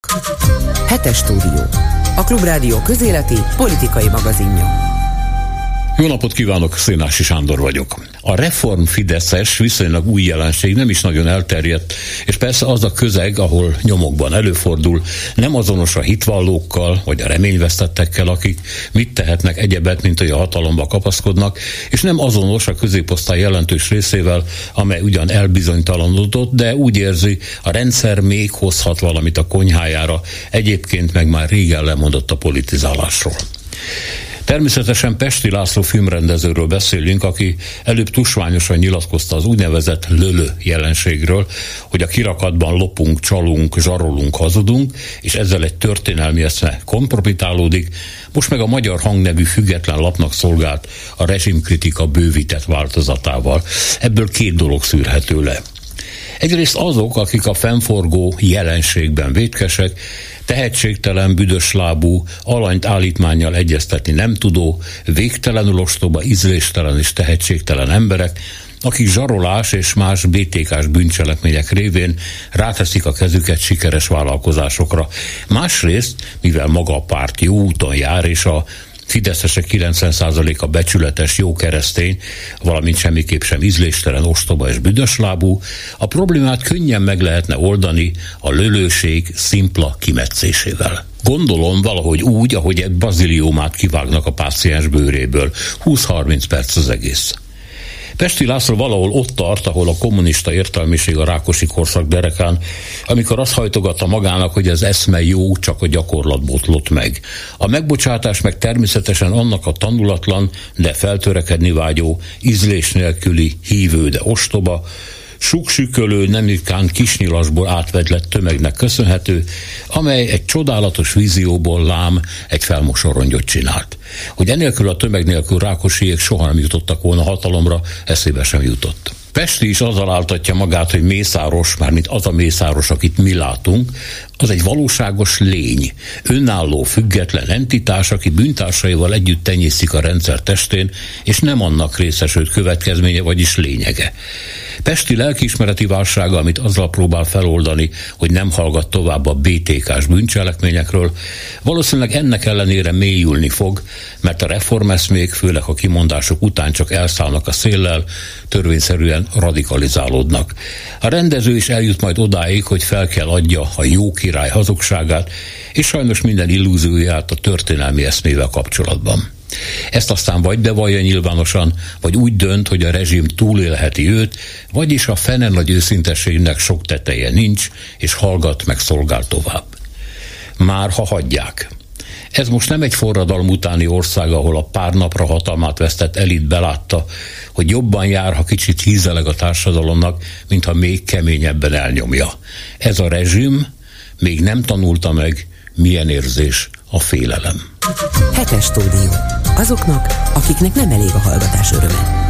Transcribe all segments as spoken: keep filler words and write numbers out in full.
Hetes stúdió. A Klubrádió közéleti politikai magazinja. Jó napot kívánok, Szénási Sándor vagyok. A reform fideszes viszonylag új jelenség, nem is nagyon elterjedt, és persze az a közeg, ahol nyomokban előfordul, nem azonos a hitvallókkal, vagy a reményvesztettekkel, akik mit tehetnek egyebet, mint hogy a hatalomba kapaszkodnak, és nem azonos a középosztály jelentős részével, amely ugyan elbizonytalanodott, de úgy érzi, a rendszer még hozhat valamit a konyhájára, egyébként meg már régen lemondott a politizálásról. Természetesen Pesti László filmrendezőről beszélünk, aki előbb tusványosan nyilatkozta az úgynevezett lölö jelenségről, hogy a kirakatban lopunk, csalunk, zsarolunk, hazudunk, és ezzel egy történelmi eszme kompromitálódik. Most meg a Magyar Hang nevű független lapnak szolgált a rezsimkritika bővített változatával. Ebből két dolog szűrhető le. Egyrészt azok, akik a fennforgó jelenségben vétkesek, tehetségtelen, büdös lábú, alanyt állítmánnyal egyeztetni nem tudó, végtelenül ostoba, ízléstelen és tehetségtelen emberek, akik zsarolás és más bé té ká-s bűncselekmények révén ráteszik a kezüket sikeres vállalkozásokra. Másrészt, mivel maga a párt jó úton jár, és a fideszesek kilencven százaléka becsületes, jó keresztény, valamint semmiképp sem ízléstelen, ostoba és büdös lábú, a problémát könnyen meg lehetne oldani a lölőség szimpla kimetszésével. Gondolom valahogy úgy, ahogy egy baziliómát kivágnak a páciens bőréből. húsz-harminc perc az egész. Pesti László valahol ott tart, ahol a kommunista értelmiség a Rákosi korszak derekán, amikor azt hajtogatta magának, hogy az eszme jó, csak a gyakorlat botlott meg. A megbocsátás meg természetesen annak a tanulatlan, de feltörekedni vágyó, ízlés nélküli, hívő, de ostoba, suksükölő, nem ritkán kisnyilasból átvedlett tömegnek köszönhető, amely egy csodálatos vízióból lám egy felmosorongyot csinált. Hogy enélkül a tömeg nélkül Rákosiék soha nem jutottak volna hatalomra, eszébe sem jutott. Pesti is azzal áltatja magát, hogy Mészáros, mármint az a Mészáros, akit mi látunk, az egy valóságos lény, önálló, független entitás, aki bűntársaival együtt tenyészik a rendszer testén, és nem annak részesült következménye, vagyis lényege. Pesti lelkiismereti válsága, amit azzal próbál feloldani, hogy nem hallgat tovább a bé té ká-s bűncselekményekről, valószínűleg ennek ellenére mélyülni fog, mert a reformeszmék, főleg a kimondások után csak elszállnak a széllel, törvényszerűen radikalizálódnak. A rendező is eljut majd odáig, hogy fel kell adja a jó király hazugságát, és sajnos minden illúzióját a történelmi eszmével kapcsolatban. Ezt aztán vagy bevallja nyilvánosan, vagy úgy dönt, hogy a rezsim túlélheti őt, vagyis a fene nagy őszintességnek sok teteje nincs, és hallgat meg szolgál tovább. Már ha hagyják. Ez most nem egy forradalom utáni ország, ahol a pár napra hatalmát vesztett elit belátta, hogy jobban jár, ha kicsit hízeleg a társadalomnak, mintha még keményebben elnyomja. Ez a rezsim még nem tanulta meg, milyen érzés a félelem. Hetes stúdió. Azoknak, akiknek nem elég a hallgatás öröme.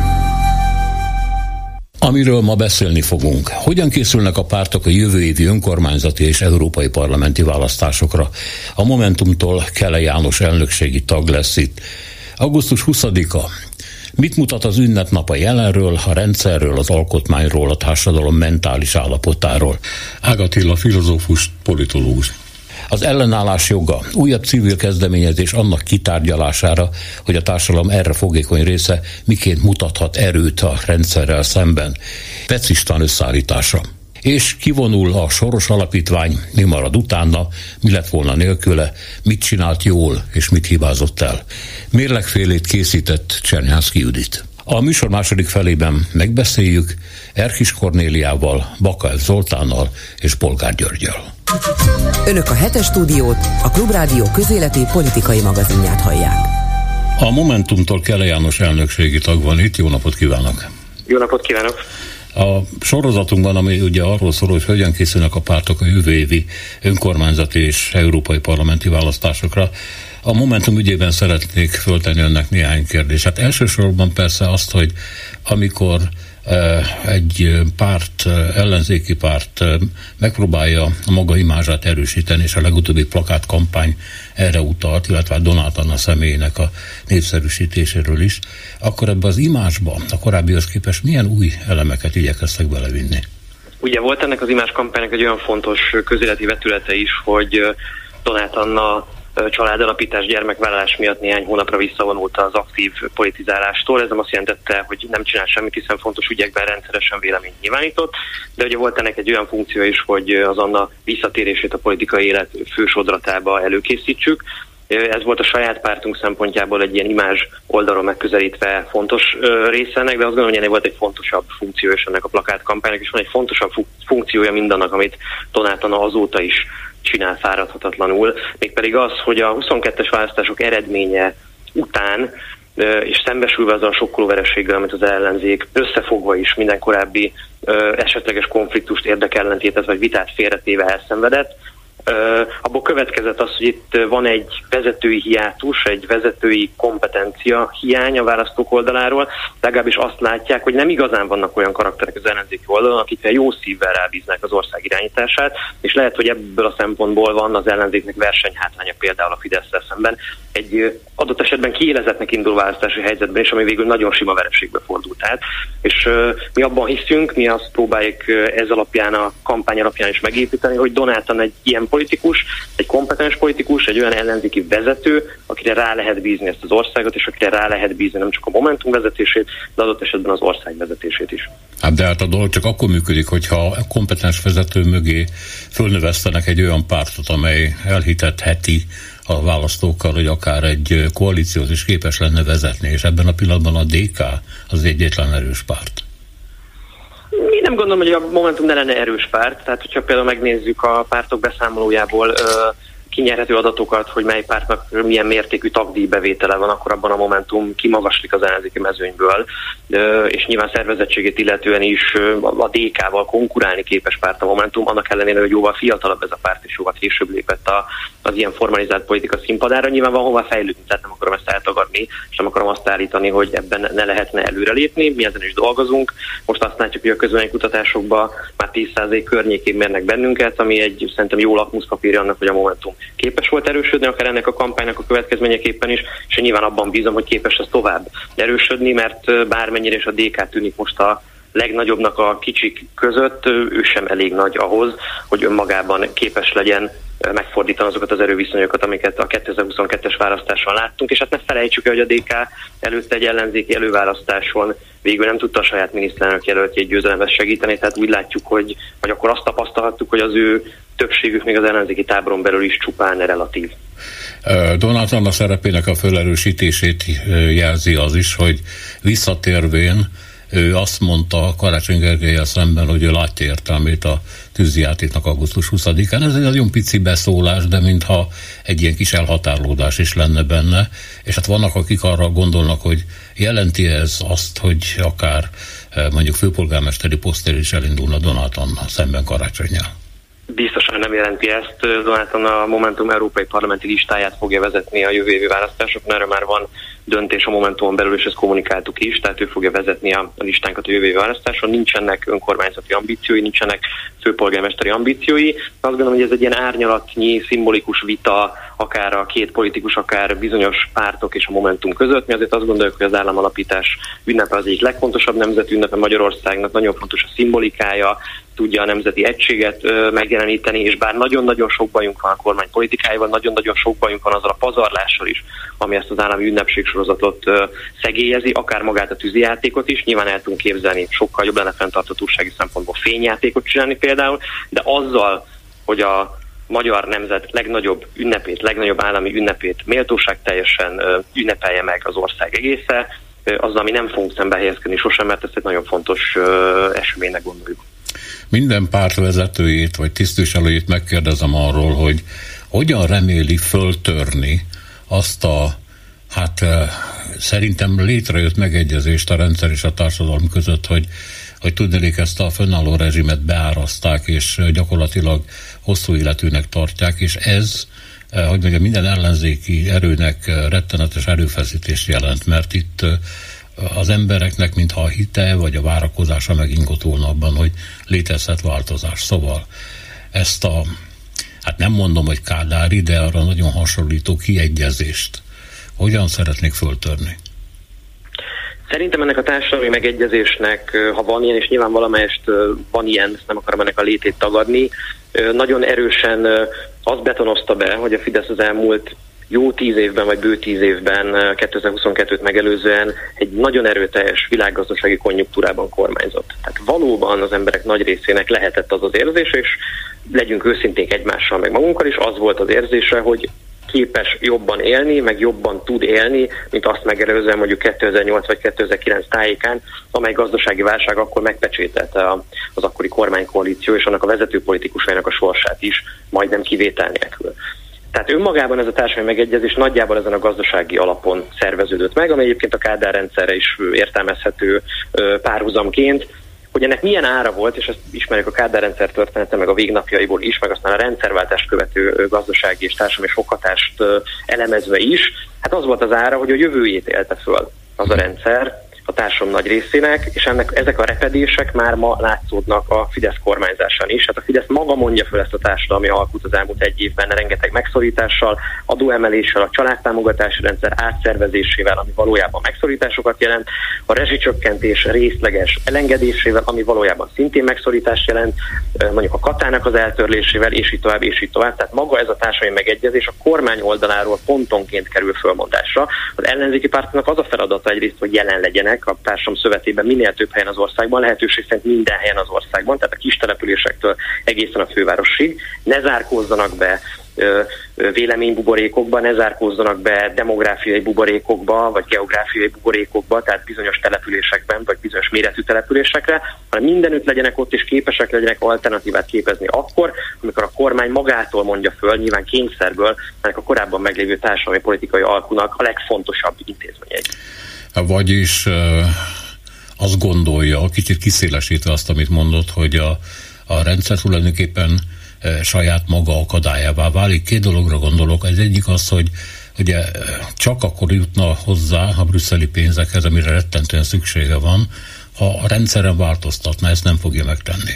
Amiről ma beszélni fogunk. Hogyan készülnek a pártok a jövő évi önkormányzati és európai parlamenti választásokra? A Momentumtól Kele János elnökségi tag lesz itt. augusztus huszadika. Mit mutat az ünnepnap a jelenről, a rendszerről, az alkotmányról, a társadalom mentális állapotáról? Ág Attila filozófus, politológus. Az ellenállás joga, újabb civil kezdeményezés annak kitárgyalására, hogy a társadalom erre fogékony része miként mutathat erőt a rendszerrel szemben. Petsz István összeállítása. És kivonul a Soros Alapítvány, mi marad utána, mi lett volna nélküle, mit csinált jól és mit hibázott el. Mérlegfélét készített Csernyánszky Judit. A műsor második felében megbeszéljük Erkis Kornéliával, Baka F. Zoltánnal és Polgár Györggyel. Önök a Hetes stúdiót, a Klubrádió közéleti politikai magazinját hallják. A Momentumtól Kele János elnökségi tag van itt. Jó napot kívánok! Jó napot kívánok! A sorozatunkban, ami ugye arról szól, hogy hogyan készülnek a pártok a jövő évi önkormányzati és európai parlamenti választásokra, a Momentum ügyében szeretnék föltenni önnek néhány kérdést. Hát elsősorban persze azt, hogy amikor egy párt, ellenzéki párt megpróbálja a maga imázsát erősíteni, és a legutóbbi plakátkampány erre utalt, illetve Donát Anna személyének a népszerűsítéséről is, akkor ebbe az imázsba, a korábbihoz képest milyen új elemeket igyekeztek belevinni? Ugye volt ennek az imázs kampánynak egy olyan fontos közéleti vetülete is, hogy Donát Anna családalapítás, gyermekvállalás miatt néhány hónapra visszavonult az aktív politizálástól. Ez nem azt jelentette, hogy nem csinál semmit, hiszen fontos ügyekben rendszeresen véleményt nyilvánított, de ugye volt ennek egy olyan funkció is, hogy az Anna visszatérését a politikai élet fősodratába előkészítsük. Ez volt a saját pártunk szempontjából egy ilyen imázs oldalról megközelítve fontos része ennek, de azt gondolom, hogy ennek volt egy fontosabb funkció is ennek a plakátkampánynak, és van egy fontosabb funkciója mindannak, amit Donát Anna azóta is csinál fáradhatatlanul, mégpedig az, hogy a huszonkettes választások eredménye után és szembesülve azzal a sokkoló vereséggel, amit az ellenzék összefogva is minden korábbi esetleges konfliktust, érdekellentétet vagy vitát félretéve elszenvedett, Uh, abból következett az, hogy itt van egy vezetői hiátus, egy vezetői kompetencia hiány a választók oldaláról, legalábbis azt látják, hogy nem igazán vannak olyan karakterek az ellenzéki oldalon, akikre jó szívvel rábíznák az ország irányítását, és lehet, hogy ebből a szempontból van az ellenzéknek versenyhátránya például a Fidesszel szemben. Egy adott esetben kiélezettnek induló választási helyzetben is, ami végül nagyon sima vereségbe fordult át. És uh, mi abban hiszünk, mi azt próbáljuk ez alapján, a kampány alapján is megépíteni, hogy Donát Anna egy ilyen politikus, egy kompetens politikus, egy olyan ellenzéki vezető, akire rá lehet bízni ezt az országot, és akire rá lehet bízni nem csak a Momentum vezetését, de adott esetben az ország vezetését is. Hát de hát a dolog csak akkor működik, hogyha a kompetens vezető mögé fölnövesztenek egy olyan pártot, amely elhitetheti a választókkal, hogy akár egy koalíciót is képes lenne vezetni, és ebben a pillanatban a dé ká az egyetlen erős párt. Mi nem gondolom, hogy a Momentum ne lenne erős párt, tehát hogyha például megnézzük a pártok beszámolójából ö, kinyerhető adatokat, hogy mely pártnak milyen mértékű tagdíjbevétele van, akkor abban a Momentum kimagaslik az ellenzéki mezőnyből, ö, és nyilván szervezettségét illetően is ö, a dé ká-val konkurálni képes párt a Momentum, annak ellenére, hogy jóval fiatalabb ez a párt, és jóval később lépett a, az ilyen formalizált politika színpadára. Nyilván van hova fejlődni, tehát nem akarom ezt eltagadni, és nem akarom azt állítani, hogy ebben ne lehetne előrelépni, mi ezen is dolgozunk. Most azt látjuk, hogy a közvéleménykutatásokban már tíz százalék környékén mérnek bennünket, ami egy szerintem jó lakmuszpapírja annak, hogy a Momentum képes volt erősödni, akár ennek a kampánynak a következményeképpen is, és nyilván abban bízom, hogy képes ez tovább erősödni, mert bármennyire is a dé ká tűnik most a legnagyobbnak a kicsik között, ő sem elég nagy ahhoz, hogy önmagában képes legyen megfordítani azokat az erőviszonyokat, amiket a kétezer-huszonkettes választáson láttunk, és hát ne felejtsük el, hogy a dé ká előtte egy ellenzéki előválasztáson végül nem tudta a saját miniszterelnök jelöltjét győzelemhez segíteni, tehát úgy látjuk, hogy vagy akkor azt tapasztalhattuk, hogy az ő többségük még az ellenzéki táboron belül is csupán relatív. Donát Anna szerepének a felerősítését jelzi az is, hogy visszatérvén ő azt mondta Karácsony Gergellyel szemben, hogy ő látja értelmét a tűzijátéknak augusztus huszadikán. Ez egy nagyon pici beszólás, de mintha egy ilyen kis elhatárolódás is lenne benne, és hát vannak, akik arra gondolnak, hogy jelenti ez azt, hogy akár mondjuk főpolgármesteri posztér is elindulna Donát Anna szemben Karácsonnyal. Biztosan nem jelenti ezt. Donát Anna a Momentum európai parlamenti listáját fogja vezetni a jövő évi választásokon. Erre már van döntés a Momentumon belül, és ezt kommunikáltuk is, tehát ő fogja vezetni a listánkat a jövő évi választáson. Nincsenek önkormányzati ambíciói, nincsenek főpolgármesteri ambíciói. Azt gondolom, hogy ez egy ilyen árnyalatnyi, szimbolikus vita, akár a két politikus, akár bizonyos pártok és a Momentum között. Mi azért azt gondoljuk, hogy az államalapítás ünnepe az egyik legfontosabb nemzeti ünnepe Magyarországnak, nagyon fontos a szimbolikája, tudja a nemzeti egységet ö, megjeleníteni, és bár nagyon-nagyon sok bajunk van a kormány politikájával, nagyon-nagyon sok bajunk van azzal a pazarlással is, ami ezt az állami ünnepségsorozatot ö, szegélyezi, akár magát a tűzijátékot is, nyilván el tudunk képzelni, sokkal jobb lenne fenntarthatósági szempontból fényjátékot csinálni például, de azzal, hogy a magyar nemzet legnagyobb ünnepét, legnagyobb állami ünnepét méltóságteljesen ö, ünnepelje meg az ország egésze, ö, azzal mi nem fogunk szembe helyezkedni sosem, mert ezt egy nagyon fontos ö, eseménynek gondoljuk. Minden párt vezetőjét vagy tisztviselőjét megkérdezem arról, hogy hogyan reméli föltörni azt a, hát szerintem létrejött megegyezést a rendszer és a társadalom között, hogy, hogy tudnék ezt a fönnálló rezsimet beáraszták, és gyakorlatilag hosszú életűnek tartják, és ez, hogy mondjam, minden ellenzéki erőnek rettenetes erőfeszítést jelent, mert itt az embereknek mintha a hite vagy a várakozása megingott volna abban, hogy létezhet változás. Szóval ezt a, hát nem mondom, hogy kádári, de arra nagyon hasonlító kiegyezést hogyan szeretnék föltörni? Szerintem ennek a társadalmi megegyezésnek, ha van ilyen, és nyilván valamelyest van ilyen, ezt nem akarom ennek a létét tagadni, nagyon erősen azt betonozta be, hogy a Fidesz az elmúlt jó tíz évben, vagy bő tíz évben, kétezer-huszonkettőt megelőzően egy nagyon erőteljes világgazdasági konjunktúrában kormányzott. Tehát valóban az emberek nagy részének lehetett az az érzés, és legyünk őszinték egymással, meg magunkkal is, az volt az érzése, hogy képes jobban élni, meg jobban tud élni, mint azt megelőzően mondjuk kétezer-nyolc vagy kétezer-kilenc tájékán, amely gazdasági válság akkor megpecsételte az akkori kormánykoalíció és annak a vezető politikusainak a sorsát is, majdnem kivétel nélkül. Tehát önmagában ez a társadalmi megegyezés nagyjából ezen a gazdasági alapon szerveződött meg, ami egyébként a Kádár rendszerre is értelmezhető párhuzamként, hogy ennek milyen ára volt, és ezt ismerjük a Kádár rendszer története, meg a végnapjaiból is, meg aztán a rendszerváltást követő gazdasági és társadalmi sokhatást elemezve is, hát az volt az ára, hogy a jövőjét élte föl az a rendszer a társadalom nagy részének, és ennek, ezek a repedések már ma látszódnak a Fidesz kormányzásán is. Hát a Fidesz maga mondja föl ezt a társadalmi alkut az elmúlt egy évben rengeteg megszorítással, adóemeléssel, a családtámogatási rendszer átszervezésével, ami valójában megszorításokat jelent, a rezsicsökkentés részleges elengedésével, ami valójában szintén megszorítást jelent, mondjuk a katának az eltörlésével, és így tovább, és így tovább. Tehát maga ez a társadalmi megegyezés a kormány oldaláról pontonként kerül fölmondásra. Az ellenzéki pártnak az a feladata egyrészt, hogy jelen legyenek a társadalom szövetében minél több helyen az országban, lehetőség szerint minden helyen az országban, tehát a kis településektől egészen a fővárosig, ne zárkózzanak be véleménybuborékokba, ne zárkózzanak be demográfiai buborékokba, vagy geográfiai buborékokba, tehát bizonyos településekben, vagy bizonyos méretű településekre, hanem mindenütt legyenek ott, és képesek legyenek alternatívát képezni akkor, amikor a kormány magától mondja föl, nyilván kényszerből, ennek a korábban meglévő társadalmi politikai alkunak a legfontosabb intézményei. Vagyis azt gondolja, kicsit kiszélesítve azt, amit mondott, hogy a, a rendszer tulajdonképpen saját maga akadályává válik. Két dologra gondolok. Ez egyik az, hogy ugye csak akkor jutna hozzá a brüsszeli pénzekhez, amire rettentően szüksége van, ha a rendszeren változtatna, ezt nem fogja megtenni.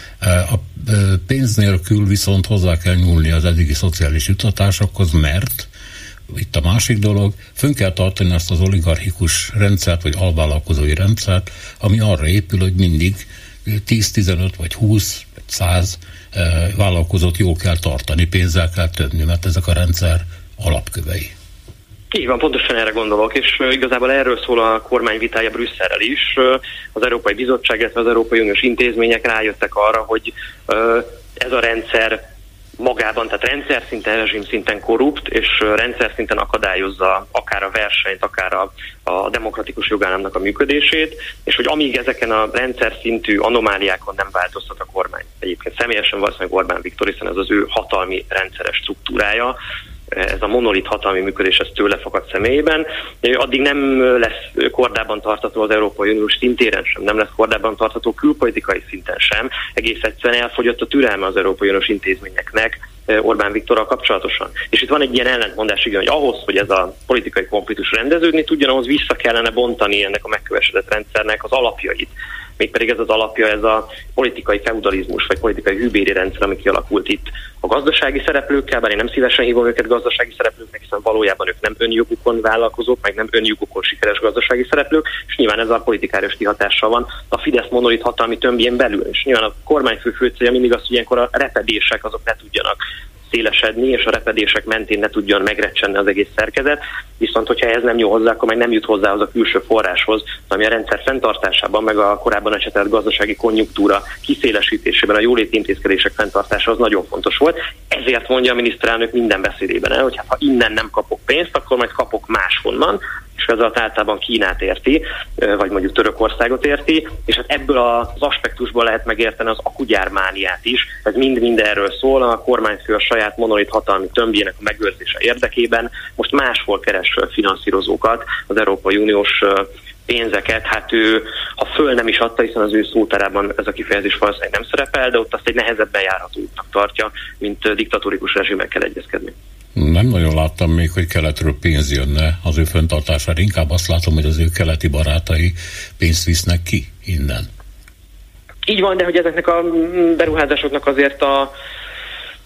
A pénz nélkül viszont hozzá kell nyúlni az eddigi szociális juttatásokhoz, mert itt a másik dolog, fönn kell tartani azt az oligarchikus rendszert, vagy alvállalkozói rendszert, ami arra épül, hogy mindig tíz, tizenöt, vagy húsz, vagy száz vállalkozót jól kell tartani, pénzzel kell tömni, mert ezek a rendszer alapkövei. Így van, pontosan erre gondolok, és igazából erről szól a kormány vitája Brüsszelrel is. Az Európai Bizottság, illetve az Európai Uniós intézmények rájöttek arra, hogy ez a rendszer magában, tehát rendszer szinten, rezsim szinten korrupt, és rendszer szinten akadályozza akár a versenyt, akár a, a demokratikus jogállamnak a működését, és hogy amíg ezeken a rendszer szintű anomáliákon nem változtat a kormány. Egyébként személyesen valószínűleg Orbán Viktor, hiszen ez az ő hatalmi rendszeres struktúrája, ez a monolit hatalmi működés, ez tőle fakad személyében. Addig nem lesz kordában tartható az Európai Uniós szintéren sem, nem lesz kordában tartható külpolitikai szinten sem. Egész egyszerűen elfogyott a türelme az Európai Uniós intézményeknek Orbán Viktorral kapcsolatosan. És itt van egy ilyen ellentmondás, igen, hogy ahhoz, hogy ez a politikai konfliktus rendeződni tudjon, ahhoz vissza kellene bontani ennek a megkövesedett rendszernek az alapjait. Mégpedig ez az alapja, ez a politikai feudalizmus, vagy politikai hűbéri rendszer, ami kialakult itt a gazdasági szereplőkkel, bár én nem szívesen hívom őket gazdasági szereplőknek, hiszen valójában ők nem önjogukon vállalkozók, meg nem önjogukon sikeres gazdasági szereplők, és nyilván ez a politikárius kihatással van a Fidesz monolit hatalmi tömbjén belül. És nyilván a kormányfő fő célja mindig az, hogy ilyenkor a repedések azok ne tudjanak szélesedni, és a repedések mentén ne tudjon megrecsenni az egész szerkezet, viszont hogyha ez nem jó hozzá, akkor meg nem jut hozzá az a külső forráshoz, ami a rendszer fenntartásában, meg a korábban ecsetelt gazdasági konjunktúra kiszélesítésében, a jóléti intézkedések fenntartása az nagyon fontos volt. Ezért mondja a miniszterelnök minden beszédében el, hogy hát, ha innen nem kapok pénzt, akkor majd kapok máshonnan, és ez általában Kínát érti, vagy mondjuk Törökországot érti, és hát ebből az aspektusból lehet megérteni az akugyármániát is. Ez mind-mind erről szól, a kormányfő a saját monolit hatalmi tömbjének a megőrzése érdekében most máshol keres finanszírozókat, az Európai Uniós pénzeket, hát ő, ha föl nem is adta, hiszen az ő szótárában ez a kifejezés valószínűleg nem szerepel, de ott azt egy nehezebben járható útnak tartja, mint diktatórikus rezsimekkel egyezkedni. Nem nagyon láttam még, hogy keletről pénz jönne az ő fenntartására. Inkább azt látom, hogy az ő keleti barátai pénzt visznek ki innen. Így van, de hogy ezeknek a beruházásoknak azért a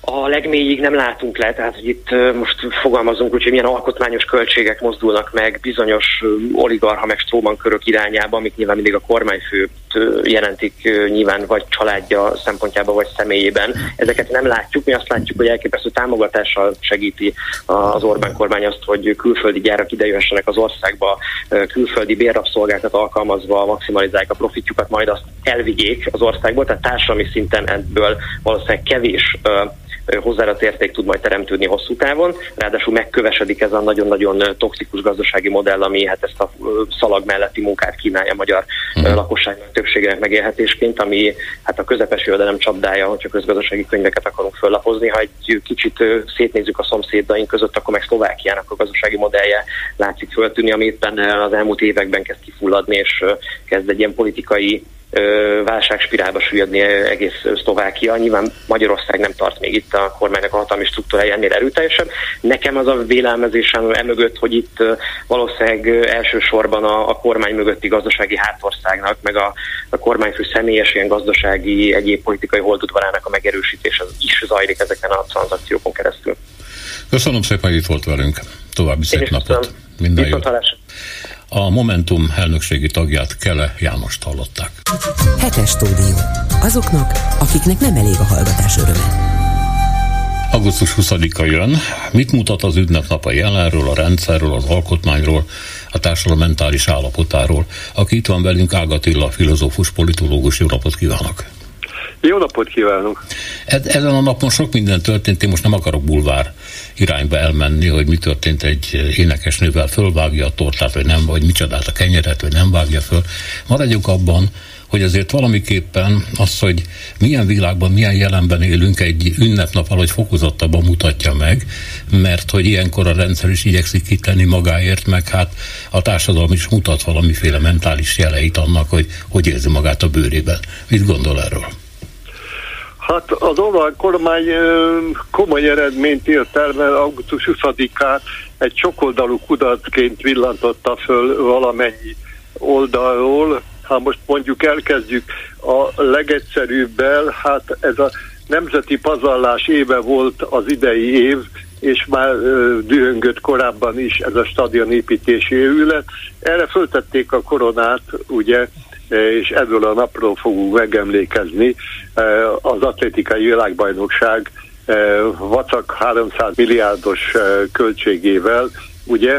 a legmélyig nem látunk le, tehát hogy itt most fogalmazunk úgy, hogy milyen alkotmányos költségek mozdulnak meg bizonyos oligarcha meg Stroman körök irányába, amik nyilván mindig a kormányfőt jelentik nyilván vagy családja szempontjából, vagy személyében. Ezeket nem látjuk, mi azt látjuk, hogy elképesztő támogatással segíti az Orbán kormány azt, hogy külföldi gyárak idejöhessenek az országba, külföldi bérrabszolgákat alkalmazva maximalizálják a profitjukat, majd azt elvigyék az országból, tehát társadalmi szinten ebből valószínűleg kevés hozzáadott érték tud majd teremtődni hosszú távon, ráadásul megkövesedik ez a nagyon-nagyon toxikus gazdasági modell, ami hát ezt a szalag melletti munkát kínálja a magyar mm. lakosságnak többségének megélhetésként, ami hát a közepes jövedelem csapdája, hogyha közgazdasági könyveket akarunk föllapozni. Ha egy kicsit szétnézzük a szomszédaink között, akkor meg Szlovákiának a gazdasági modellje látszik föltűnni, ami éppen az elmúlt években kezd kifulladni, és kezd egy ilyen politikai válságspirálba süllyedni egész Szlovákia. Nyilván Magyarország nem tart még itt a kormánynak a hatalmi struktúrája ennél erőteljesebb. Nekem az a vélelmezésem emögött, hogy itt valószínűleg elsősorban a, a kormány mögötti gazdasági hátországnak, meg a, a kormányfő személyes ilyen gazdasági, egyéb politikai holdudvarának a megerősítése is zajlik ezeken a tranzakciókon keresztül. Köszönöm szépen, hogy itt volt velünk. További szép napot. Minden jót. A Momentum elnökségi tagját, Kele Jánost hallották. Hetes stúdió. Azoknak, akiknek nem elég a hallgatás öröme. augusztus huszadika jön. Mit mutat az ünnepnap a jelenről, a rendszerről, az alkotmányról, a társadalom mentális állapotáról? Aki itt van velünk, Ág Attila, filozófus, politológus. Jó napot kívánok! Jó napot kívánok! Ezen a napon sok minden történt, én most nem akarok bulvár irányba elmenni, hogy mi történt egy énekesnővel, fölvágja a tortát, vagy nem, vagy micsodát a kenyeret, vagy nem vágja föl. Maradjunk abban, hogy azért valamiképpen az, hogy milyen világban, milyen jelenben élünk, egy ünnepnap valahogy fokozottabban mutatja meg, mert hogy ilyenkor a rendszer is igyekszik kitenni magáért, meg hát a társadalom is mutat valamiféle mentális jeleit annak, hogy hogy érzi magát a bőrében. Mit gondol erről? Hát az Orbán kormány komoly eredményt ért el, mert augusztus huszadikát egy sokoldalú kudarcként villantotta föl valamennyi oldalról. Ha most mondjuk elkezdjük a legegyszerűbbel, hát ez a nemzeti pazarlás éve volt az idei év, és már dühöngött korábban is ez a stadionépítési őrület. Erre föltették a koronát, ugye, és ebből a napról fogunk megemlékezni. Az atlétikai világbajnokság vacak háromszáz milliárdos költségével, ugye,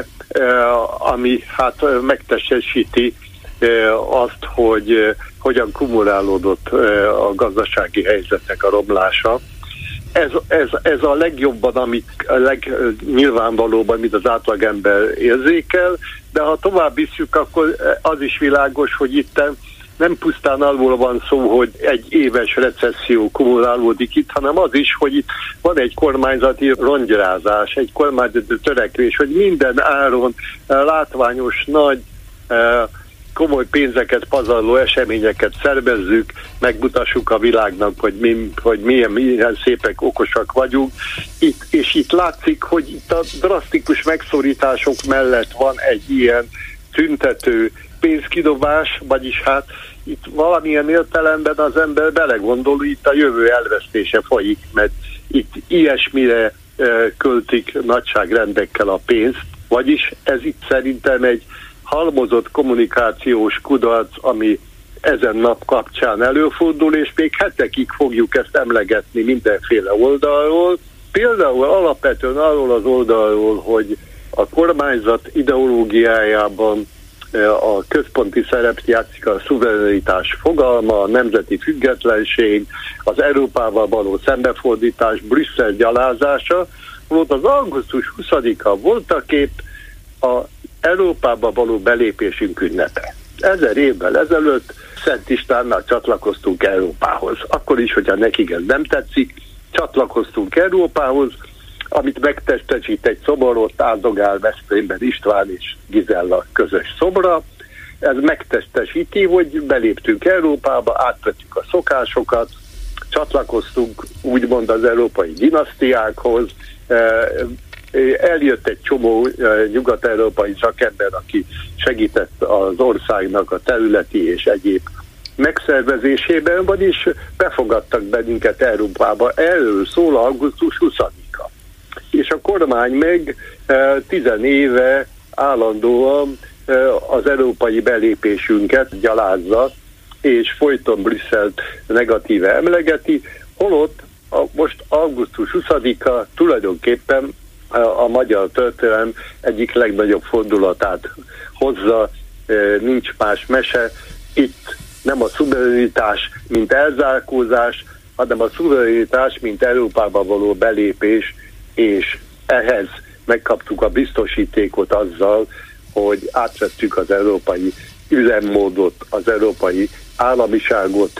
ami hát megtestesíti azt, hogy hogyan kumulálódott a gazdasági helyzetnek a romlása. Ez, ez, ez a legjobban, amit a legnyilvánvalóban, amit az átlagember érzékel, de ha tovább visszük, akkor az is világos, hogy itt nem pusztán arról van szó, hogy egy éves recesszió kumulálódik itt, hanem az is, hogy itt van egy kormányzati rongyrázás, egy kormányzati törekvés, hogy minden áron látványos, nagy, komoly pénzeket pazarló eseményeket szervezzük, megmutassuk a világnak, hogy, mi, hogy milyen, milyen szépek, okosak vagyunk. Itt, és itt látszik, hogy itt a drasztikus megszorítások mellett van egy ilyen tüntető pénzkidobás, vagyis hát itt valamilyen értelemben az ember belegondol, itt a jövő elvesztése folyik, mert itt ilyesmire e, költik nagyságrendekkel a pénzt, vagyis ez itt szerintem egy halmozott kommunikációs kudarc, ami ezen nap kapcsán előfordul, és még hetekig fogjuk ezt emlegetni mindenféle oldalról. Például alapvetően arról az oldalról, hogy a kormányzat ideológiájában a központi szerep játszik a szuverenitás fogalma, a nemzeti függetlenség, az Európával való szembefordítás, Brüsszel gyalázása. Volt az augusztus huszadika voltaképp a Európába való belépésünk ünnepe. Ezer évvel ezelőtt Szent Istvánnal csatlakoztunk Európához. Akkor is, hogyha nekik ez nem tetszik, csatlakoztunk Európához, amit megtestesít egy szobor, ott áldogál Veszprémben István és Gizella közös szobra. Ez megtestesíti, hogy beléptünk Európába, átvettük a szokásokat, csatlakoztunk úgymond az európai dinasztiákhoz, eljött egy csomó nyugat-európai szakember, aki segített az országnak a területi és egyéb megszervezésében, vagyis befogadtak bennünket Európába. Erről szól augusztus huszadika. És a kormány meg tizen éve állandóan az európai belépésünket gyalázza, és folyton Brüsszelt negatíve emlegeti, holott a, most augusztus huszadika tulajdonképpen a, a magyar történelem egyik legnagyobb fordulatát hozza, nincs más mese. Itt nem a szuverenitás, mint elzárkózás, hanem a szuverenitás, mint Európába való belépés, és ehhez megkaptuk a biztosítékot azzal, hogy átvettük az európai üzemmódot, az európai államiságot.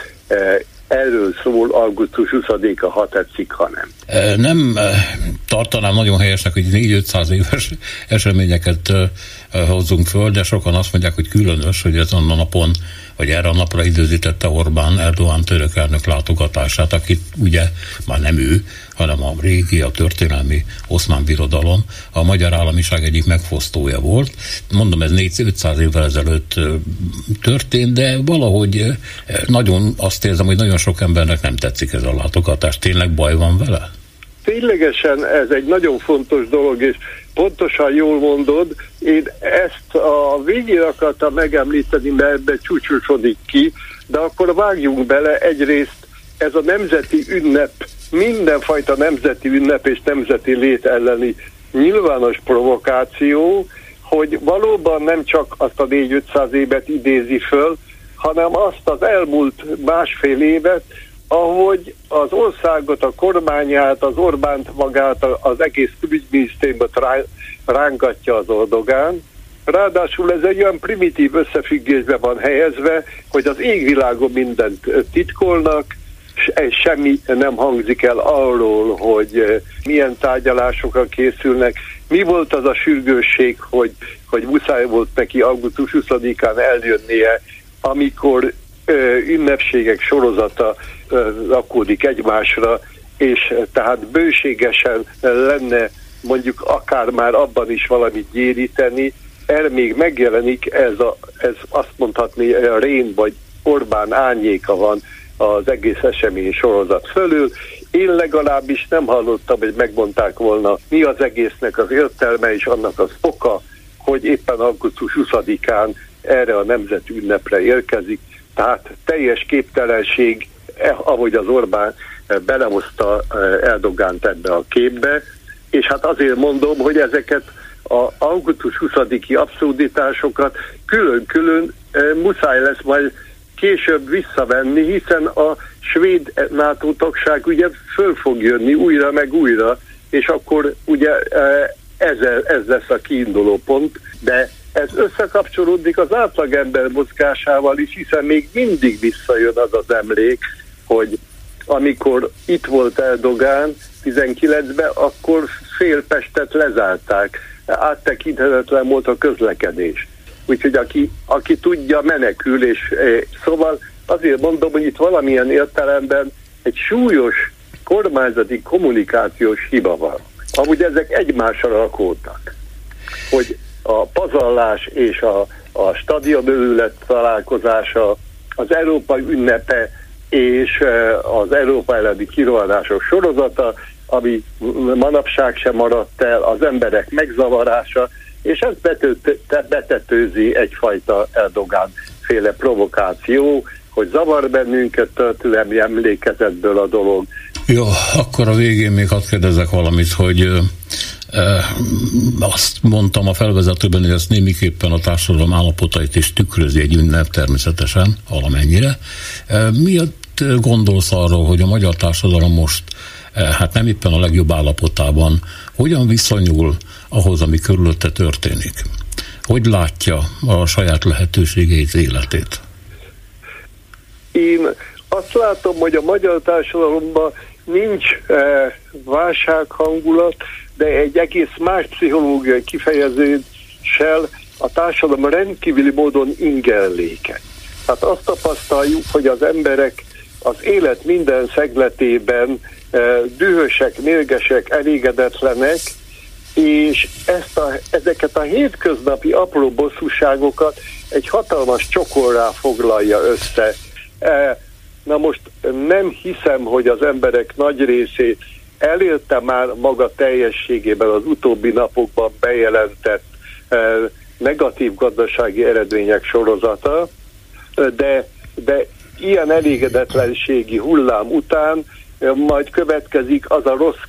Erről szól augusztus huszadika, ha tetszik, ha nem. Nem tartanám nagyon helyesnek, hogy négy-ötszáz éves eseményeket hozzunk föl, de sokan azt mondják, hogy különös, hogy ez a napon, vagy erre a napra időzítette Orbán Erdoğan török elnök látogatását, akit ugye már nem ő, hanem a régi, a történelmi Oszmán Birodalom, a magyar államiság egyik megfosztója volt. Mondom, ez négy-ötszáz évvel ezelőtt történt, de valahogy nagyon azt érzem, hogy nagyon sok embernek nem tetszik ez a látogatás. Tényleg baj van vele? Ténylegesen ez egy nagyon fontos dolog, és pontosan jól mondod, én ezt a végén akartam megemlíteni, mert ebbe csúcsosodik ki, de akkor vágjunk bele. Egyrészt ez a nemzeti ünnep, mindenfajta nemzeti ünnep és nemzeti lét elleni nyilvános provokáció, hogy valóban nem csak azt a négy-ötszáz évet idézi föl, hanem azt az elmúlt másfél évet, ahogy az országot, a kormányát, az Orbánt magát, az egész külügyminisztériumot rángatja az Erdogán. Ráadásul ez egy olyan primitív összefüggésben van helyezve, hogy az égvilágon mindent titkolnak, semmi nem hangzik el arról, hogy milyen tárgyalásokra készülnek. Mi volt az a sürgősség, hogy, hogy muszáj volt neki augusztus huszadikán eljönnie, amikor ö, ünnepségek sorozata ö, rakódik egymásra, és tehát bőségesen lenne mondjuk akár már abban is valamit gyéríteni. Erre még megjelenik ez, a, ez azt mondhatni a Rén vagy Orbán árnyéka van az egész esemény sorozat fölül. Én legalábbis nem hallottam, hogy megmondták volna, mi az egésznek az értelme és annak az oka, hogy éppen augusztus huszadikán erre a nemzeti ünnepre érkezik. Tehát teljes képtelenség, ahogy az Orbán belehozta Erdogánt ebbe a képbe, és hát azért mondom, hogy ezeket az augusztus huszadiki abszurditásokat külön-külön muszáj lesz majd később visszavenni, hiszen a svéd NATO tagság ugye föl fog jönni újra meg újra, és akkor ugye ez, ez lesz a kiinduló pont, de ez összekapcsolódik az átlagember mozgásával is, hiszen még mindig visszajön az az emlék, hogy amikor itt volt Erdogán tizenkilencben, akkor fél Pestet lezárták, áttekinthetetlen volt a közlekedés. Úgyhogy aki, aki tudja, menekül, és eh, szóval azért mondom, hogy itt valamilyen értelemben egy súlyos kormányzati kommunikációs hiba van. Amúgy ezek egymásra rakódtak. Hogy a pazarlás és a, a stadionőrület találkozása, az európai ünnepe és az Európa elleni kirohanások sorozata, ami manapság sem maradt el, az emberek megzavarása, és ez betetőzi egyfajta Erdogán féle provokáció, hogy zavar bennünket történelmi emlékezetből a dolog. Jó, akkor a végén még hadd kérdezzek valamit, hogy e, azt mondtam a felvezetőben, hogy ezt némiképpen a társadalom állapotait is tükrözi egy ünnep természetesen, valamennyire. E, miért gondolsz arról, hogy a magyar társadalom most e, hát nem éppen a legjobb állapotában hogyan viszonyul ahhoz, ami körülötte történik? Hogy látja a saját lehetőségeit, életét? Én azt látom, hogy a magyar társadalomban nincs eh, válsághangulat, de egy egész más pszichológiai kifejezéssel a társadalom rendkívüli módon ingerlékeny. Tehát azt tapasztaljuk, hogy az emberek az élet minden szegletében eh, dühösek, mérgesek, elégedetlenek, és ezt a, ezeket a hétköznapi apró bosszúságokat egy hatalmas csokorrá foglalja össze Na most nem hiszem, hogy az emberek nagy részét elérte már maga teljességében az utóbbi napokban bejelentett negatív gazdasági eredmények sorozata, de, de ilyen elégedetlenségi hullám után majd következik az a rossz,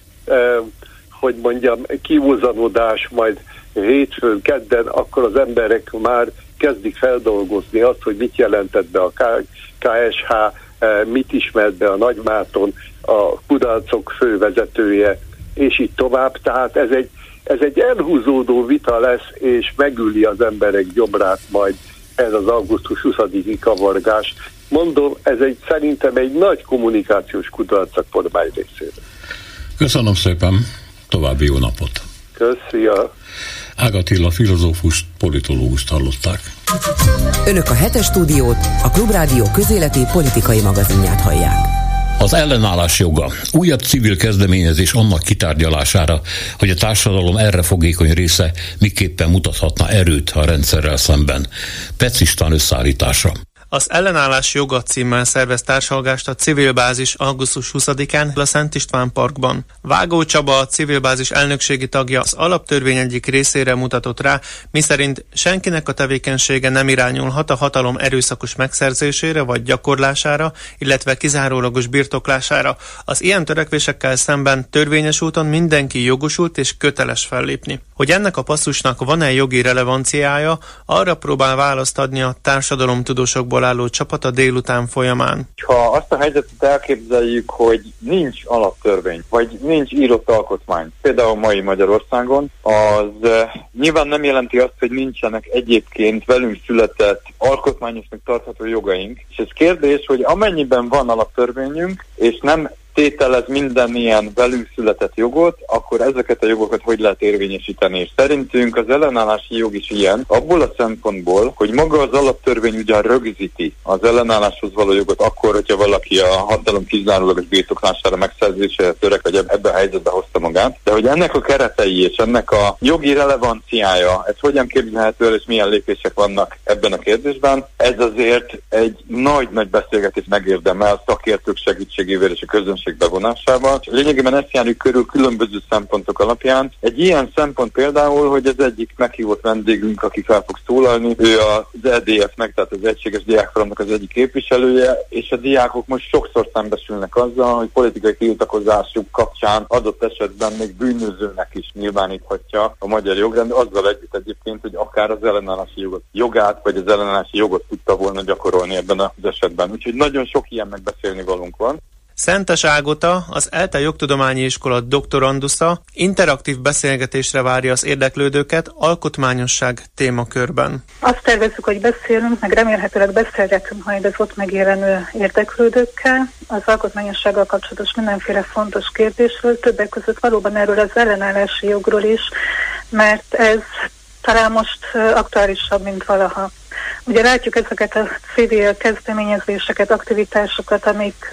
hogy mondjam, kihúzanodás, majd hétfőn, kedden, akkor az emberek már kezdik feldolgozni azt, hogy mit jelentett be a ká es há, mit ismert be a Nagy Márton, a kudarcok fővezetője, és így tovább. Tehát ez egy, ez egy elhúzódó vita lesz, és megüli az emberek gyomrát majd ez az augusztus huszadiki kavargás. Mondom, ez egy, szerintem egy nagy kommunikációs kudarc a kormány részéről. Köszönöm szépen, további jó napot! Köszönöm! Ág Attila filozófust, politológust hallották. Önök a hetes stúdiót, a Klubrádió közéleti politikai magazinját hallják. Az ellenállás joga. Újabb civil kezdeményezés annak kitárgyalására, hogy a társadalom erre fogékony része miképpen mutathatna erőt a rendszerrel szemben. Petsz István összeállítása. Az ellenállás joga címmel szervez társalgást a Civil Bázis augusztus huszadikán a Szent István Parkban. Vágó Csaba, a Civil Bázis elnökségi tagja, az alaptörvény egyik részére mutatott rá, miszerint senkinek a tevékenysége nem irányulhat a hatalom erőszakos megszerzésére vagy gyakorlására, illetve kizárólagos birtoklására. Az ilyen törekvésekkel szemben törvényes úton mindenki jogosult és köteles fellépni. Hogy ennek a passzusnak van-e jogi relevanciája, arra próbál választ adni a társadalomtudósokból álló csapat a délután folyamán. Ha azt a helyzetet elképzeljük, hogy nincs alaptörvény, vagy nincs írott alkotmány, például mai Magyarországon, az nyilván nem jelenti azt, hogy nincsenek egyébként velünk született alkotmányosnak tartható jogaink, és ez kérdés, hogy amennyiben van alaptörvényünk, és nem tételez minden ilyen velünk született jogot, akkor ezeket a jogokat hogy lehet érvényesíteni. És szerintünk az ellenállási jog is ilyen, abból a szempontból, hogy maga az alaptörvény ugyan rögzíti az ellenálláshoz való jogot akkor, hogyha valaki a hatalom kizárólagos birtoklására, megszerzésére törek, vagy ebben a helyzetbe hozta magát, de hogy ennek a keretei és ennek a jogi relevanciája, ez hogyan képzelhető el, és milyen lépések vannak ebben a kérdésben, ez azért egy nagy-nagy beszélgetés megérdemel szakértők segítségével és a közönség bevonásával. Lényegében ezt járjuk körül különböző szempontok alapján. Egy ilyen szempont például, hogy az egyik meghívott vendégünk, aki fel fog szólalni, ő az é dé ef-nek, tehát az Egységes Diákforumnak az egyik képviselője, és a diákok most sokszor szembesülnek azzal, hogy politikai tiltakozásuk kapcsán adott esetben még bűnözőnek is nyilváníthatja a magyar jogrend, azzal együtt egyébként, hogy akár az ellenállási jogot, jogát, vagy az ellenállási jogot tudta volna gyakorolni ebben az esetben. Úgyhogy nagyon sok ilyen megbeszélni valunk van. Szentes Ágota, az ELTE Jogtudományi Iskola doktorandusza interaktív beszélgetésre várja az érdeklődőket alkotmányosság témakörben. Azt tervezzük, hogy beszélünk, meg remélhetőleg beszélgetünk majd az ott megjelenő érdeklődőkkel az alkotmányossággal kapcsolatos mindenféle fontos kérdésről, többek között valóban erről az ellenállási jogról is, mert ez talán most aktuálisabb, mint valaha. Ugye látjuk ezeket a civil kezdeményezéseket, aktivitásokat, amik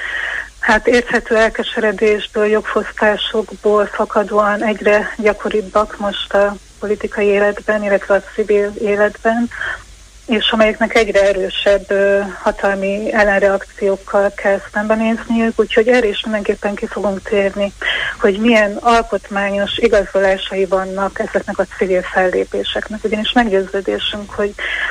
hát érthető elkeseredésből, jogfosztásokból fakadóan egyre gyakoribbak most a politikai életben, illetve a civil életben, és amelyeknek egyre erősebb hatalmi ellenreakciókkal kell szembenézniük, úgyhogy erre is mindenképpen ki fogunk térni, hogy milyen alkotmányos igazolásai vannak ezeknek a civil fellépéseknek. Ugyanis meggyőződésünk, hogy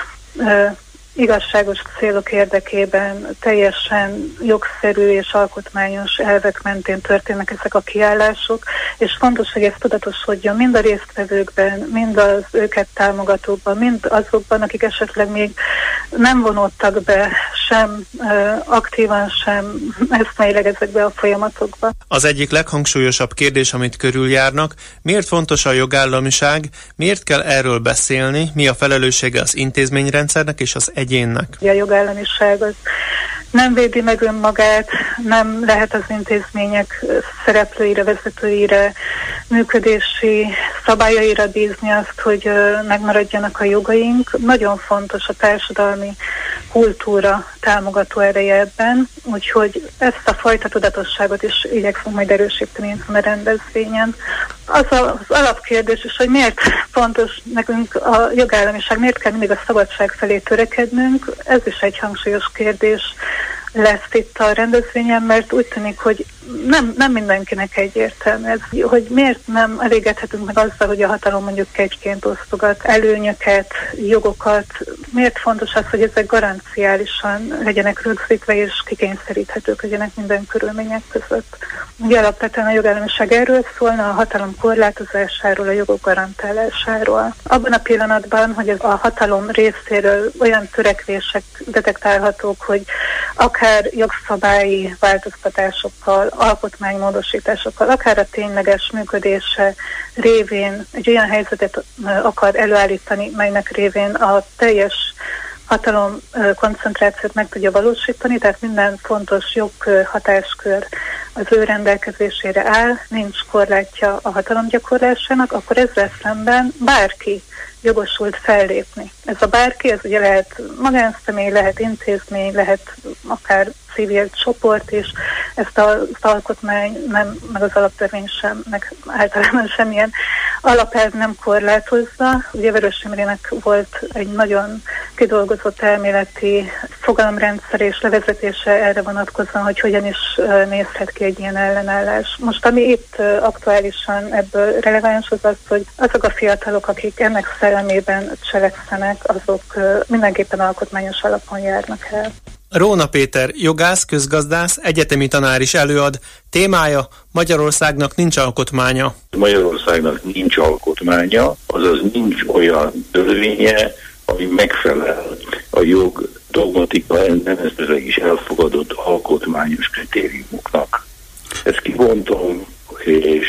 igazságos célok érdekében teljesen jogszerű és alkotmányos elvek mentén történnek ezek a kiállások, és fontos, hogy ez tudatosodjon mind a résztvevőkben, mind az őket támogatókban, mind azokban, akik esetleg még nem vonódtak be sem aktívan, sem eszmeileg ezekbe a folyamatokba. Az egyik leghangsúlyosabb kérdés, amit körüljárnak, miért fontos a jogállamiság, miért kell erről beszélni, mi a felelőssége az intézményrendszernek és az egyénnek. A jogállamiság az nem védi meg önmagát, nem lehet az intézmények szereplőire, vezetőire, működési szabályaira bízni azt, hogy megmaradjanak a jogaink. Nagyon fontos a társadalmi kultúra támogató ereje ebben, úgyhogy ezt a fajta tudatosságot is igyekszünk majd erősíteni a rendezvényen. Az a, az alapkérdés is, hogy miért fontos nekünk a jogállamiság, miért kell mindig a szabadság felé törekednünk, ez is egy hangsúlyos kérdés lesz itt a rendezvényen, mert úgy tűnik, hogy nem, nem mindenkinek egyértelmű ez, hogy miért nem elégedhetünk meg azzal, hogy a hatalom mondjuk kegyként osztogat előnyöket, jogokat, miért fontos az, hogy ezek garanciálisan legyenek rögzítve és kikényszeríthetők legyenek minden körülmények között. Ugye alapvetően a jogállamiság erről szólna, a hatalom korlátozásáról, a jogok garantálásáról. Abban a pillanatban, hogy a hatalom részéről olyan törekvések detektálhatók, hogy akár jogszabályi változtatásokkal, alkotmánymódosításokkal, akár a tényleges működése révén egy olyan helyzetet akar előállítani, melynek révén a teljes hatalom koncentrációt meg tudja valósítani, tehát minden fontos joghatáskör az ő rendelkezésére áll, nincs korlátja a hatalomgyakorlásának, akkor ezzel szemben bárki jogosult fellépni. Ez a bárki, ez ugye lehet magánszemély, lehet intézmény, lehet akár civil csoport is, ezt az alkotmány nem, meg az alaptörvény sem, meg általában semmilyen alapelv nem korlátozza. Ugye Vörös Imrének volt egy nagyon kidolgozott elméleti fogalomrendszer és levezetése erre vonatkozóan, hogy hogyan is nézhet ki egy ilyen ellenállás. Most ami itt aktuálisan ebből releváns az az, hogy azok a fiatalok, akik ennek szellemében cselekszenek, azok mindenképpen alkotmányos alapon járnak el. Róna Péter, jogász, közgazdász, egyetemi tanár is előad. Témája: Magyarországnak nincs alkotmánya. Magyarországnak nincs alkotmánya, azaz nincs olyan törvénye, ami megfelel a jog dogmatika nemzetközileg is elfogadott alkotmányos kritériumoknak. Ezt kivontom, és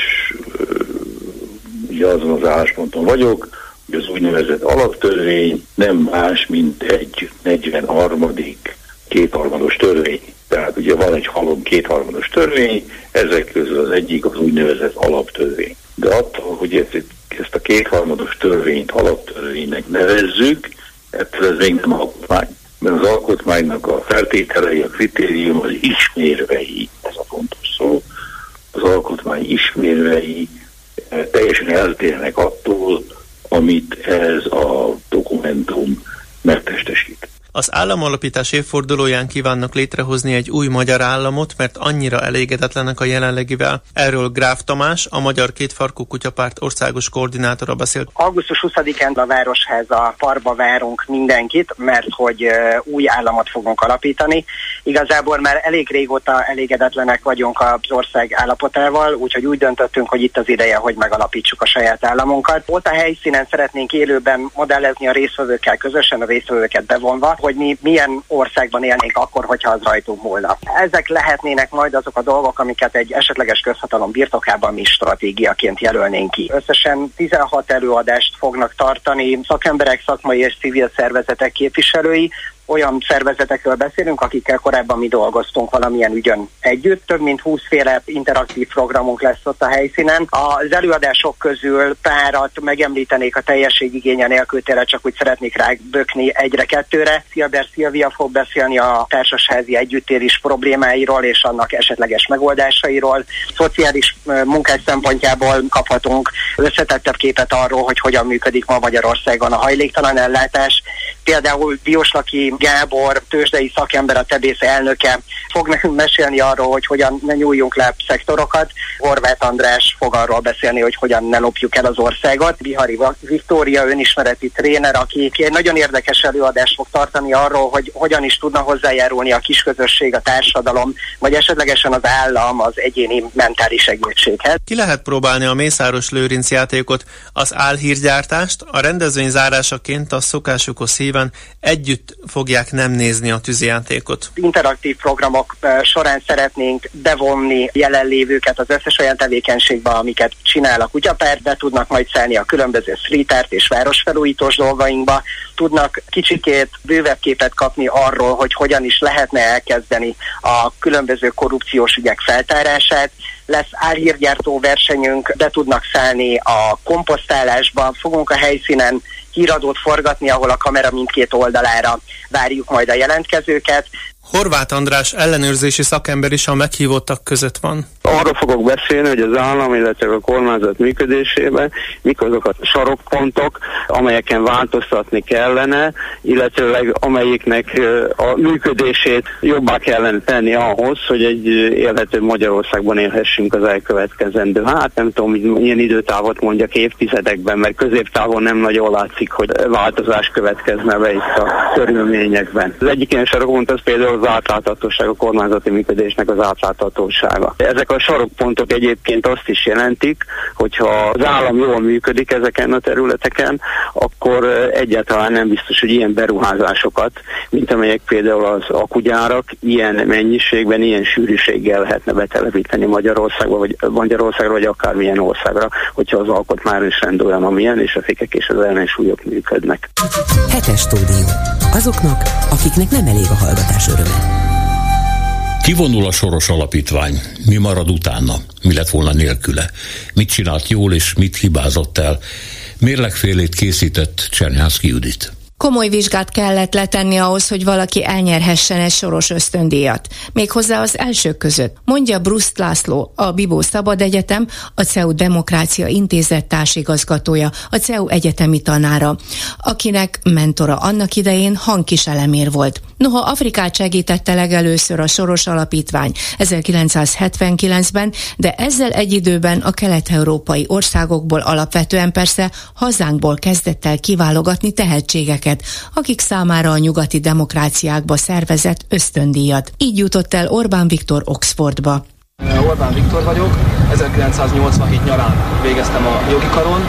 ugye azon az állásponton vagyok, hogy az úgynevezett alaptörvény nem más, mint egy negyvenharmadik kétharmados törvény. Tehát ugye van egy halom kétharmados törvény, ezek közül az egyik az úgynevezett alaptörvény. De attól, hogy ezt, ezt a kétharmados törvényt alaptörvénynek nevezzük, ettől ez még nem alkotmány. Mert az alkotmánynak a feltételei, a kritérium az ismérvei, ez a fontos szó. Az alkotmány ismérvei teljesen eltérnek attól, amit ez a dokumentum megtestesít. Az államalapítás évfordulóján kívánnak létrehozni egy új magyar államot, mert annyira elégedetlenek a jelenlegivel. Erről Gráf Tamás, a Magyar Kétfarkú Kutyapárt országos koordinátora beszélt. augusztus huszadikán a Városháza parkba várunk mindenkit, mert hogy uh, új államot fogunk alapítani. Igazából már elég régóta elégedetlenek vagyunk az ország állapotával, úgyhogy úgy döntöttünk, hogy itt az ideje, hogy megalapítsuk a saját államunkat. Ott a helyszínen szeretnénk élőben modellezni a résztvevőkkel közösen, a résztvevőket bevonva, hogy mi milyen országban élnénk akkor, hogyha az rajtunk múlna. Ezek lehetnének majd azok a dolgok, amiket egy esetleges közhatalom birtokában mi stratégiaként jelölnénk ki. Összesen tizenhat előadást fognak tartani szakemberek, szakmai és civil szervezetek képviselői. Olyan szervezetekről beszélünk, akikkel korábban mi dolgoztunk valamilyen ügyön együtt. Több mint húszféle interaktív programunk lesz ott a helyszínen. Az előadások közül párat megemlítenék a teljességigénye nélkül, tényleg csak úgy szeretnék rábökni egyre-kettőre. Szilber Szilvia fog beszélni a társasházi együttélés problémáiról és annak esetleges megoldásairól. Szociális munkás szempontjából kaphatunk összetettebb képet arról, hogy hogyan működik ma Magyarországon a hajléktalan ellátás. Például Dióslaki Gábor, tőzsdei szakember, a Tebész elnöke fog nekünk mesélni arról, hogy hogyan ne nyúljunk le szektorokat. Horváth András fog arról beszélni, hogy hogyan ne lopjuk el az országot. Bihari Viktória önismereti tréner, aki egy nagyon érdekes előadást fog tartani arról, hogy hogyan is tudna hozzájárulni a kisközösség, a társadalom, vagy esetlegesen az állam az egyéni mentális egészséghez. Ki lehet próbálni a Mészáros Lőrinc játékot, az álhírgyártást, a rendezvény zárásaként a szokásukhoz híven együtt fogják nem nézni a tűzijátékot. Interaktív programok során szeretnénk bevonni jelenlévőket az összes olyan tevékenységbe, amiket csinál a kutyapárt, be tudnak majd szállni a különböző street art és városfelújítós dolgainkba, tudnak kicsikét bővebb képet kapni arról, hogy hogyan is lehetne elkezdeni a különböző korrupciós ügyek feltárását. Lesz álhírgyártó versenyünk, be tudnak szállni a komposztálásba, fogunk a helyszínen híradót forgatni, ahol a kamera mindkét oldalára várjuk majd a jelentkezőket. Horváth András ellenőrzési szakember is a meghívottak között van. Arról fogok beszélni, hogy az állam, illetve a kormányzat működésében mik azok a sarokpontok, amelyeken változtatni kellene, illetőleg amelyiknek a működését jobbá kellene tenni ahhoz, hogy egy élhető Magyarországban élhessünk az elkövetkezendő. Hát nem tudom, milyen időtávot mondjak évtizedekben, mert középtávon nem nagyon látszik, hogy változás következne be itt a körülményekben. Az egyik ilyen sarokpont az például az átláthatóság, a kormányzati működésnek az átláthatósága. Ezek a sarokpontok egyébként azt is jelentik, hogyha az állam jól működik ezeken a területeken, akkor egyáltalán nem biztos, hogy ilyen beruházásokat, mint amelyek például az akugyárak, ilyen mennyiségben, ilyen sűrűséggel lehetne betelepíteni Magyarországba, vagy Magyarországra, vagy akármilyen országra, hogyha az alkotmányos rend olyan, amilyen, és a fékek és az ellensúlyok működnek. Hetes stúdió. Azoknak, akiknek nem elég a hallgatás öröme. Kivonul a Soros Alapítvány. Mi marad utána? Mi lett volna nélküle? Mit csinált jól és mit hibázott el? Mérlegfélét készített Csernyánszky Judit. Komoly vizsgát kellett letenni ahhoz, hogy valaki elnyerhessen egy Soros ösztöndíjat. Méghozzá az elsők között, mondja Bruszt László, a Bibó Szabad Egyetem, a cé e u Demokrácia Intézet társigazgatója, a cé e u egyetemi tanára, akinek mentora annak idején Hankis Elemér volt. Noha Afrikát segítette legelőször a Soros Alapítvány ezerkilencszázhetvenkilencben, de ezzel egy időben a kelet-európai országokból, alapvetően persze hazánkból kezdett el kiválogatni tehetségeket, akik számára a nyugati demokráciákba szervezett ösztöndíjat. Így jutott el Orbán Viktor Oxfordba. Orbán Viktor vagyok, ezerkilencszáznyolcvanhét nyarán végeztem a jogi karon,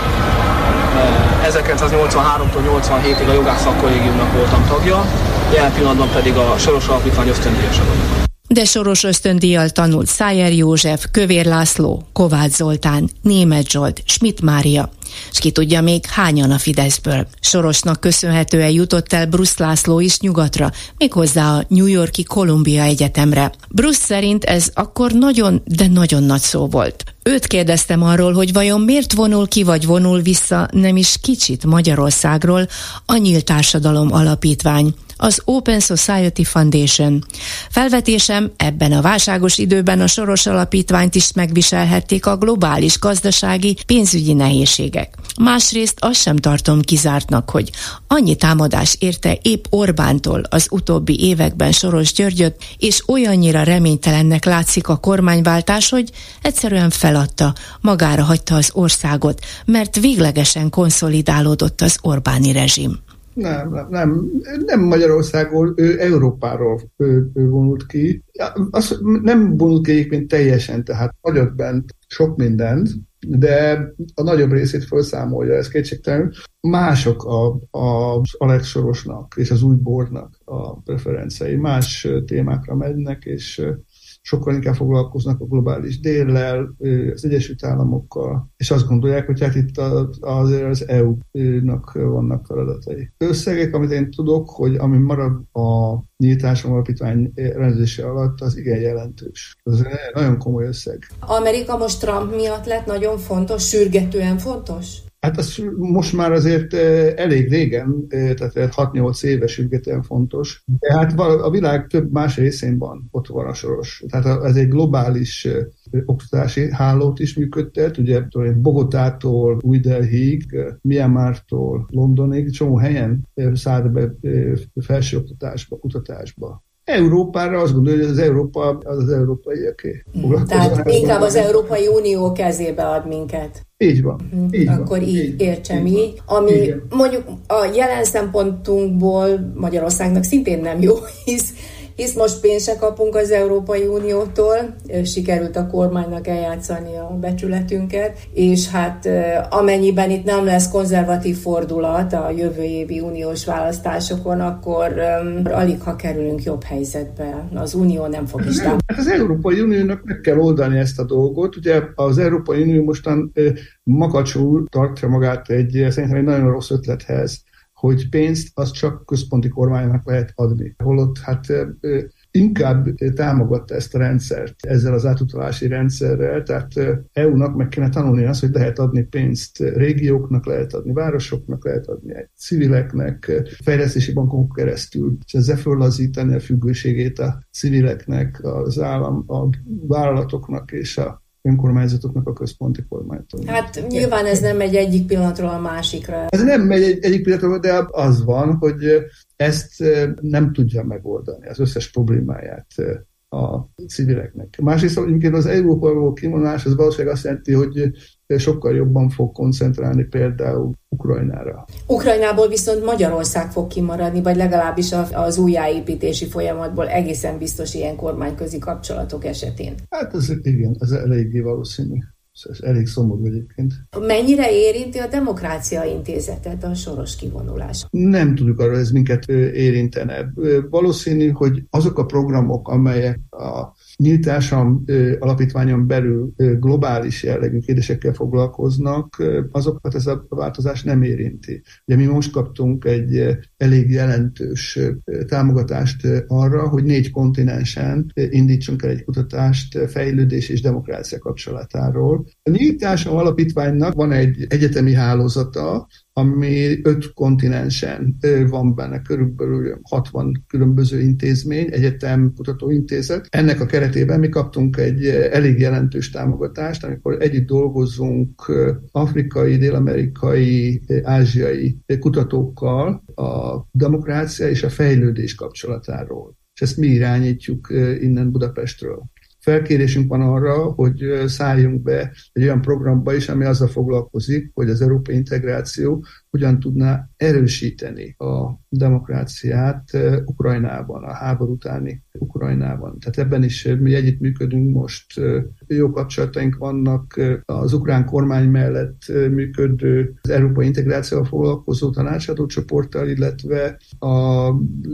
ezerkilencszáznyolcvanháromtól nyolcvanhétig a jogász szakkollégiumnak voltam tagja, jelen pillanatban pedig a Soros Alapítvány ösztöndíjasa vagyok. De Soros ösztöndíjjal tanult Szájer József, Kövér László, Kovács Zoltán, Németh Zsolt, Schmidt Mária, és ki tudja még hányan a Fideszből. Sorosnak köszönhetően jutott el Bruszt László is nyugatra, méghozzá a New York-i Columbia Egyetemre. Bruszt szerint ez akkor nagyon, de nagyon nagy szó volt. Őt kérdeztem arról, hogy vajon miért vonul ki vagy vonul vissza nem is kicsit Magyarországról a Nyílt Társadalom Alapítvány, az Open Society Foundation. Felvetésem, ebben a válságos időben a Soros Alapítványt is megviselhették a globális gazdasági, pénzügyi nehézségek. Másrészt azt sem tartom kizártnak, hogy annyi támadás érte épp Orbántól az utóbbi években Soros Györgyöt, és olyannyira reménytelennek látszik a kormányváltás, hogy egyszerűen feladta, magára hagyta az országot, mert véglegesen konszolidálódott az Orbáni rezsim. Nem, nem, nem, nem Magyarországról, ő Európáról ő, ő vonult ki. Az nem vonult ki egyébként teljesen, tehát hagyott bent sok mindent, de a nagyobb részét felszámolja, ez kétségtelenül. Mások a, a, az Alex Sorosnak és az új boardnak a preferencei, más témákra mennek, és sokkal inkább foglalkoznak a globális déllel, az Egyesült Államokkal, és azt gondolják, hogy hát itt az, az é u-nak vannak feladatai. Összegek, amit én tudok, hogy ami marad a Nyílt Társadalom Alapítvány rendezése alatt, az igen jelentős. Ez nagyon komoly összeg. Amerika most Trump miatt lett nagyon fontos, sürgetően fontos? Hát az most már azért elég régen, tehát hat-nyolc éves sürgetően fontos, de hát a világ több más részén van, ott van a Soros. Tehát ez egy globális oktatási hálót is működtet, ugye Bogotától Új Delhiig, Myanmartól Londonig, csomó helyen szállt be felsőoktatásba, kutatásba. Európára azt gondolja, hogy az Európa az az európaiaké. Tehát inkább az Európai Unió kezébe ad minket. Így van. Így Akkor van, így, így értsem így. így. Ami Igen. mondjuk a jelen szempontunkból Magyarországnak szintén nem jó, hisz, hisz most pénzt se kapunk az Európai Uniótól, sikerült a kormánynak eljátszani a becsületünket, és hát amennyiben itt nem lesz konzervatív fordulat a jövő évi uniós választásokon, akkor um, alig ha kerülünk jobb helyzetbe. Az Unió nem fog is támogatni. Hát az Európai Uniónak meg kell oldani ezt a dolgot. Ugye az Európai Unió mostan makacsul tartja magát egy, szerintem egy nagyon rossz ötlethez, hogy pénzt az csak központi kormánynak lehet adni. Holott hát inkább támogatta ezt a rendszert ezzel az átutalási rendszerrel, tehát é u-nak meg kéne tanulni azt, hogy lehet adni pénzt régióknak, lehet adni városoknak, lehet adni civileknek, fejlesztési bankon keresztül, és ezzel föllazítani a függőségét a civileknek, az állam, a vállalatoknak és a önkormányzatoknak a központi kormánytól. Hát nyilván ez nem megy egyik pillanatról a másikra. Ez nem megy egy, egyik pillanatról, de az van, hogy ezt nem tudja megoldani, az összes problémáját a civileknek. Másrészt egyébként az é u-ból kivonulás az valószínűleg azt jelenti, hogy sokkal jobban fog koncentrálni például Ukrajnára. Ukrajnából viszont Magyarország fog kimaradni, vagy legalábbis az újjáépítési folyamatból egészen biztos ilyen kormányközi kapcsolatok esetén. Hát ez igen, ez eléggé valószínű. Ez elég szomorú egyébként. Mennyire érinti a Demokrácia Intézetet a Soros kivonulás? Nem tudjuk arra, hogy ez minket érintene. Valószínű, hogy azok a programok, amelyek a Nyílt Társadalom Alapítványon belül globális jellegű kérdésekkel foglalkoznak, azokat ez a változás nem érinti. Ugye mi most kaptunk egy elég jelentős támogatást arra, hogy négy kontinensen indítsunk el egy kutatást fejlődés és demokrácia kapcsolatáról. A Nyílt Társadalom Alapítványnak van egy egyetemi hálózata, ami öt kontinensen van benne, körülbelül hatvan különböző intézmény, egyetem, kutatóintézet. Ennek a keretében mi kaptunk egy elég jelentős támogatást, amikor együtt dolgozunk afrikai, dél-amerikai, ázsiai kutatókkal a demokrácia és a fejlődés kapcsolatáról. És ezt mi irányítjuk innen Budapestről. Felkérésünk van arra, hogy szálljunk be egy olyan programba is, ami azzal foglalkozik, hogy az európai integráció hogyan tudná erősíteni a demokráciát Ukrajnában, a háború utáni Ukrajnában. Tehát ebben is mi együttműködünk most, jó kapcsolataink vannak az ukrán kormány mellett működő az európai integrációval foglalkozó tanácsadó csoporttal, illetve a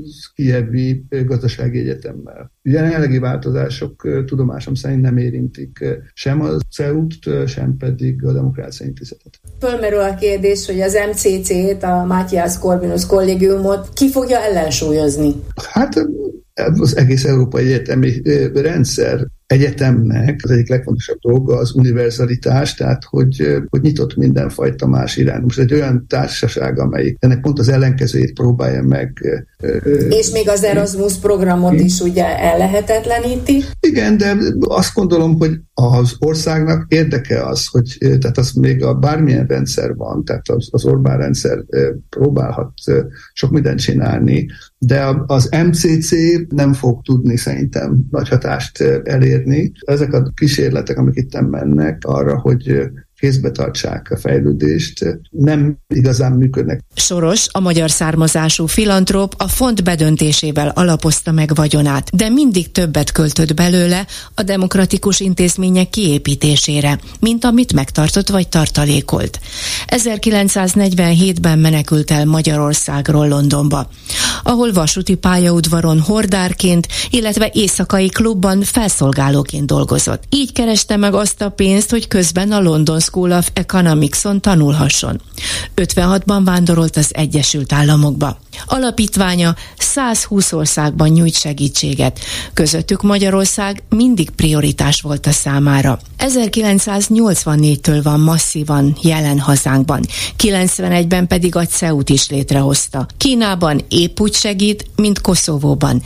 kijevi gazdasági egyetemmel. Jelenlegi változások tudomásom szerint nem érintik sem a cé e u-t, sem pedig a Demokrácia Intézetet. Fölmerül a kérdés, hogy az em cé cé-t, a Matthias Corvinus kollégiumot ki fogja ellensúlyozni? Hát az egész európai egyetemi rendszer egyetemnek az egyik legfontosabb dolga az univerzalitás, tehát hogy, hogy nyitott mindenfajta más irány. Most egy olyan társaság, amelyik ennek pont az ellenkezőjét próbálja meg. És még az Erasmus programot is ugye ellehetetleníti? Igen, de azt gondolom, hogy az országnak érdeke az, hogy tehát az még a bármilyen rendszer van, tehát az, az Orbán rendszer próbálhat sok mindent csinálni, de az em cé cé nem fog tudni szerintem nagy hatást elérni. Ezek a kísérletek, amik itt mennek arra, hogy kézbe tartsák a fejlődést, nem igazán működnek. Soros, a magyar származású filantróp a font bedöntésével alapozta meg vagyonát, de mindig többet költött belőle a demokratikus intézmények kiépítésére, mint amit megtartott vagy tartalékolt. ezerkilencszáznegyvenhétben menekült el Magyarországról Londonba, ahol vasúti pályaudvaron hordárként, illetve éjszakai klubban felszolgálóként dolgozott. Így kereste meg azt a pénzt, hogy közben a London School of Economics-on tanulhasson. ötvenhatban vándorolt az Egyesült Államokba. Alapítványa százhúsz országban nyújt segítséget, közöttük Magyarország mindig prioritás volt a számára. ezerkilencszáznyolcvannégytől van masszívan jelen hazánkban, kilencvenegyben pedig a cé e u-t is létrehozta. Kínában épp úgy segít, mint Koszovóban.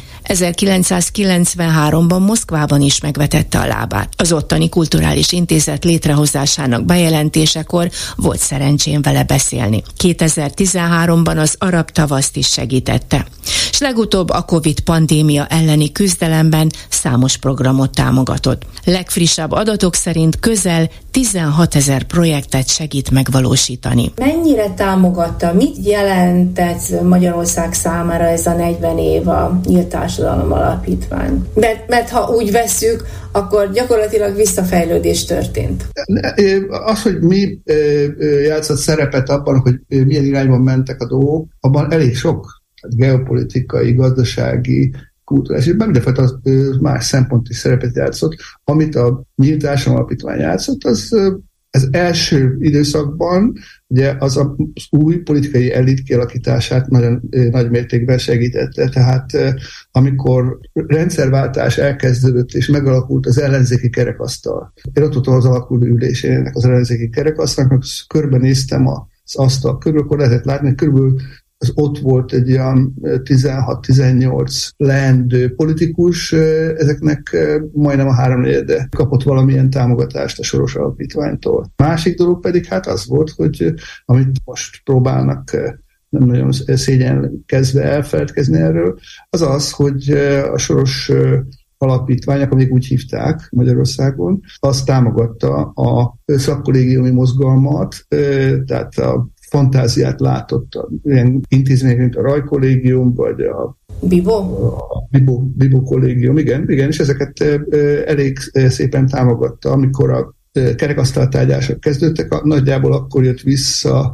ezerkilencszázkilencvenháromban Moszkvában is megvetette a lábát. Az ottani kulturális intézet létrehozásának bejelentésekor volt szerencsém vele beszélni. kétezer-tizenháromban az arab tavaszt is segítette. S legutóbb a Covid pandémia elleni küzdelemben számos programot támogatott. Legfrissebb adatok szerint közel tizenhatezer projektet segít megvalósítani. Mennyire támogatta, mit jelentett Magyarország számára ez a negyven év a Nyílt Társadalom Alapítvány? Mert, mert ha úgy vesszük, akkor gyakorlatilag visszafejlődés történt. Az, hogy mi játszott szerepet abban, hogy milyen irányban mentek a dolgok, abban elég sok geopolitikai, gazdasági, kulturális, és mindenfajta más szemponti szerepet játszott. Amit a Nyílt Társadalom Alapítvány játszott, az az első időszakban ugye az az új politikai elit kialakítását nagyon nagy mértékben segítette. Tehát amikor rendszerváltás elkezdődött és megalakult az ellenzéki kerekasztal, én ott voltam az alakuló ülésén ennek az ellenzéki kerekasztalnak, körbenéztem az asztal körül, akkor lehetett látni, hogy körülbelül az ott volt egy olyan tizenhat-tizennyolc leendő politikus, ezeknek majdnem a háromnegyede kapott valamilyen támogatást a Soros Alapítványtól. Másik dolog pedig hát az volt, hogy amit most próbálnak nem nagyon szégyenkezve elfeledkezni erről, az az, hogy a Soros Alapítványok, amik úgy hívták Magyarországon, azt támogatta a szakkollégiumi mozgalmat, tehát a fantáziát látott a ilyen intézmények, mint a Rajkollégium, vagy a Bibo? A Bibo, Bibo kollégium, igen, igen, és ezeket elég szépen támogatta. Amikor a kerekasztaltárgyások kezdődtek, nagyjából akkor jött vissza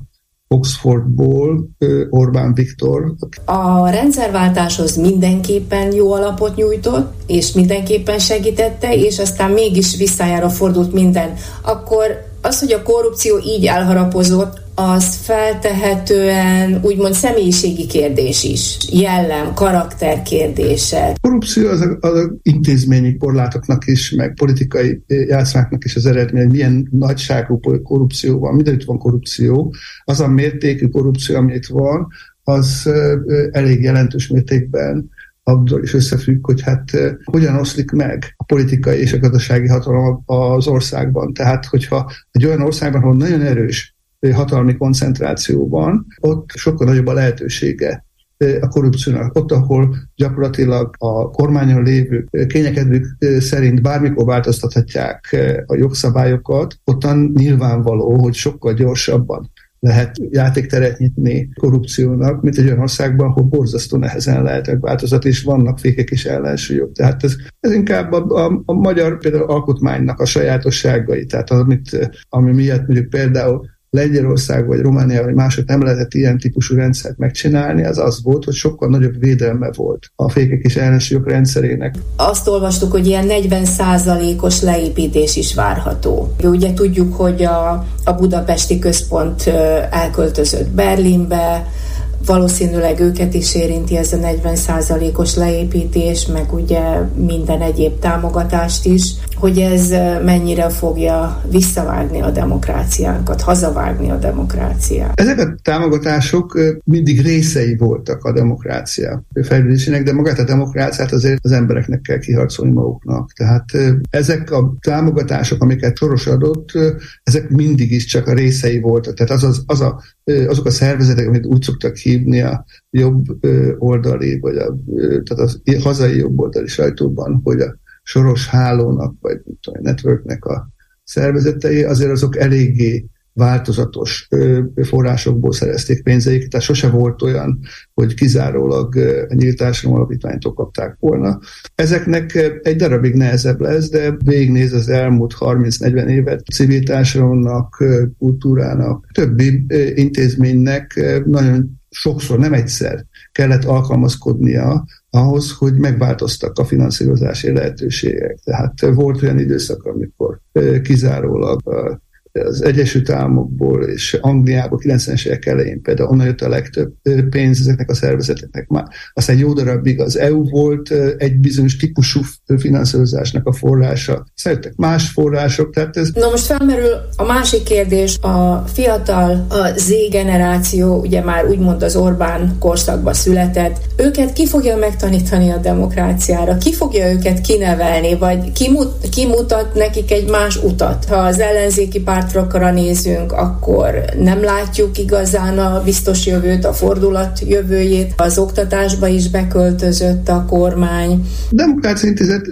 Oxfordból Orbán Viktor. A rendszerváltáshoz mindenképpen jó alapot nyújtott, és mindenképpen segítette, és aztán mégis visszájára fordult minden. Akkor az, hogy a korrupció így elharapozott, az feltehetően úgymond személyiségi kérdés is, jellem, karakter kérdése. A korrupció az, a, az a intézményi korlátoknak is, meg politikai játszmáknak is az eredmény, hogy milyen nagyságú korrupció van, mindenütt van korrupció. Az a mértékű korrupció, amit van, az elég jelentős mértékben abból is összefügg, hogy hát hogyan oszlik meg a politikai és a gazdasági hatalom az országban. Tehát, hogyha egy olyan országban, ahol nagyon erős hatalmi koncentráció van, ott sokkal nagyobb a lehetősége a korrupciónak. Ott, ahol gyakorlatilag a kormányon lévő kényekedők szerint bármikor változtathatják a jogszabályokat, ottan nyilvánvaló, hogy sokkal gyorsabban lehet játékteret nyitni korrupciónak, mint egy olyan országban, ahol borzasztó nehezen lehetnek változtatni, és vannak fékek és ellensúlyok. Tehát ez, ez inkább a, a, a magyar például alkotmánynak a sajátosságai, tehát amit, ami miatt mondjuk például Lengyelország vagy Románia vagy mások nem lehetett ilyen típusú rendszert megcsinálni, az az volt, hogy sokkal nagyobb védelme volt a fékek és ellensúlyok rendszerének. Azt olvastuk, hogy ilyen negyven százalékos leépítés is várható. Ugye tudjuk, hogy a, a budapesti központ elköltözött Berlinbe, valószínűleg őket is érinti ez a negyven százalékos leépítés, meg ugye minden egyéb támogatást is, hogy ez mennyire fogja visszavágni a demokráciánkat, hazavágni a demokráciát. Ezek a támogatások mindig részei voltak a demokrácia fejlődésének, de magát a demokráciát azért az embereknek kell kiharcolni maguknak. Tehát ezek a támogatások, amiket Soros adott, ezek mindig is csak a részei voltak. Tehát az, az, az a, azok a szervezetek, amit úgy szoktak hívni a jobb oldali, vagy a, tehát a hazai jobb oldali sajtóban, hogy a Soros hálónak, vagy a networknek a szervezetei, azért azok eléggé változatos forrásokból szerezték pénzeiket, tehát sose volt olyan, hogy kizárólag a Nyílt Társadalom Alapítványtól kapták volna. Ezeknek egy darabig nehezebb lesz, de végignéz az elmúlt harminc-negyven évet civil társadalomnak, kultúrának, többi intézménynek nagyon sokszor, nem egyszer kellett alkalmazkodnia ahhoz, hogy megváltoztak a finanszírozási lehetőségek. Tehát volt olyan időszak, amikor kizárólag az Egyesült Államokból és Angliából kilencvenes évek elején például onnan jött a legtöbb pénz ezeknek a szervezeteknek már. Aztán jó darabig az é u volt egy bizonyos típusú finanszírozásnak a forrása. Szerettek más források, tehát ez... Na most felmerül a másik kérdés, a fiatal, a Z-generáció, ugye már úgymond az Orbán korszakba született, őket ki fogja megtanítani a demokráciára? Ki fogja őket kinevelni, vagy kimut, kimutat nekik egy más utat? Ha az ellenzéki pártokra nézünk, akkor nem látjuk igazán a biztos jövőt, a fordulat jövőjét. Az oktatásba is beköltözött a kormány. A Demokrácia Intézet,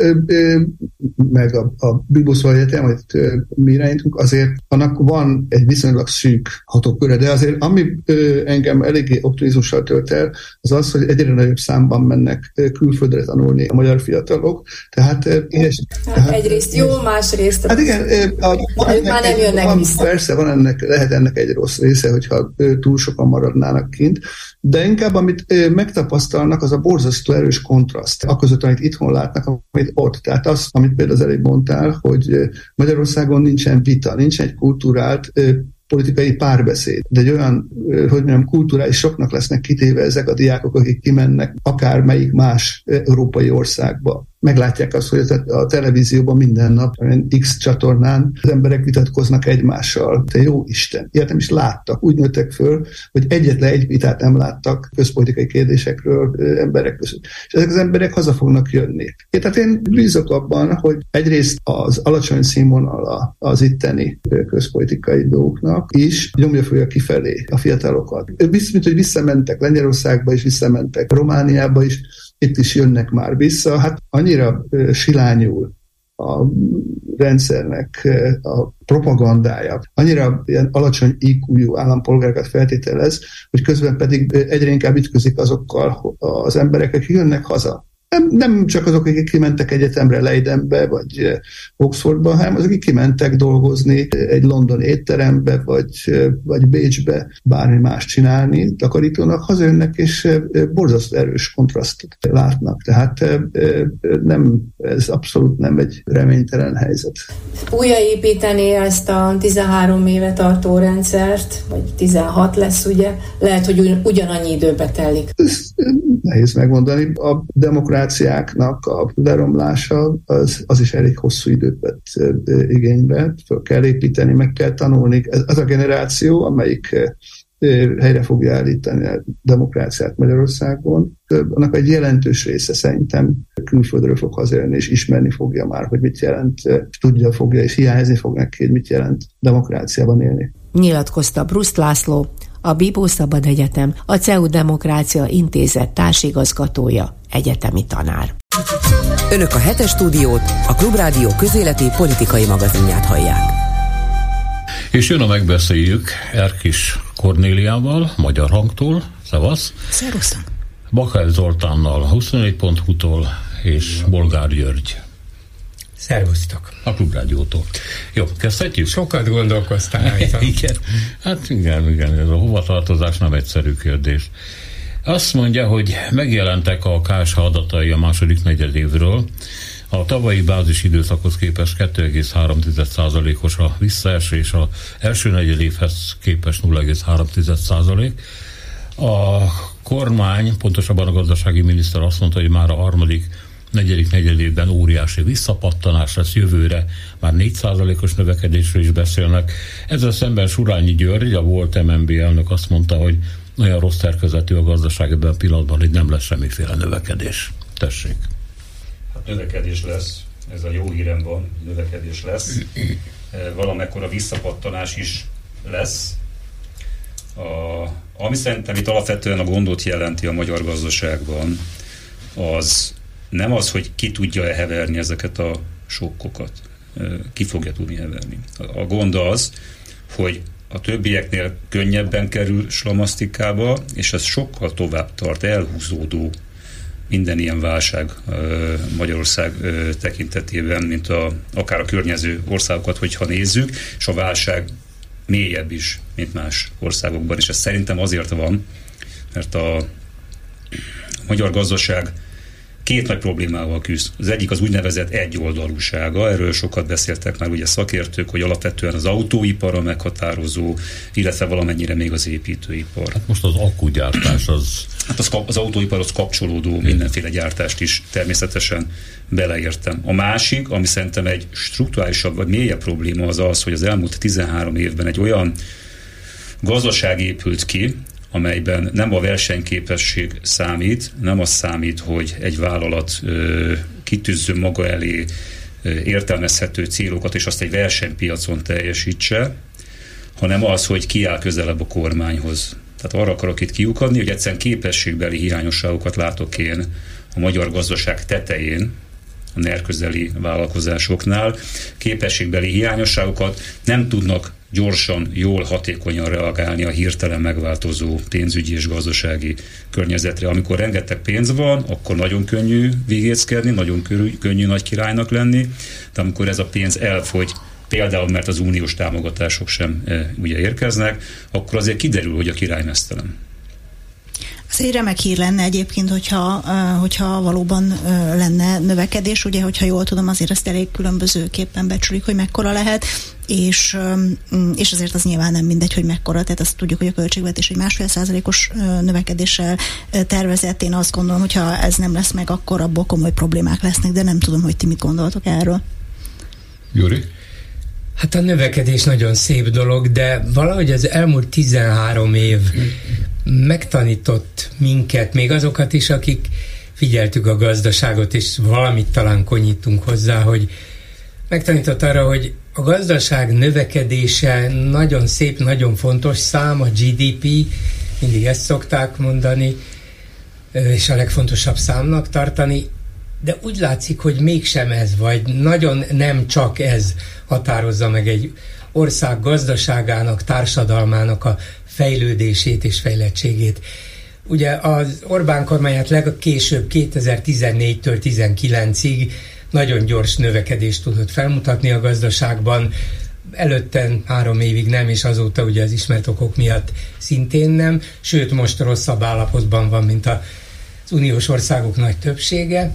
meg a, a Bibuszval Egyetem, amit mi irányítunk, azért annak van egy viszonylag szűk hatóköre, de azért ami engem eléggé optimizmussal tölt el, az az, hogy egyre nagyobb számban mennek külföldre tanulni a magyar fiatalok. Tehát, és, hát tehát egyrészt jó, másrészt hát igen, a, ők már nem jönnek jönnek van, vissza. Persze van ennek, lehet ennek egy rossz része, hogyha túl sokan maradnának kint, de inkább amit megtapasztalnak, az a borzasztó erős kontraszt, aközött, amit itthon látnak, amit ott. Tehát az, amit például az előbb mondtál, hogy Magyarországon nincsen vita, nincsen egy kultúrált politikai párbeszéd, de egy olyan, hogy mondjam, kulturális soknak lesznek kitéve ezek a diákok, akik kimennek akármelyik más európai országba. Meglátják azt, hogy a televízióban minden nap X csatornán az emberek vitatkoznak egymással. Te jó Isten, ilyet nem is láttak. Úgy nőttek föl, hogy egyetlen egy vitát nem láttak közpolitikai kérdésekről emberek között. És ezek az emberek haza fognak jönni. Én, tehát én bízok abban, hogy egyrészt az alacsony színvonala az itteni közpolitikai dolgoknak is nyomja fogja kifelé a fiatalokat. Biztos, mint hogy visszamentek Lengyelországba is, visszamentek Romániába is, itt is jönnek már vissza. Hát annyira silányul a rendszernek a propagandája, annyira ilyen alacsony í kú-jú állampolgárokat feltételez, hogy közben pedig egyre inkább ütközik azokkal az emberek, akik jönnek haza. Nem, nem csak azok, akik kimentek egyetemre Leidenbe, vagy Oxfordba, hanem azok, akik kimentek dolgozni egy london étterembe, vagy, vagy Bécsbe, bármi más csinálni, takarítónak, hazajönnek, és borzasztó erős kontrasztot látnak. Tehát nem, ez abszolút nem egy reménytelen helyzet. Újraépíteni ezt a tizenhárom éve tartó rendszert, vagy tizenhat lesz, ugye, lehet, hogy ugyanannyi időbe telik. Ez nehéz megmondani. A demokráciáknak a leromlása az, az is elég hosszú időt vett igénybe. Föl kell építeni, meg kell tanulni. Ez az a generáció, amelyik helyre fogja állítani a demokráciát Magyarországon. Annak egy jelentős része szerintem külföldről fog hazajönni, és ismerni fogja már, hogy mit jelent, tudja fogja, és hiányozni fog neki, hogy mit jelent demokráciában élni. Nyilatkozta Bruszt László, a Bibó Szabad Egyetem, a cé e u Demokrácia Intézet társigazgatója, egyetemi tanár. Önök a hetes stúdiót, a Klubrádió közéleti politikai magazinját hallják. És jön a megbeszéljük Erkis Kornéliával, Magyar Hangtól. Szevasz! Szerusz! Bakár Zoltánnal, huszonnégy pont hu-tól és Bolgár György. Szervusztok! A Klubrádiótól. Jó, kezdhetjük? Sokat gondolkoztál rajta. Igen. Hát igen, igen, ez a hovatartozás nem egyszerű kérdés. Azt mondja, hogy megjelentek a ká es há adatai a második negyedévről. A tavalyi bázis időszakhoz képest kettő egész három százalékos a visszaesés, az első negyedévhez képest nulla egész három százalék. A kormány, pontosabban a gazdasági miniszter azt mondta, hogy már a harmadik negyedik negyedévben óriási visszapattanás lesz, jövőre már négy százalékos növekedésről is beszélnek. Ezzel szemben Surányi György, a volt em en bé elnök azt mondta, hogy olyan rossz szerkezetű a gazdaság ebben a pillanatban, hogy nem lesz semmiféle növekedés. Tessék. Hát növekedés lesz, ez a jó hírem van, növekedés lesz. Valamekkora visszapattanás is lesz. A, ami szerintem itt alapvetően a gondot jelenti a magyar gazdaságban, az nem az, hogy ki tudja heverni ezeket a sokkokat. Ki fogja tudni heverni. A gond az, hogy a többieknél könnyebben kerül slamasztikába, és ez sokkal tovább tart, elhúzódó minden ilyen válság Magyarország tekintetében, mint a, akár a környező országokat, hogyha nézzük, és a válság mélyebb is, mint más országokban, és ez szerintem azért van, mert a magyar gazdaság két nagy problémával küzd. Az egyik az úgynevezett egyoldalúsága, erről sokat beszéltek már ugye szakértők, hogy alapvetően az autóipar a meghatározó, illetve valamennyire még az építőipar. Hát most az akkugyártás az... Hát az, az autóiparhoz kapcsolódó mindenféle gyártást is természetesen beleértem. A másik, ami szerintem egy strukturálisabb vagy mélyebb probléma, az az, hogy az elmúlt tizenhárom évben egy olyan gazdaság épült ki, amelyben nem a versenyképesség számít, nem az számít, hogy egy vállalat ö, kitűzzön maga elé ö, értelmezhető célokat, és azt egy versenypiacon teljesítse, hanem az, hogy ki áll közelebb a kormányhoz. Tehát arra akarok itt kiukadni, hogy egyszerűen képességbeli hiányosságokat látok én a magyar gazdaság tetején, a NER közeli vállalkozásoknál. Képességbeli hiányosságokat nem tudnak gyorsan, jól, hatékonyan reagálni a hirtelen megváltozó pénzügyi és gazdasági környezetre. Amikor rengeteg pénz van, akkor nagyon könnyű vigéckedni, nagyon könnyű nagy királynak lenni, de amikor ez a pénz elfogy például mert az uniós támogatások sem e, ugye érkeznek, akkor azért kiderül, hogy a király meztelen. Ez egy remek hír lenne egyébként, hogyha, hogyha valóban lenne növekedés, ugye, hogyha jól tudom, azért ezt elég különbözőképpen becsülik, hogy mekkora lehet, és, és azért az nyilván nem mindegy, hogy mekkora, tehát azt tudjuk, hogy a költségvetés egy másfél százalékos növekedéssel tervezett. Én azt gondolom, hogyha ez nem lesz meg, akkor abból komoly problémák lesznek, de nem tudom, hogy ti mit gondoltok erről. Gyuri? Hát a növekedés nagyon szép dolog, de valahogy az elmúlt tizenhárom év megtanított minket, még azokat is, akik figyeltük a gazdaságot, és valamit talán konyítunk hozzá, hogy megtanított arra, hogy a gazdaság növekedése nagyon szép, nagyon fontos szám, a gé dé pé, mindig ezt szokták mondani, és a legfontosabb számnak tartani, de úgy látszik, hogy mégsem ez, vagy nagyon nem csak ez határozza meg egy ország gazdaságának, társadalmának a fejlődését és fejlettségét. Ugye az Orbán kormányát legkésőbb kétezer-tizennégytől tizenkilencig nagyon gyors növekedést tudott felmutatni a gazdaságban, előtte három évig nem, és azóta ugye az ismert okok miatt szintén nem, sőt most rosszabb állapotban van, mint az uniós országok nagy többsége,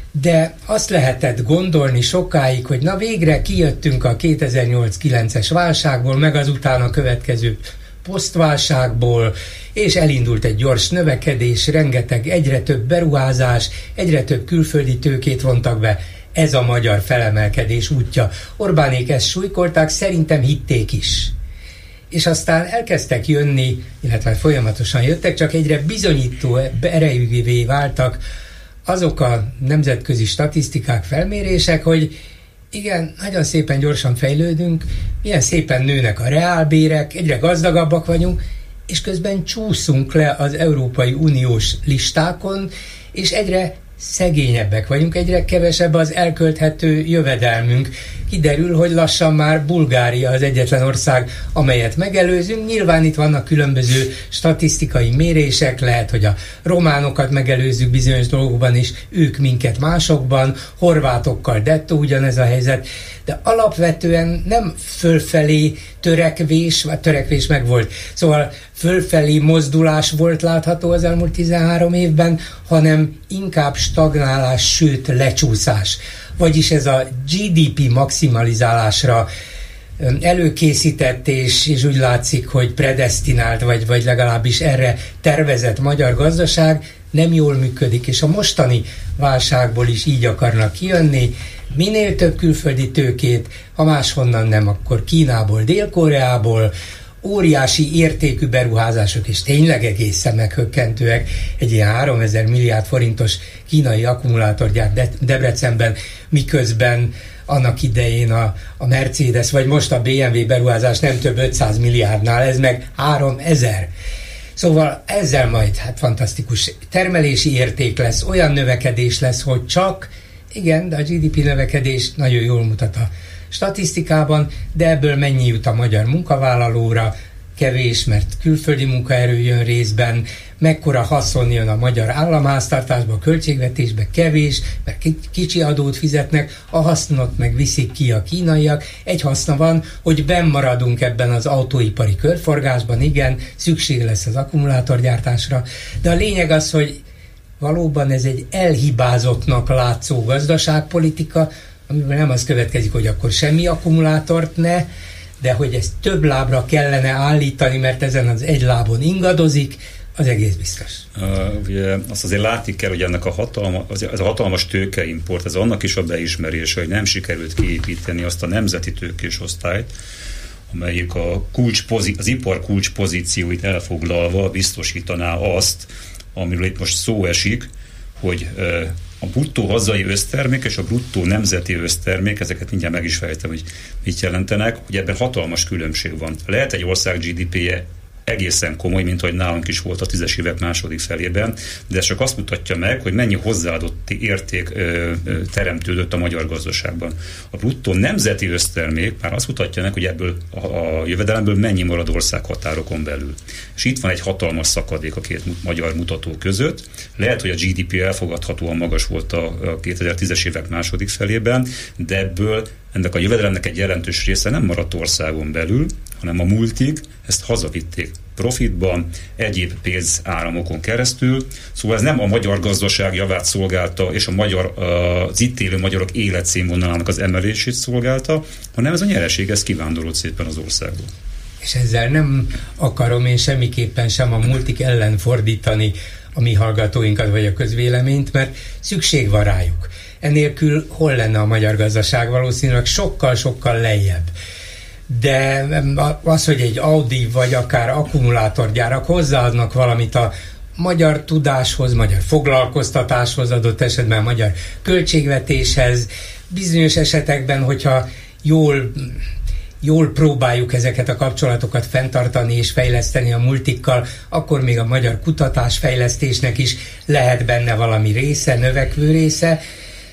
de azt lehetett gondolni sokáig, hogy na végre kijöttünk a kétezer-nyolc-kilences válságból, meg azután a következő posztválságból, és elindult egy gyors növekedés, rengeteg, egyre több beruházás, egyre több külföldi tőkét vontak be. Ez a magyar felemelkedés útja. Orbánék ezt súlykolták, szerintem hitték is. És aztán elkezdtek jönni, illetve folyamatosan jöttek, csak egyre bizonyító erejűvé váltak azok a nemzetközi statisztikák, felmérések, hogy igen, nagyon szépen gyorsan fejlődünk, milyen szépen nőnek a reálbérek, egyre gazdagabbak vagyunk, és közben csúszunk le az Európai Uniós listákon, és egyre szegényebbek vagyunk, egyre kevesebb az elkölthető jövedelmünk. Kiderül, hogy lassan már Bulgária az egyetlen ország, amelyet megelőzünk. Nyilván itt vannak különböző statisztikai mérések, lehet, hogy a románokat megelőzzük bizonyos dolgokban, és ők minket másokban, horvátokkal dettó ugyanez a helyzet, de alapvetően nem fölfelé törekvés, vagy törekvés meg volt. Szóval fölfelé mozdulás volt látható az elmúlt tizenhárom évben, hanem inkább stagnálás, sőt lecsúszás. Vagyis ez a gé dé pé maximalizálásra előkészített, és, és úgy látszik, hogy predesztinált, vagy, vagy legalábbis erre tervezett magyar gazdaság nem jól működik, és a mostani válságból is így akarnak kijönni, minél több külföldi tőkét, ha máshonnan nem, akkor Kínából, Dél-Koreából, óriási értékű beruházások, és tényleg egészen meghökkentőek. Egy ilyen háromezer milliárd forintos kínai akkumulátorgyár De- Debrecenben, miközben annak idején a, a Mercedes, vagy most a bé em vé beruházás nem több ötszáz milliárdnál, ez meg háromezer. Szóval ezzel majd hát fantasztikus termelési érték lesz, olyan növekedés lesz, hogy csak, igen, de a gé dé pé növekedés nagyon jól mutat a statisztikában, de ebből mennyi jut a magyar munkavállalóra? Kevés, mert külföldi munkaerő jön részben, mekkora haszon jön a magyar államháztartásba, a költségvetésbe? Kevés, mert kicsi adót fizetnek, a hasznot meg viszik ki a kínaiak. Egy haszna van, hogy benn maradunk ebben az autóipari körforgásban, igen, szükség lesz az akkumulátorgyártásra, de a lényeg az, hogy valóban ez egy elhibázottnak látszó gazdaságpolitika, amiben nem az következik, hogy akkor semmi akkumulátort ne, de hogy ezt több lábra kellene állítani, mert ezen az egy lábon ingadozik, az egész biztos. Uh, ugye azt azért látni kell, hogy ennek a, hatalma, az, ez a hatalmas tőkeimport, ez annak is a beismerése, hogy nem sikerült kiépíteni azt a nemzeti tőkés osztályt, amelyik a kulcs pozi, az ipar kulcs pozícióit elfoglalva biztosítaná azt, amiről itt most szó esik, hogy uh, a bruttó hazai össztermék és a bruttó nemzeti össztermék, ezeket mindjárt meg is fejtem, hogy mit jelentenek, hogy ebben hatalmas különbség van. Lehet egy ország gé dé péje egészen komoly, mint hogy nálunk is volt a tízes évek második felében, de ez csak azt mutatja meg, hogy mennyi hozzáadott érték ö, ö, teremtődött a magyar gazdaságban. A bruttó nemzeti össztermék már azt mutatja meg, hogy ebből a, a jövedelemből mennyi marad ország határokon belül. És itt van egy hatalmas szakadék a két magyar mutató között. Lehet, hogy a gé dé pé elfogadhatóan magas volt a, a kétezer-tízes évek második felében, de ebből ennek a jövedelemnek egy jelentős része nem maradt országon belül, hanem a multik ezt hazavitték profitban, egyéb pénzáramokon keresztül. Szóval ez nem a magyar gazdaság javát szolgálta, és a magyar, az itt élő magyarok életszínvonalának az emelését szolgálta, hanem ez a nyereség, ez kivándorolt szépen az országból. És ezzel nem akarom én semmiképpen sem a multik ellen fordítani a mi hallgatóinkat vagy a közvéleményt, mert szükség van rájuk. Enélkül hol lenne a magyar gazdaság? Valószínűleg sokkal-sokkal lejjebb. De az, hogy egy Audi vagy akár akkumulátorgyárak hozzáadnak valamit a magyar tudáshoz, magyar foglalkoztatáshoz, adott esetben a magyar költségvetéshez, bizonyos esetekben, hogyha jól jól próbáljuk ezeket a kapcsolatokat fenntartani és fejleszteni a multikkal, akkor még a magyar kutatásfejlesztésnek is lehet benne valami része, növekvő része,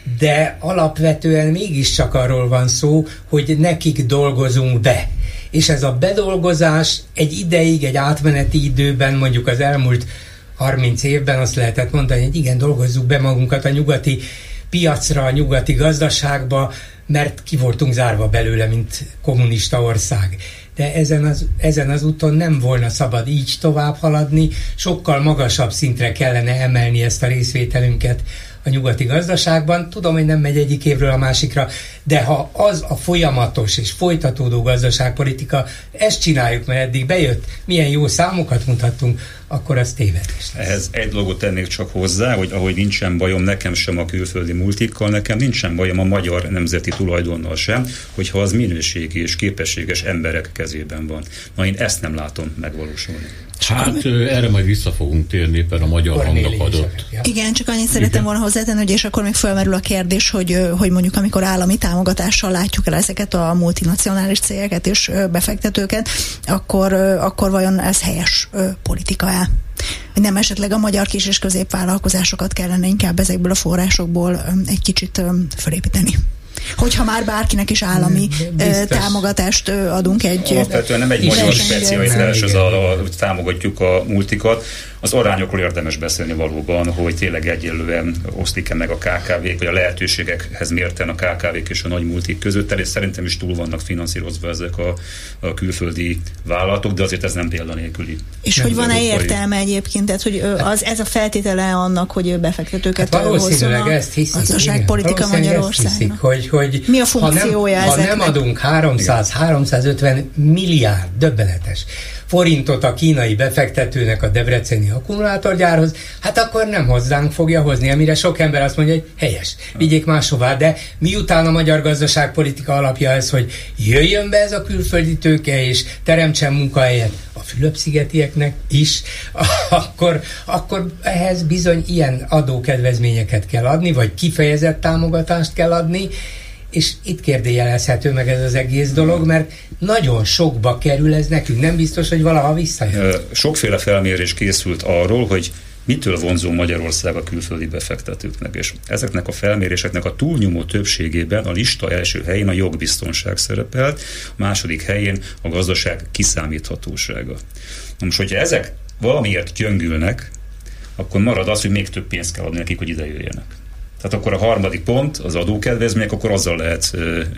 de alapvetően mégiscsak arról van szó, hogy nekik dolgozunk be. És ez a bedolgozás egy ideig, egy átmeneti időben, mondjuk az elmúlt harminc évben azt lehetett mondani, hogy igen, dolgozzuk be magunkat a nyugati piacra, a nyugati gazdaságba, mert ki voltunk zárva belőle, mint kommunista ország. De ezen az, ezen az úton nem volna szabad így tovább haladni, sokkal magasabb szintre kellene emelni ezt a részvételünket a nyugati gazdaságban. Tudom, hogy nem megy egyik évről a másikra, de ha az a folyamatos és folytatódó gazdaságpolitika, ezt csináljuk, mert eddig bejött, milyen jó számokat mutattunk, akkor az tévedés lesz. Ehhez egy dolgot tennék csak hozzá, hogy ahogy nincsen bajom nekem sem a külföldi multikkal, nekem nincsen bajom a magyar nemzeti tulajdonnal sem, hogyha az minőségi és képességes emberek kezében van. Na, én ezt nem látom megvalósulni. Hát erre majd vissza fogunk térni, éppen a magyar hangnak adott. Igen, csak annyit szeretem volna hozzátenni, hogy és akkor még felmerül a kérdés, hogy, hogy mondjuk amikor állami támogatással látjuk el ezeket a multinacionális cégeket és befektetőket, akkor, akkor vajon ez helyes politika-e? Hogy nem esetleg a magyar kis- és középvállalkozásokat kellene inkább ezekből a forrásokból egy kicsit felépíteni? Hogyha már bárkinek is állami biztos támogatást adunk egy... Alapvetően nem egy magyar specialitás, az a, a, hogy támogatjuk a multikat. Az arányokról érdemes beszélni valóban, hogy tényleg egyenlően osztik-e meg a ká ká vék, vagy a lehetőségekhez mérten a ká ká vék és a nagy multik között, és szerintem is túl vannak finanszírozva ezek a, a külföldi vállalatok, de azért ez nem példanélküli. És hogy van-e értelme egyébként, tehát hogy az, ez a feltétele annak, hogy befektetőket hát hozzon a gazdaságpolitika Magyarországnak? Hogy, hogy mi a funkciója ha nem, ha nem adunk háromszáz-háromszázötven milliárd, döbbenetes forintot a kínai befektetőnek a debreceni akkumulátorgyárhoz, hát akkor nem hozzánk fogja hozni, amire sok ember azt mondja, hogy helyes, vigyék máshová, de miután a magyar gazdaságpolitika alapja ez, hogy jöjjön be ez a külföldi tőke, és teremtsen munkahelyet a Fülöp-szigetieknek is, akkor, akkor ehhez bizony ilyen adókedvezményeket kell adni, vagy kifejezett támogatást kell adni, és itt kérdőjelezhető meg ez az egész dolog, mert nagyon sokba kerül ez nekünk, nem biztos, hogy valaha visszajön. Sokféle felmérés készült arról, hogy mitől vonzó Magyarország a külföldi befektetőknek, és ezeknek a felméréseknek a túlnyomó többségében a lista első helyén a jogbiztonság szerepelt, a második helyén a gazdaság kiszámíthatósága. Na most, hogyha ezek valamiért gyöngülnek, akkor marad az, hogy még több pénzt kell adni nekik, hogy ide jöjjenek. Tehát akkor a harmadik pont, az adókedvezmények, akkor azzal lehet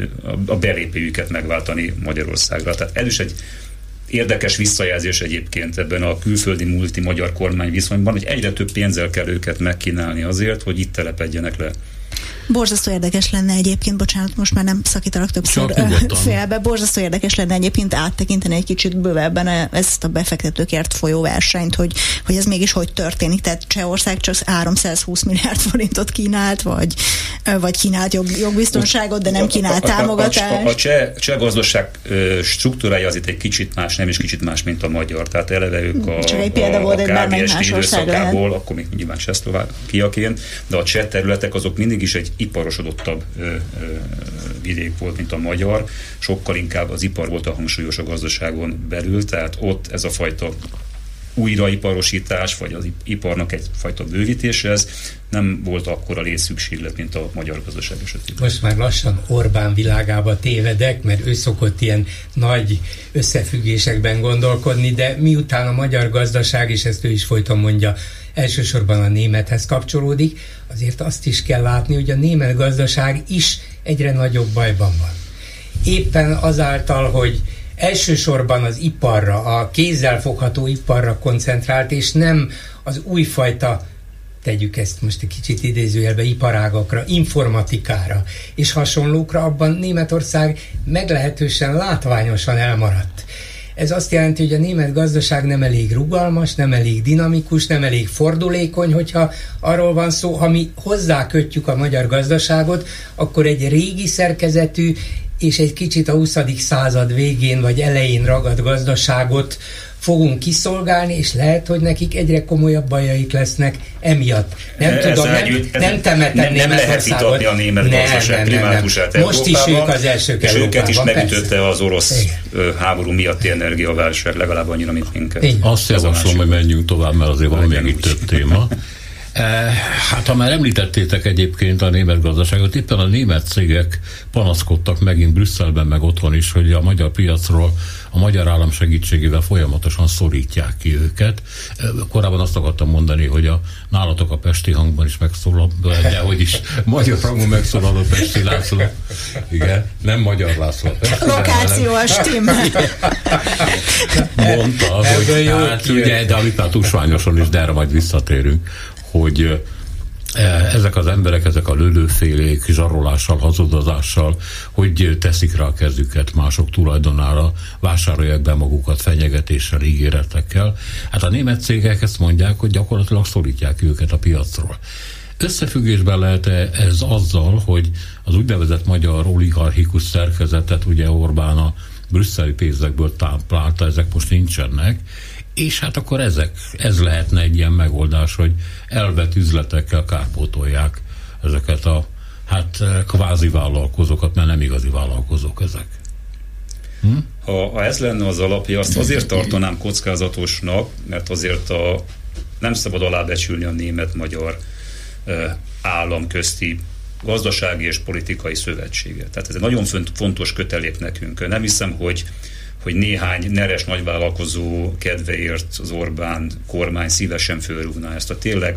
a belépőjüket megváltani Magyarországra. Tehát ez is egy érdekes visszajelzés egyébként ebben a külföldi multi-magyar kormány viszonyban, hogy egyre több pénzzel kell őket megkínálni azért, hogy itt telepedjenek le. Borzasztó érdekes lenne egyébként, bocsánat, most már nem szakítalak többször félbe, borzasztó érdekes lenne egyébként áttekinteni egy kicsit bővebben ezt a befektetőkért folyó versenyt, hogy, hogy ez mégis hogy történik. Tehát Csehország csak háromszázhúsz milliárd forintot kínált, vagy, vagy kínált jog, jogbiztonságot, de nem kínált támogatást. A, a, a, a cseh, cseh gazdaság struktúrája azért egy kicsit más, nem is kicsit más, mint a magyar. Tehát eleve ők a, a, a ká bé es té időszakából, akkor még nyilván Csehszlovákiaként, de a cseh területek azok mindig is egy iparosodottabb ö, ö, vidék volt, mint a magyar. Sokkal inkább az ipar volt a hangsúlyos a gazdaságon belül, tehát ott ez a fajta újraiparosítás, vagy az iparnak egyfajta bővítése, ez nem volt akkora létszükséglet, mint a magyar gazdaság esetében. Most már lassan Orbán világába tévedek, mert ő szokott ilyen nagy összefüggésekben gondolkodni, de miután a magyar gazdaság, és ezt ő is folyton mondja, elsősorban a némethez kapcsolódik, azért azt is kell látni, hogy a német gazdaság is egyre nagyobb bajban van. éppen azáltal, hogy elsősorban az iparra, a kézzelfogható iparra koncentrált, és nem az újfajta, tegyük ezt most egy kicsit idézőjelbe, iparágakra, informatikára és hasonlókra, abban Németország meglehetősen látványosan elmaradt. Ez azt jelenti, hogy a német gazdaság nem elég rugalmas, nem elég dinamikus, nem elég fordulékony, hogyha arról van szó, ha mi hozzákötjük a magyar gazdaságot, akkor egy régi szerkezetű és egy kicsit a huszadik század végén vagy elején ragadt gazdaságot fogunk kiszolgálni, és lehet, hogy nekik egyre komolyabb bajaik lesznek emiatt. Nem Ezzel tudom, nem, együtt, nem temetem nem, nem lehet vitatni a német nem, gazdaság primátusát Európában. Most is ők az elsők és Európában. őket is megütötte persze. az orosz Igen. háború miatti energiaválság, legalább annyira, mint minket. Igen. Azt javaslom, hogy menjünk tovább, mert azért van még itt több téma. Hát ha már említettétek egyébként a német gazdaságot, éppen a német cégek panaszkodtak megint Brüsszelben, meg otthon is, hogy a magyar piacról a magyar állam segítségével folyamatosan szorítják ki őket. Korábban azt akartam mondani, hogy a nálatok a pesti hangban is megszólal, de hogy is magyar hangon megszólal a Pesti László. Igen, nem Magyar László. Lokáció a stimmel. Mondta, hogy hát ugye, de amit már tusványosan is, de erre majd visszatérünk, hogy ezek az emberek, ezek a lőlőfélék zsarolással, hazudozással, hogy teszik rá a kezüket mások tulajdonára, vásárolják be magukat fenyegetéssel, ígéretekkel. Hát a német cégek ezt mondják, hogy gyakorlatilag szorítják őket a piacról. Összefüggésben lehet ez azzal, hogy az úgynevezett magyar oligarchikus szerkezetet ugye Orbán a brüsszeli pénzekből táplálta, ezek most nincsenek, és hát akkor ezek, ez lehetne egy ilyen megoldás, hogy elvett üzletekkel kárpótolják ezeket a hát kvázi vállalkozókat, mert nem igazi vállalkozók ezek. Hm? Ha, ha ez lenne az alapja, azt azért tartanám kockázatosnak, mert azért a, nem szabad alábecsülni a német-magyar e, állam közti gazdasági és politikai szövetséget. Tehát ez egy nagyon fontos kötelép nekünk. Nem hiszem, hogy hogy néhány neres nagyvállalkozó kedveért az Orbán kormány szívesen fölrúgná ezt a tényleg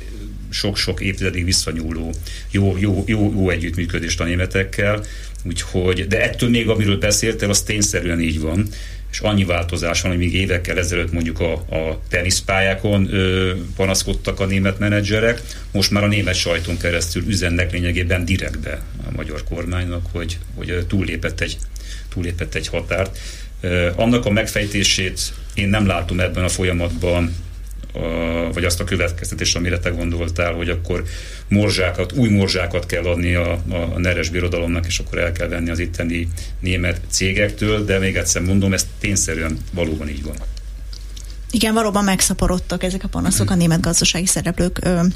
sok-sok évtizedig visszanyúló jó, jó, jó, jó együttműködést a németekkel, úgyhogy, de ettől még, amiről beszéltél, az tényszerűen így van, és annyi változás van, hogy még évekkel ezelőtt mondjuk a, a teniszpályákon ö, panaszkodtak a német menedzserek, most már a német sajton keresztül üzennek lényegében direktbe a magyar kormánynak, hogy, hogy túllépett egy, túllépett egy határt. Annak a megfejtését én nem látom ebben a folyamatban, vagy azt a következtetést, amire te gondoltál, hogy akkor morzsákat, új morzsákat kell adni a, a neres birodalomnak, és akkor el kell venni az itteni német cégektől, de még egyszer mondom, ez tényszerűen valóban így van. Igen, valóban megszaporodtak ezek a panaszok a német gazdasági szereplők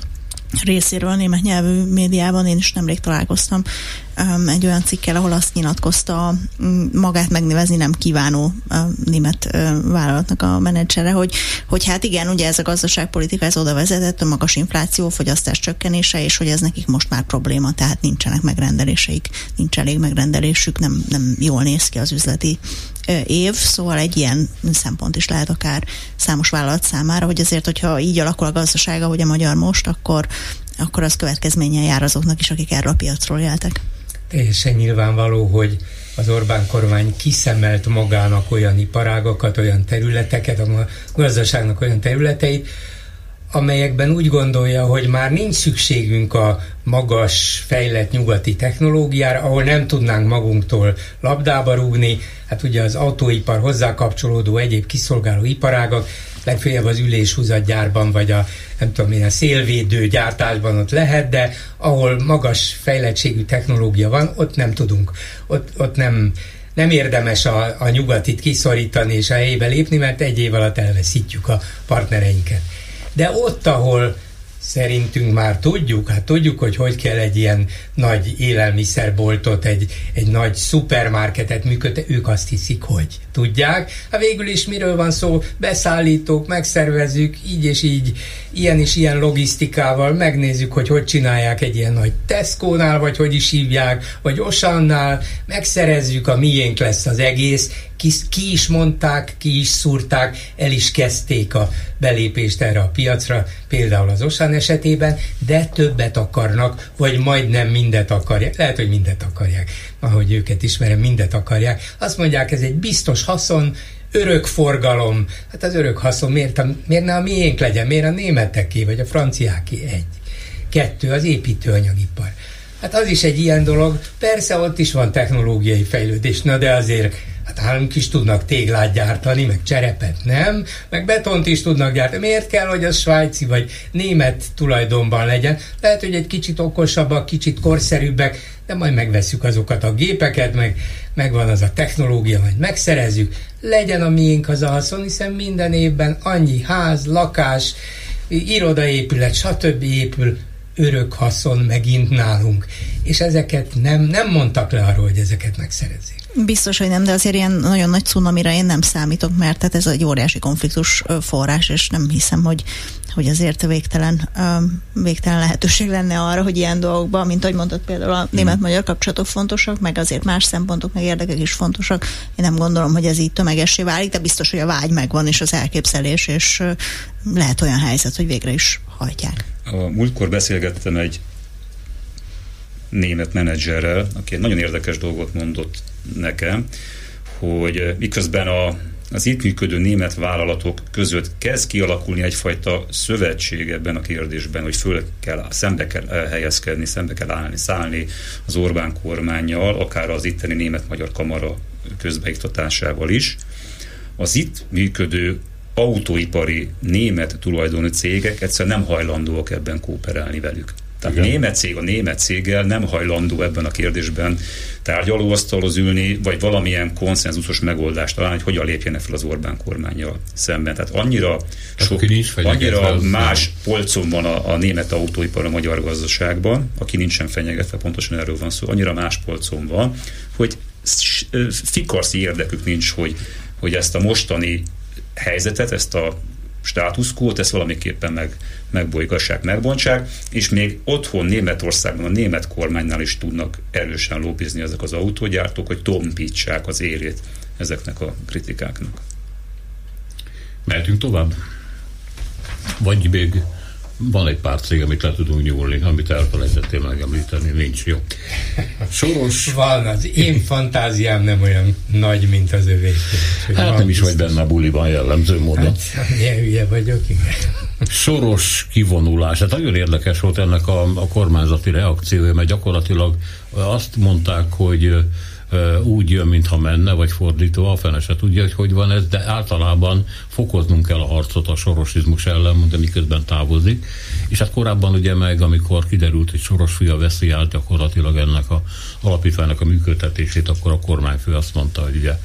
részéről a német nyelvű médiában. Én is nemrég találkoztam um, egy olyan cikkel, ahol azt nyilatkozta um, magát megnevezni nem kívánó uh, német uh, vállalatnak a menedzsere, hogy, hogy hát igen, ugye ez a gazdaságpolitika, ez oda vezetett, a magas infláció, fogyasztás csökkenése, és hogy ez nekik most már probléma, tehát nincsenek megrendeléseik, nincs elég megrendelésük, nem, nem jól néz ki az üzleti uh, év, szóval egy ilyen szempont is lehet akár számos vállalat számára, hogy azért, hogyha így alakul a gazdaság, ahogy a magyar most, akkor akkor az következménnyel jár azoknak is, akik erről a piacról éltek. Teljesen nyilvánvaló, hogy az Orbán kormány kiszemelt magának olyan iparágakat, olyan területeket, a gazdaságnak olyan területeit, amelyekben úgy gondolja, hogy már nincs szükségünk a magas, fejlett nyugati technológiára, ahol nem tudnánk magunktól labdába rúgni. Hát ugye az autóipar, hozzá kapcsolódó egyéb kiszolgáló iparágak, legfeljebb az üléshúzatgyárban, vagy a nem tudom én, a szélvédő gyártásban ott lehet, de ahol magas fejlettségű technológia van, ott nem tudunk. Ott, ott nem, nem érdemes a, a nyugatit kiszorítani és a helyébe lépni, mert egy év alatt elveszítjük a partnereinket. De ott, ahol szerintünk már tudjuk, hát tudjuk, hogy hogy kell egy ilyen nagy élelmiszerboltot, egy, egy nagy szupermarketet működtetni, ők azt hiszik, hogy tudják. Hát végül is miről van szó? Beszállítók, megszervezzük, így és így, ilyen és ilyen logisztikával, megnézzük, hogy hogy csinálják egy ilyen nagy Tesco-nál, vagy hogy is hívják, vagy Auchan-nál, megszerezzük, a miénk lesz az egész, ki, ki is mondták, ki is szúrták, el is kezdték a belépést erre a piacra, például az Osan esetében, de többet akarnak, vagy majdnem mindet akarják. Lehet, hogy mindet akarják, ahogy őket ismerem, mindet akarják. Azt mondják, ez egy biztos haszon, örök forgalom. Hát az örök haszon miért, a, miért ne a miénk legyen? Miért a németeké, vagy a franciáké? Egy. Kettő, az építőanyagipar. Hát az is egy ilyen dolog. Persze ott is van technológiai fejlődés, na de azért hát nálunk is tudnak téglát gyártani, meg cserepet, nem? Meg betont is tudnak gyártani. Miért kell, hogy az svájci vagy német tulajdonban legyen? Lehet, hogy egy kicsit okosabbak, kicsit korszerűbbek, de majd megvesszük azokat a gépeket, meg megvan az a technológia, majd megszerezzük. Legyen a miénk az a haszon, hiszen minden évben annyi ház, lakás, irodaépület, stb. Épül, örök haszon megint nálunk. És ezeket nem, nem mondtak le arról, hogy ezeket megszerezzék. Biztos, hogy nem, de azért ilyen nagyon nagy cunamira én nem számítok, mert tehát ez egy óriási konfliktus forrás, és nem hiszem, hogy, hogy azért végtelen, végtelen lehetőség lenne arra, hogy ilyen dolgokban, mint ahogy mondtad, például a német-magyar kapcsolatok fontosak, meg azért más szempontok, meg érdekek is fontosak. Én nem gondolom, hogy ez így tömegessé válik, de biztos, hogy a vágy megvan, és az elképzelés, és lehet olyan helyzet, hogy végre is hajtják. A múltkor beszélgettem egy német menedzserrel, aki egy nagyon érdekes dolgot mondott nekem, hogy miközben a, az itt működő német vállalatok között kezd kialakulni egyfajta szövetség ebben a kérdésben, hogy föl kell, szembe kell helyezkedni, szembe kell állni, szállni az Orbán kormánnyal, akár az itteni német-magyar kamara közbeiktatásával is. Az itt működő autóipari német tulajdonú cégek egyszerűen nem hajlandóak ebben kooperálni velük. Tehát a német cég a német céggel nem hajlandó ebben a kérdésben tárgyalóasztalhoz ülni, vagy valamilyen konszenzusos megoldást találni, hogy hogyan lépjenek fel az Orbán kormánnyal szemben. Tehát annyira, sok, annyira más polcon van a, a német autóipar a magyar gazdaságban, aki nincsen fenyegetve, pontosan erről van szó, annyira más polcon van, hogy fikarszi érdekük nincs, hogy, hogy ezt a mostani helyzetet, ezt a státuszkót, ezt valamiképpen meg, megbolygassák, megbontsák, és még otthon Németországban, a német kormánynál is tudnak erősen lobbizni ezek az autógyártók, hogy tompítsák az érét ezeknek a kritikáknak. Mehetünk tovább? Vagy még van egy pár cég, amit le tudunk nyúlni, amit elfelejtettél megemlíteni, nincs, jó. Soros... Van, az én fantáziám nem olyan nagy, mint az övé. Hát nem is vagy benne a buliban jellemző módon. Hát, milyen hülye vagyok, igen. Soros kivonulás. Hát nagyon érdekes volt ennek a, a kormányzati reakciója, mert gyakorlatilag azt mondták, hogy úgy jön, mintha menne, vagy fordítva, a fene se tudja, hogy hogy van ez, de általában fokoznunk kell a harcot a sorosizmus ellen, de miközben távozik. És hát korábban ugye meg, amikor kiderült, hogy Soros fia veszi át gyakorlatilag ennek a alapítványnak a működtetését, akkor a kormányfő azt mondta, hogy ugye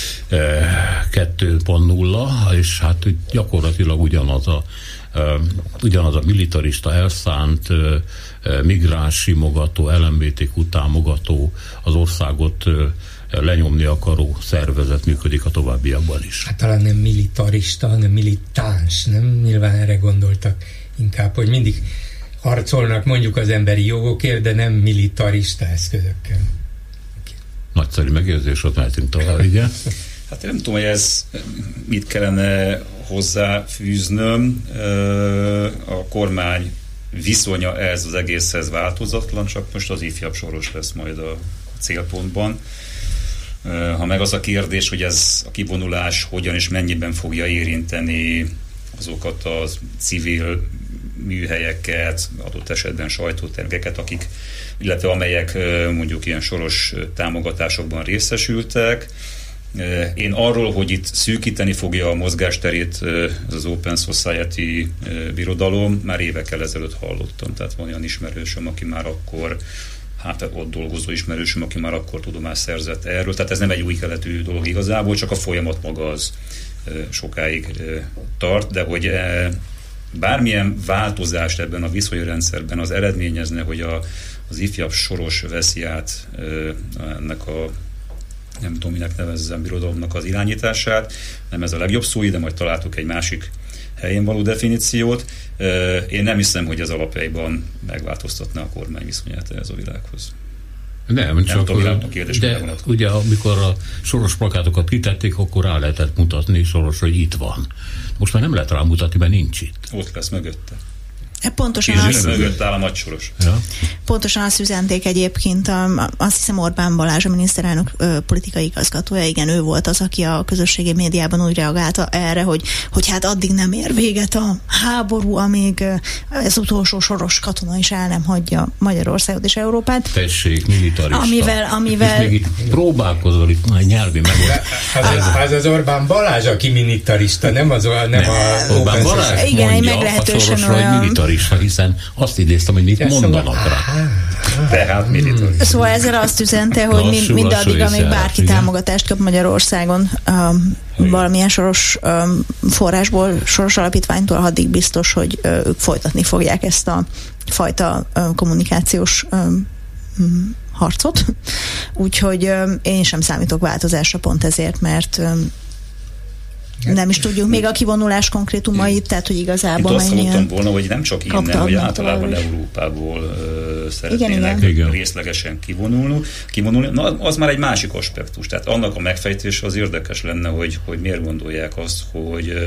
kettő pont nulla, és hát gyakorlatilag ugyanaz a Uh, ugyanaz a militarista, elszánt, uh, uh, migráns simogató, el em bé té kú támogató, az országot uh, lenyomni akaró szervezet működik a továbbiakban is. Hát talán nem militarista, hanem militáns, nem? Nyilván erre gondoltak inkább, hogy mindig harcolnak mondjuk az emberi jogokért, de nem militarista eszközökkel. Nagyszerű megérzés, ott mehetünk tovább, igen. Hát nem tudom, hogy ez mit kellene hozzáfűznöm. A kormány viszonya ez az egészhez változatlan, csak most az ifjabb Soros lesz majd a célpontban. Ha meg az a kérdés, hogy ez a kivonulás hogyan és mennyiben fogja érinteni azokat a civil műhelyeket, adott esetben sajtótergeket, akik, illetve amelyek mondjuk ilyen Soros támogatásokban részesültek. Én arról, hogy itt szűkíteni fogja a mozgásterét ez az Open Society birodalom, már évekkel ezelőtt hallottam. Tehát van olyan ismerősöm, aki már akkor, hát ott dolgozó ismerősöm, aki már akkor tudomást szerzett erről. Tehát ez nem egy új keletű dolog igazából, csak a folyamat maga az sokáig tart, de hogy bármilyen változást ebben a viszonyrendszerben az eredményezne, hogy a, az ifjabb Soros veszi át ennek a nem tudom, minek nevezzem, birodalomnak az irányítását. Nem ez a legjobb szó, de majd találtuk egy másik helyén való definíciót. Én nem hiszem, hogy ez alapjaiban megváltoztatná a kormány viszonyát ehhez a világhoz. Nem, csak tudom, de ugye amikor a Soros plakátokat kitették, akkor rá lehetett mutatni Soros, hogy itt van. Most már nem lehet rámutatni, mert nincs itt. Ott lesz mögötte. Pontosan és azt, mögött áll a nagy Soros. Ja. Pontosan azt üzenték egyébként, a, azt hiszem Orbán Balázs, a miniszterelnök ö, politikai igazgatója, igen, ő volt az, aki a közösségi médiában úgy reagálta erre, hogy, hogy hát addig nem ér véget a háború, amíg az utolsó Soros katona is el nem hagyja Magyarországot és Európát. Tessék, militarista. Amivel, amivel... És még itt próbálkozol itt a nyelvi megoldás. Az, az az Orbán Balázs, aki militarista, nem az nem, nem a Orbán Balázs igen, mondja meglehetősen a Sorosra, olyan... hogy militarista, hiszen azt idéztem, hogy mit mondanak rá. Tehát militarista. Szóval ezzel azt üzente, hogy mind, mindaddig, amíg bárki támogatást kap Magyarországon um, valamilyen Soros um, forrásból, Soros alapítványtól, addig biztos, hogy uh, ők folytatni fogják ezt a fajta uh, kommunikációs um, harcot. Úgyhogy um, én sem számítok változásra pont ezért, mert um, nem is tudjuk még a kivonulás konkrétumait, tehát hogy igazából mennyien... Én azt hallottam volna, hogy nem csak innen, hogy általában Európából uh, szeretnének igen, igen. részlegesen kivonulni. kivonulni. Na, az már egy másik aspektus. Tehát annak a megfejtése az érdekes lenne, hogy, hogy miért gondolják azt, hogy uh,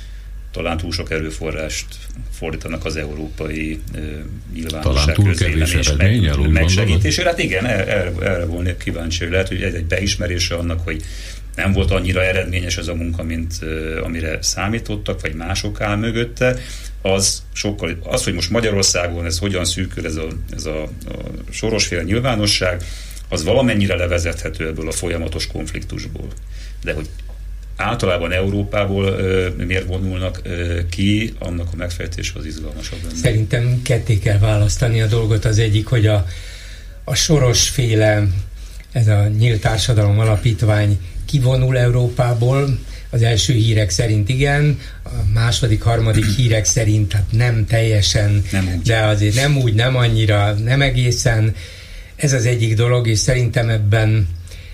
talán túl sok erőforrást fordítanak az európai uh, nyilvánosság közvélemény meg, megsegítésére. Hát igen, erre, erre volnék kíváncsi, hogy lehet, hogy ez egy beismerése annak, hogy nem volt annyira eredményes ez a munka, mint uh, amire számítottak, vagy mások áll mögötte, az sokkal, az, hogy most Magyarországon ez hogyan szűkül ez a, ez a, a Sorosféle nyilvánosság, az valamennyire levezethető ebből a folyamatos konfliktusból. De hogy általában Európából uh, miért vonulnak uh, ki, annak a megfejtése az izgalmasabb lenne. Szerintem ketté kell választani a dolgot. Az egyik, hogy a, a Sorosféle, ez a Nyílt Társadalom Alapítvány kivonul Európából, az első hírek szerint igen, a második, harmadik hírek szerint hát nem teljesen, nem de azért nem úgy, nem annyira, nem egészen. Ez az egyik dolog, és szerintem ebben,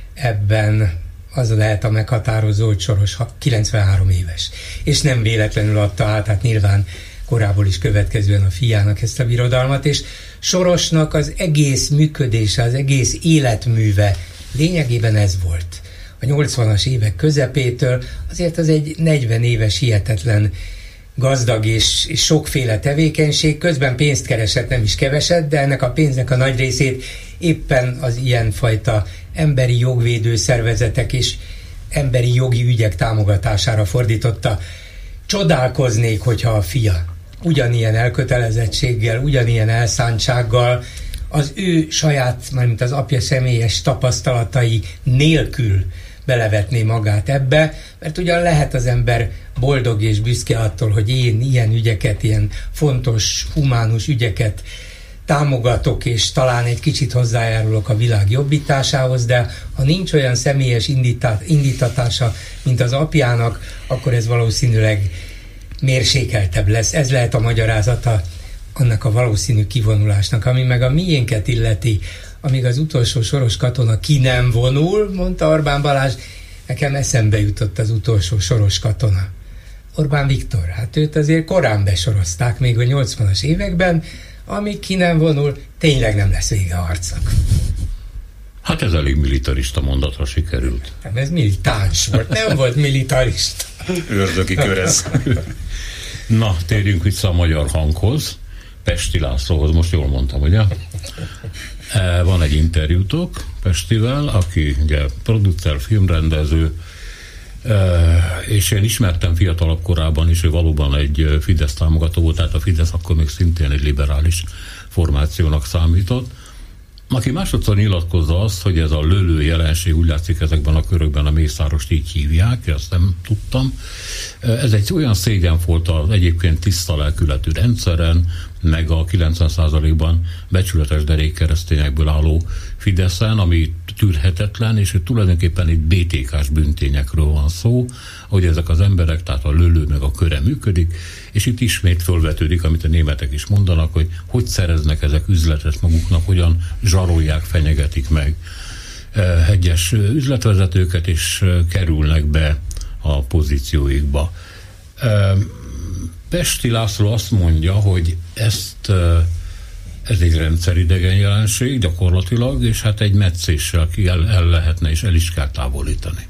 ebben az lehet a meghatározó, hogy Soros kilencvenhárom éves. És nem véletlenül adta át, hát nyilván korából is következően a fiának ezt a birodalmat, és Sorosnak az egész működése, az egész életműve lényegében ez volt. A nyolcvanas évek közepétől azért az egy negyven éves hihetetlen gazdag és, és sokféle tevékenység, közben pénzt keresett, nem is keveset, de ennek a pénznek a nagy részét éppen az ilyenfajta emberi jogvédő szervezetek és emberi jogi ügyek támogatására fordította. Csodálkoznék, hogyha a fia ugyanilyen elkötelezettséggel, ugyanilyen elszántsággal, az ő saját, mármint az apja személyes tapasztalatai nélkül belevetné magát ebbe, mert ugyan lehet az ember boldog és büszke attól, hogy én ilyen ügyeket, ilyen fontos, humánus ügyeket támogatok, és talán egy kicsit hozzájárulok a világ jobbításához, de ha nincs olyan személyes indítá- indítatása, mint az apjának, akkor ez valószínűleg mérsékeltebb lesz. Ez lehet a magyarázata annak a valószínű kivonulásnak, ami meg a miénket illeti, amíg az utolsó Soros katona ki nem vonul, mondta Orbán Balázs, nekem eszembe jutott az utolsó Soros katona. Orbán Viktor, hát őt azért korán besorozták még a nyolcvanas években, amíg ki nem vonul, tényleg nem lesz vége a harcnak. Hát ez elég militarista mondatra sikerült. Nem, ez militáns volt, nem volt militarista. Ördögi körez. Na, térjünk vissza a Magyar Hanghoz. Pesti Lászlóhoz, most jól mondtam, ugye? Van egy interjútok Pestivel, aki ugye producer, filmrendező, és én ismertem fiatalabb korában is, ő valóban egy Fidesz támogató volt, tehát a Fidesz akkor még szintén egy liberális formációnak számított, aki másodszor nyilatkozza azt, hogy ez a lölő jelenség, úgy látszik ezekben a körökben a Mészárost így hívják, ezt nem tudtam. Ez egy olyan szégyen volt az egyébként tiszta lelkületű rendszeren, meg a kilencven százalékban becsületes derék keresztényekből álló Fideszen, ami tűrhetetlen, és hogy tulajdonképpen itt bé té ká-s bűntényekről van szó, hogy ezek az emberek, tehát a lölő meg a köre működik, és itt ismét fölvetődik, amit a németek is mondanak, hogy hogy szereznek ezek üzletet maguknak, hogyan zsarolják, fenyegetik meg egyes üzletvezetőket, és kerülnek be a pozícióikba. Pesti László azt mondja, hogy ezt Ez egy rendszeridegen jelenség gyakorlatilag, és hát egy metszéssel ki el, el lehetne és el is kell távolítani.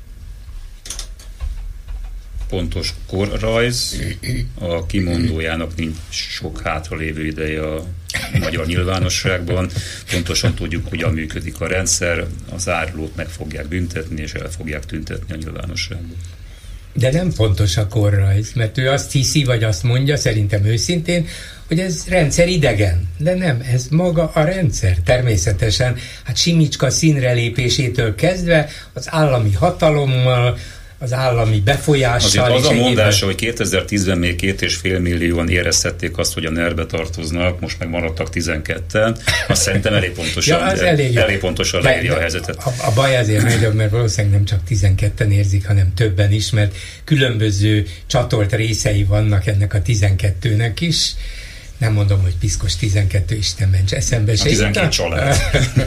Pontos korrajz, a kimondójának nincs sok hátralévő ideje a magyar nyilvánosságban. Pontosan tudjuk, hogyan működik a rendszer, az árulót meg fogják büntetni, és el fogják tüntetni a nyilvánosságban. De nem pontos a korrajz, mert ő azt hiszi, vagy azt mondja, szerintem őszintén, hogy ez rendszer idegen. De nem, ez maga a rendszer. Természetesen, hát Simicska színre lépésétől kezdve az állami hatalommal, az állami befolyással. Azért az a mondása, egyébben... hogy kétezer-tízben még két és fél millióan érezhették azt, hogy a nerbe tartoznak, most meg maradtak tizenketten. Azt szerintem elég pontosan, ja, elég, elég pontosan leírja a helyzetet. A, a baj azért nagyobb, mert valószínűleg nem csak tizenketten érzik, hanem többen is, mert különböző csatolt részei vannak ennek a tizenkettőnek is. Nem mondom, hogy piszkos tizenkettő, Isten ments, eszembe se. A tizenkét család.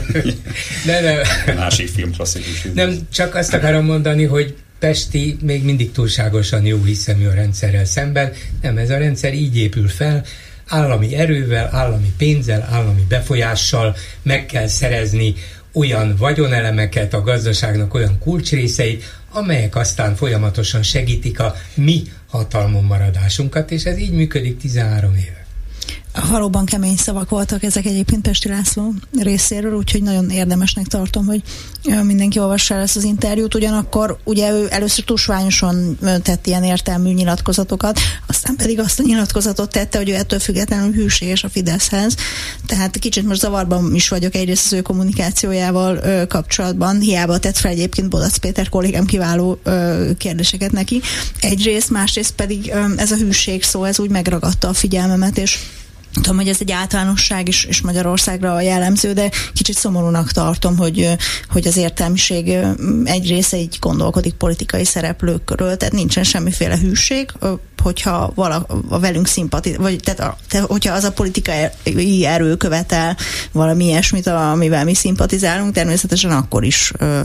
de, de, másik filmklasszikus. Nem, csak azt akarom mondani, hogy Pesti még mindig túlságosan jó hiszemű a rendszerrel szemben. Nem, ez a rendszer így épül fel, állami erővel, állami pénzzel, állami befolyással meg kell szerezni olyan vagyonelemeket, a gazdaságnak olyan kulcsrészeit, amelyek aztán folyamatosan segítik a mi hatalmon maradásunkat, és ez így működik tizenhárom éve. Valóban kemény szavak voltak ezek egyébként Pesti László részéről, úgyhogy nagyon érdemesnek tartom, hogy mindenki olvassa el ezt az interjút. Ugyanakkor ugye ő először tusványosan tett ilyen értelmű nyilatkozatokat, aztán pedig azt a nyilatkozatot tette, hogy ő ettől függetlenül hűséges a Fideszhez. Tehát kicsit most zavarban is vagyok egyrészt az ő kommunikációjával kapcsolatban. Hiába tett fel egyébként Bodac Péter kollégám kiváló kérdéseket neki. Egyrészt, másrészt pedig ez a hűség szó, ez úgy megragadta a figyelmemet, és tudom, hogy ez egy általánosság is, és Magyarországra jellemző, de kicsit szomorúnak tartom, hogy, hogy az értelmiség egy része így gondolkodik politikai szereplőkről, tehát nincsen semmiféle hűség, hogyha vala, a velünk szimpati, vagy tehát a, te, hogyha az a politikai erő követel valami ilyesmit, amivel mi szimpatizálunk, természetesen akkor is ö,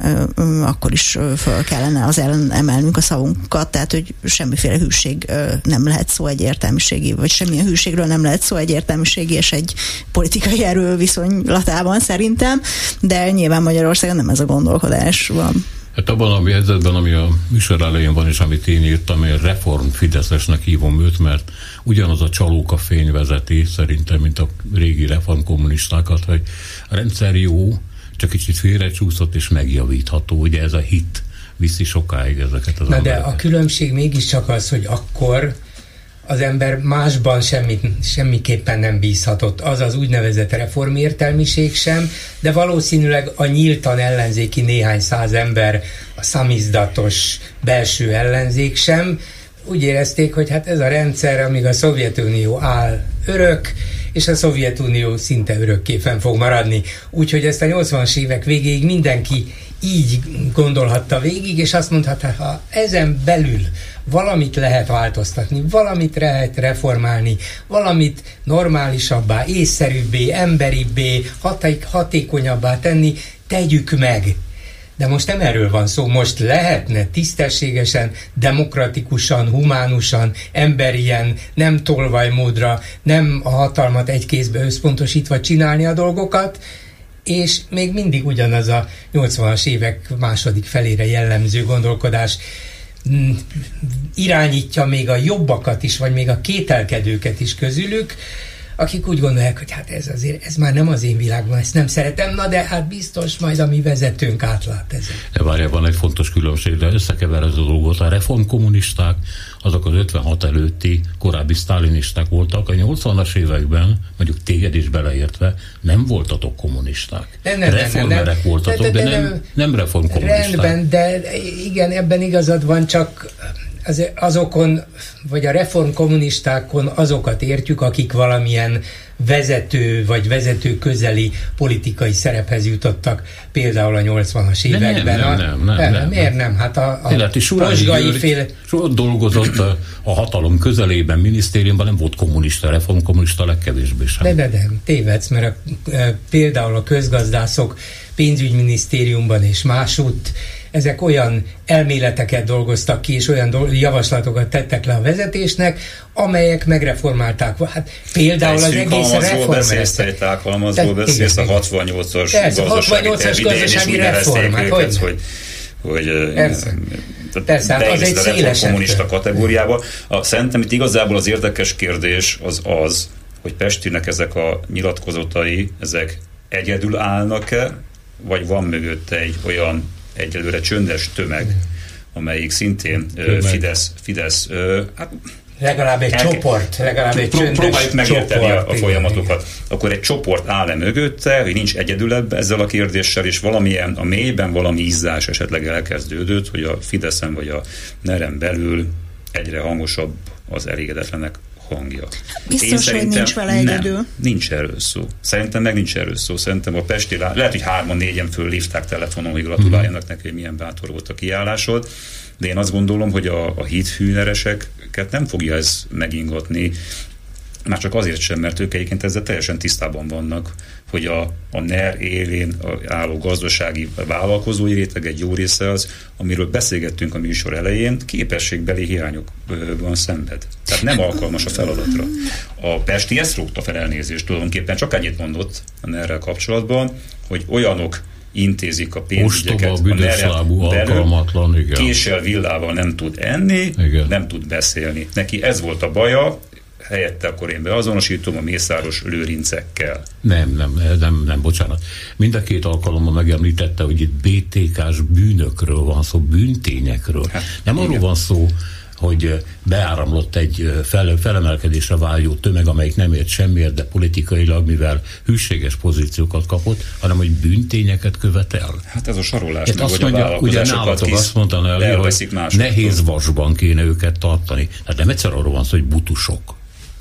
ö, akkor is föl kellene az ellen emelnünk a szavunkat, tehát hogy semmiféle hűség ö, nem lehet szó egy értelmiségi, vagy semmilyen hűségről nem lehet szó egy értelmiségi és egy politikai erő viszonylatában szerintem, de nyilván Magyarországon nem ez a gondolkodás van. Hát abban a helyzetben, ami a műsor elején van, és amit én írtam, én reform fideszesnek hívom őt, mert ugyanaz a csalóka fény vezeti szerintem, mint a régi reformkommunistákat, hogy a rendszer jó, csak kicsit félrecsúszott és megjavítható. Ugye ez a hit viszi sokáig ezeket az Na embereket. De a különbség mégiscsak az, hogy akkor az ember másban semmit, semmiképpen nem bízhatott. Az az úgynevezett reformértelmiség sem, de valószínűleg a nyíltan ellenzéki néhány száz ember, a szamizdatos belső ellenzék sem. Úgy érezték, hogy hát ez a rendszer, amíg a Szovjetunió áll, örök, és a Szovjetunió szinte örökké fenn fog maradni. Úgyhogy ezt a nyolcvanas évek végéig mindenki így gondolhatta végig, és azt mondhatta, ha ezen belül valamit lehet változtatni, valamit lehet reformálni, valamit normálisabbá, észszerűbbé, emberibbé, haték, hatékonyabbá tenni, tegyük meg. De most nem erről van szó, most lehetne tisztességesen, demokratikusan, humánusan, emberien, nem tolvajmódra, nem a hatalmat egy kézbe összpontosítva csinálni a dolgokat, és még mindig ugyanaz a nyolcvanas évek második felére jellemző gondolkodás irányítja még a jobbakat is, vagy még a kételkedőket is közülük, akik úgy gondolják, hogy hát ez azért, ez már nem az én világban, ezt nem szeretem, na de hát biztos majd a mi vezetőnk átlát ezen. De várjál, van egy fontos különbség, de összekever ez a dolgot. A reformkommunisták, azok az ötvenhat előtti korábbi sztálinisták voltak, a nyolcvanas években, mondjuk téged is beleértve, nem voltatok kommunisták. Nem, nem, reformerek nem, nem. voltatok, de, de, de, de nem, nem reformkommunisták. Rendben, de igen, ebben igazad van, csak az, azokon, vagy a reformkommunistákon azokat értjük, akik valamilyen vezető, vagy vezető közeli politikai szerephez jutottak, például a nyolcvanas években. Nem, nem, nem. nem, nem, nem miért nem? Hát a, a Rozsgai féle... Soha dolgozott a, a hatalom közelében, minisztériumban, nem volt kommunista, reformkommunista, legkevésbé sem. De, de, de, tévedsz, mert a, a, például a közgazdászok pénzügyminisztériumban és másút ezek olyan elméleteket dolgoztak ki, és olyan javaslatokat tettek le a vezetésnek, amelyek megreformálták. Hát például az egész reformrendszer. Te alkalmazról beszélsz, a hatvannyolcas gazdasági gazdasági reform, hogy, hogy, hogy Persze, hát az egy szélesebb kommunista kategóriába. A, szerintem itt igazából az érdekes kérdés az az, hogy Pestinek ezek a nyilatkozatai, ezek egyedül állnak-e, vagy van mögötte egy olyan egyelőre csöndes tömeg, amelyik szintén tömeg. Fidesz, Fidesz hát, legalább egy elke- csoport, legalább egy pró- Próbáljuk megérteni csoport, a, a folyamatokat. Igen. Akkor egy csoport áll-e mögötte, hogy nincs egyedül ebbe ezzel a kérdéssel, és valamilyen a mélyben valami izzás esetleg elkezdődött, hogy a Fideszen vagy a NER-en belül egyre hangosabb az elégedetlenek hangja. Biztos, hogy nincs vele egyedül. Nem, nincs erről szó. Szerintem meg nincs erről szó. Szerintem a Pesti, lehet, hogy hárman, négyen föllívták telefonon, hogy gratuláljanak neki, hogy milyen bátor volt a kiállásod, de én azt gondolom, hogy a, a hithűnereseket nem fogja ez megingatni, már csak azért sem, mert ők egyébként ezzel teljesen tisztában vannak, hogy a, a NER élén álló gazdasági vállalkozói réteg egy jó része az, amiről beszélgettünk a műsor elején, képességbeli hiányokban szenved. Tehát nem alkalmas a feladatra. A Pesti ezt rúgta fel, elnézést tulajdonképpen, csak annyit mondott a NER-rel kapcsolatban, hogy olyanok intézik a pénzügyeket, a büdöslábú, alkalmatlan, igen. Késsel, villával nem tud enni, igen. Nem tud beszélni. Neki ez volt a baja, helyette akkor én beazonosítom a Mészáros Lőrincekkel. Nem, nem, nem, nem, bocsánat. Mind a két alkalommal megemlítette, hogy itt bé té ká-s bűnökről van szó, bűntényekről. Hát, nem igen. Arról van szó, hogy beáramlott egy fel, felemelkedésre vágyó tömeg, amelyik nem ért semmiért, de politikailag, mivel hűséges pozíciókat kapott, hanem hogy bűntényeket követel. Hát ez a sarolás. Hát azt mondja, ugye nálatok azt mondta el, hogy nehéz vasban kéne őket tartani. Hát nem egyszer arról van szó, hogy butusok.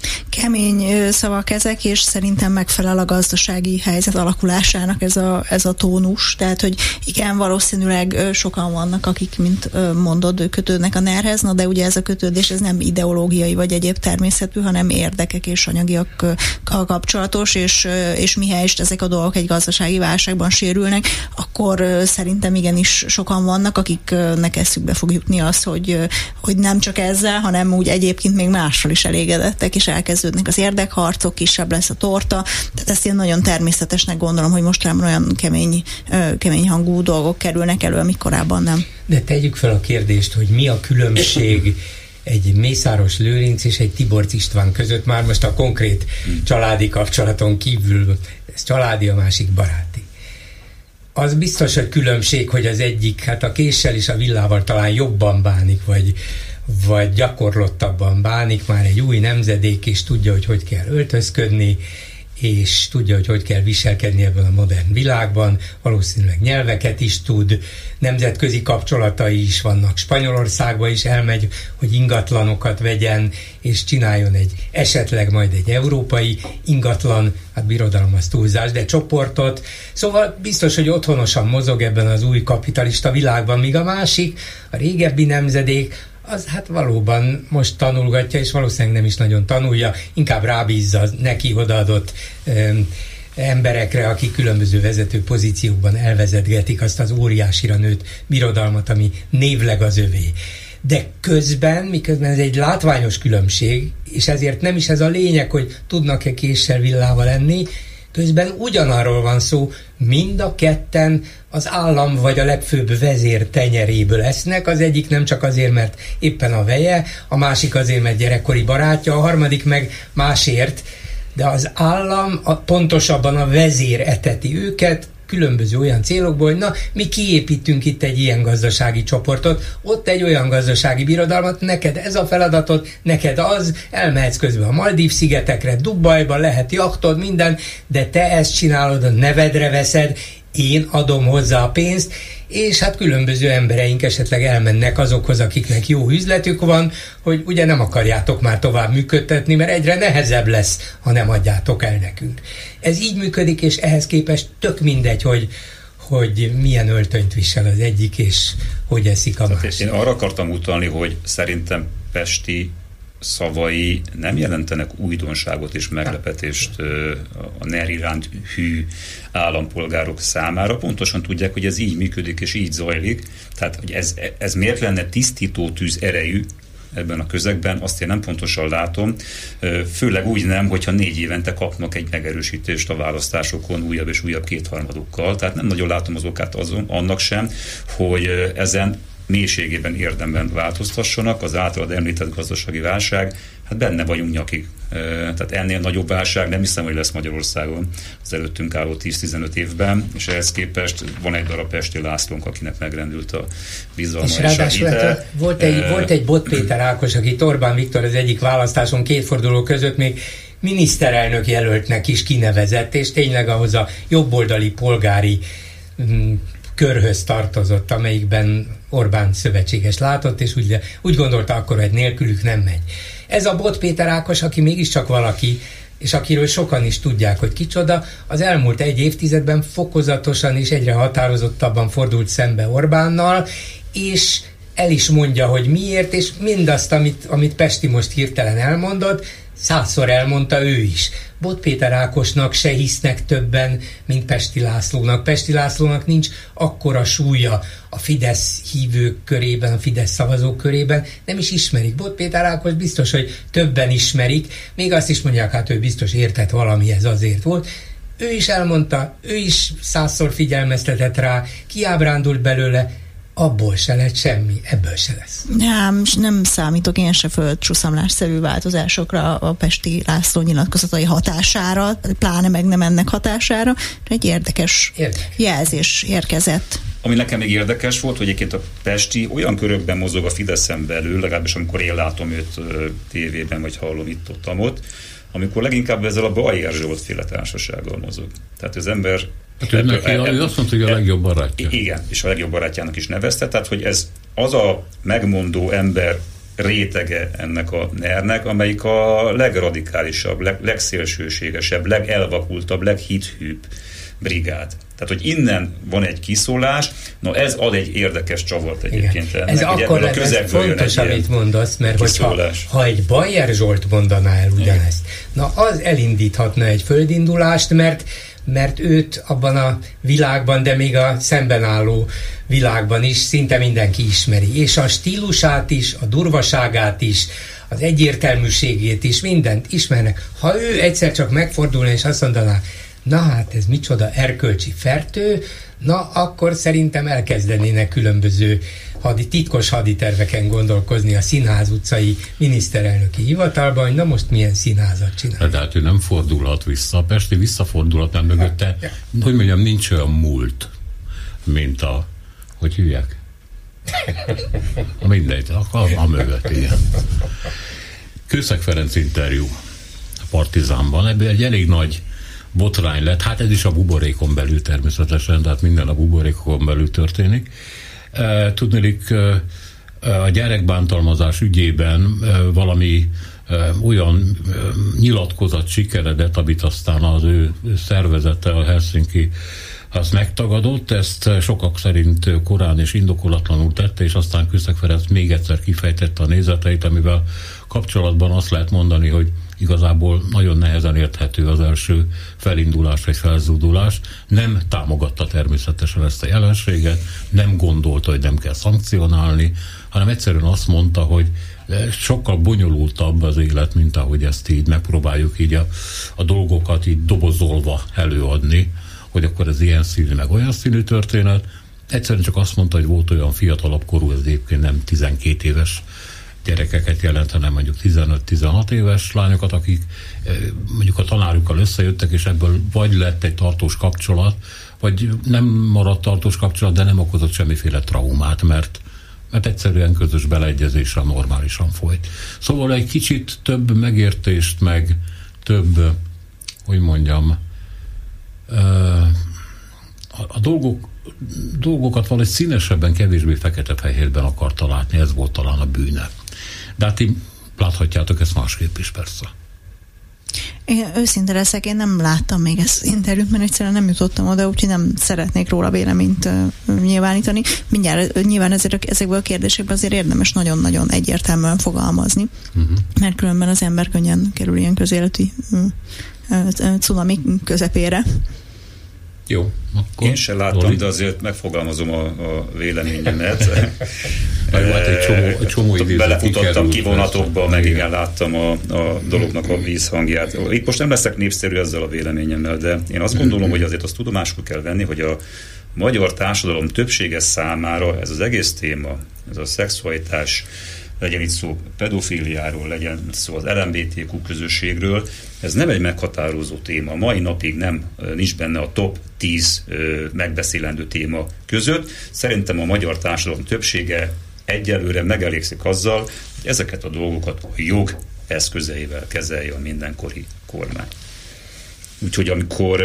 Kemény szavak ezek, és szerintem megfelel a gazdasági helyzet alakulásának ez a, ez a tónus. Tehát, hogy igen, valószínűleg sokan vannak, akik, mint mondod, kötődnek a NER-hez, na de ugye ez a kötődés ez nem ideológiai vagy egyéb természetű, hanem érdekek és anyagiakkal kapcsolatos, és, és mihelyest ezek a dolgok egy gazdasági válságban sérülnek, akkor szerintem igenis sokan vannak, akiknek eszükbe fog jutni az, hogy, hogy nem csak ezzel, hanem úgy egyébként még mással is elégedettek, és elkezdődnek az érdekharcok, kisebb lesz a torta, tehát ezt én nagyon természetesnek gondolom, hogy mostanában olyan kemény, kemény hangú dolgok kerülnek elő, amik korábban nem. De tegyük fel a kérdést, hogy mi a különbség egy Mészáros Lőrinc és egy Tiborcs István között, már most a konkrét családi kapcsolaton kívül, ez családi, a másik baráti. Az biztos, hogy különbség, hogy az egyik, hát a késsel és a villával talán jobban bánik, vagy vagy gyakorlottabban bánik, már egy új nemzedék, és tudja, hogy hogy kell öltözködni, és tudja, hogy hogy kell viselkedni ebben a modern világban, valószínűleg nyelveket is tud, nemzetközi kapcsolatai is vannak, Spanyolországba is elmegy, hogy ingatlanokat vegyen, és csináljon egy, esetleg majd egy európai ingatlan, hát birodalom az túlzás, de csoportot, szóval biztos, hogy otthonosan mozog ebben az új kapitalista világban, míg a másik, a régebbi nemzedék, az hát valóban most tanulgatja, és valószínűleg nem is nagyon tanulja, inkább rábízza neki odaadott öm, emberekre, akik különböző vezető pozíciókban elvezetgetik azt az óriásira nőtt birodalmat, ami névleg az övé. De közben, miközben ez egy látványos különbség, és ezért nem is ez a lényeg, hogy tudnak-e késsel villával lenni, közben ugyanarról van szó, mind a ketten az állam vagy a legfőbb vezér tenyeréből esznek, az egyik nem csak azért, mert éppen a veje, a másik azért, mert gyerekkori barátja, a harmadik meg másért, de az állam, a, pontosabban a vezér eteti őket, különböző olyan célokból, hogy na, mi kiépítünk itt egy ilyen gazdasági csoportot, ott egy olyan gazdasági birodalmat, neked ez a feladatod, neked az, elmehetsz közben a Maldív-szigetekre, Dubajba, lehet jachtod, minden, de te ezt csinálod, a nevedre veszed, én adom hozzá a pénzt, és hát különböző embereink esetleg elmennek azokhoz, akiknek jó üzletük van, hogy ugye nem akarjátok már tovább működtetni, mert egyre nehezebb lesz, ha nem adjátok el nekünk. Ez így működik, és ehhez képest tök mindegy, hogy, hogy milyen öltönyt visel az egyik, és hogy eszik a másik. Én arra akartam utalni, hogy szerintem Pesti szavai nem jelentenek újdonságot és meglepetést a NER iránt hű állampolgárok számára. Pontosan tudják, hogy ez így működik és így zajlik. Tehát, hogy ez, ez miért lenne tisztító tűz erejű ebben a közegben, azt én nem pontosan látom, főleg úgy nem, hogyha négy évente kapnak egy megerősítést a választásokon újabb és újabb kétharmadukkal. Tehát nem nagyon látom az okát azon, annak sem, hogy ezen mélységében érdemben változtassanak. Az általad említett gazdasági válság, hát benne vagyunk nyakig. Tehát ennél nagyobb válság nem hiszem, hogy lesz Magyarországon az előttünk álló tíz-tizenöt évben, és ehhez képest van egy darab Pesti Lászlónk, akinek megrendült a bizalma és, és ráadásul a hite. Volt egy, e... volt egy Bot Péter Ákos, akit Orbán Viktor az egyik választáson két forduló között még miniszterelnök jelöltnek is kinevezett, és tényleg ahhoz a jobboldali polgári mm, körhöz tartozott, amelyikben Orbán szövetséges látott, és úgy, úgy gondolta akkor, hogy nélkülük nem megy. Ez a Bot Péter Ákos, aki mégiscsak valaki, és akiről sokan is tudják, hogy kicsoda, az elmúlt egy évtizedben fokozatosan és egyre határozottabban fordult szembe Orbánnal, és el is mondja, hogy miért, és mindazt, amit, amit Pesti most hirtelen elmondott, százszor elmondta ő is. Bot Péter Ákosnak se hisznek többen, mint Pesti Lászlónak. Pesti Lászlónak nincs akkora súlya a Fidesz hívők körében, a Fidesz szavazók körében, nem is ismerik. Bot Péter Ákos biztos, hogy többen ismerik, még azt is mondják, hát ő biztos értett valamihez, azért volt. Ő is elmondta, ő is százszor figyelmeztetett rá, kiábrándult belőle, abból se lett semmi, ebből se lesz. Nem, nem számítok én se földcsuszamlásszerű változásokra a Pesti László nyilatkozatai hatására, pláne meg nem ennek hatására. Egy érdekes, érdekes jelzés érkezett. Ami nekem még érdekes volt, hogy egyébként a Pesti olyan körökben mozog a Fideszen belül, legalábbis amikor én látom őt tévében, vagy hallom itt-ott-ott, amikor leginkább ezzel a Bajer Zsolt féle társasággal mozog. Tehát az ember... Hát ő, neki, ebből, ő azt mondta, hogy a legjobb barátja. Igen, és a legjobb barátjának is nevezte, tehát hogy ez az a megmondó ember rétege ennek a nernek, amelyik a legradikálisabb, leg, legszélsőségesebb, legelvakultabb, leghithűbb brigád. Tehát, hogy innen van egy kiszólás, no ez ad egy érdekes csavart egyébként ennek. Ez akkor a ez fontos, amit mondasz, mert hogyha, ha egy Bajer Zsolt mondaná el ugyanezt, na az elindíthatna egy földindulást, mert mert őt abban a világban, de még a szemben álló világban is szinte mindenki ismeri. És a stílusát is, a durvaságát is, az egyértelműségét is, mindent ismernek. Ha ő egyszer csak megfordulna és azt mondaná, na hát ez micsoda erkölcsi fertő, na akkor szerintem elkezdenének különböző hadi, titkos haditerveken gondolkozni a Színház utcai miniszterelnöki hivatalban, hogy na most milyen színházat csinál. De hát ő nem fordulhat vissza. A Pesti visszafordulhat, nem mögötte, ja. Hogy mondjam, nincs olyan múlt, mint a, hogy hívják? A mindegy, a, a, a mögött, igen. Kőszeg Ferenc interjú a Partizánban, ebből egy elég nagy botrány lett, hát ez is a buborékon belül természetesen, tehát minden a buborékon belül történik. Tudnélik, a gyerekbántalmazás ügyében valami olyan nyilatkozat sikeredett, amit aztán az ő szervezete, a Helsinki, azt megtagadott, ezt sokak szerint korán és indokolatlanul tette, és aztán Kőszeg Ferenc még egyszer kifejtette a nézeteit, amivel kapcsolatban azt lehet mondani, hogy igazából nagyon nehezen érthető az első felindulás vagy felzúdulás. Nem támogatta természetesen ezt a jelenséget, nem gondolta, hogy nem kell szankcionálni, hanem egyszerűen azt mondta, hogy sokkal bonyolultabb az élet, mint ahogy ezt így megpróbáljuk így a, a dolgokat így dobozolva előadni, hogy akkor ez ilyen színű, meg olyan színű történet. Egyszerűen csak azt mondta, hogy volt olyan fiatalabb korú, ez egyébként nem tizenkét éves gyerekeket jelent, hanem mondjuk tizenöt-tizenhat éves lányokat, akik mondjuk a tanárukkal összejöttek, és ebből vagy lett egy tartós kapcsolat, vagy nem maradt tartós kapcsolat, de nem okozott semmiféle traumát, mert, mert egyszerűen közös beleegyezésre normálisan folyt. Szóval egy kicsit több megértést, meg több, hogy mondjam, a, a dolgok, dolgokat valahogy színesebben, kevésbé fekete-fehérben akarta látni, ez volt talán a bűne. De hát így láthatjátok ezt másképp is persze. Én őszinte leszek, én nem láttam még ezt interjút, mert egyszerűen nem jutottam oda, úgyhogy nem szeretnék róla véleményt uh, nyilvánítani. Mindjárt uh, nyilván ezért, ezekből a kérdésekből azért érdemes nagyon-nagyon egyértelműen fogalmazni, uh-huh. mert különben az ember könnyen kerül ilyen közéleti uh, uh, cunami közepére. Jó, akkor... Én sem láttam, Oli. De azért megfogalmazom a, a véleményemet. Volt egy csomó, egy csomó idézet. Belefutottam kivonatokba, meg igen, láttam a, a dolognak a vízhangját. Itt most nem leszek népszerű ezzel a véleményemmel, de én azt gondolom, hogy azért azt tudomásul kell venni, hogy a magyar társadalom többsége számára ez az egész téma, ez a szexualitás, legyen itt szó pedofíliáról, legyen szó az el em bé té kú közösségről, ez nem egy meghatározó téma. Mai napig nem nincs benne a top tíz megbeszélendő téma között. Szerintem a magyar társadalom többsége egyelőre megelégszik azzal, hogy ezeket a dolgokat a jog eszközeivel kezelje a mindenkori kormány. Úgyhogy amikor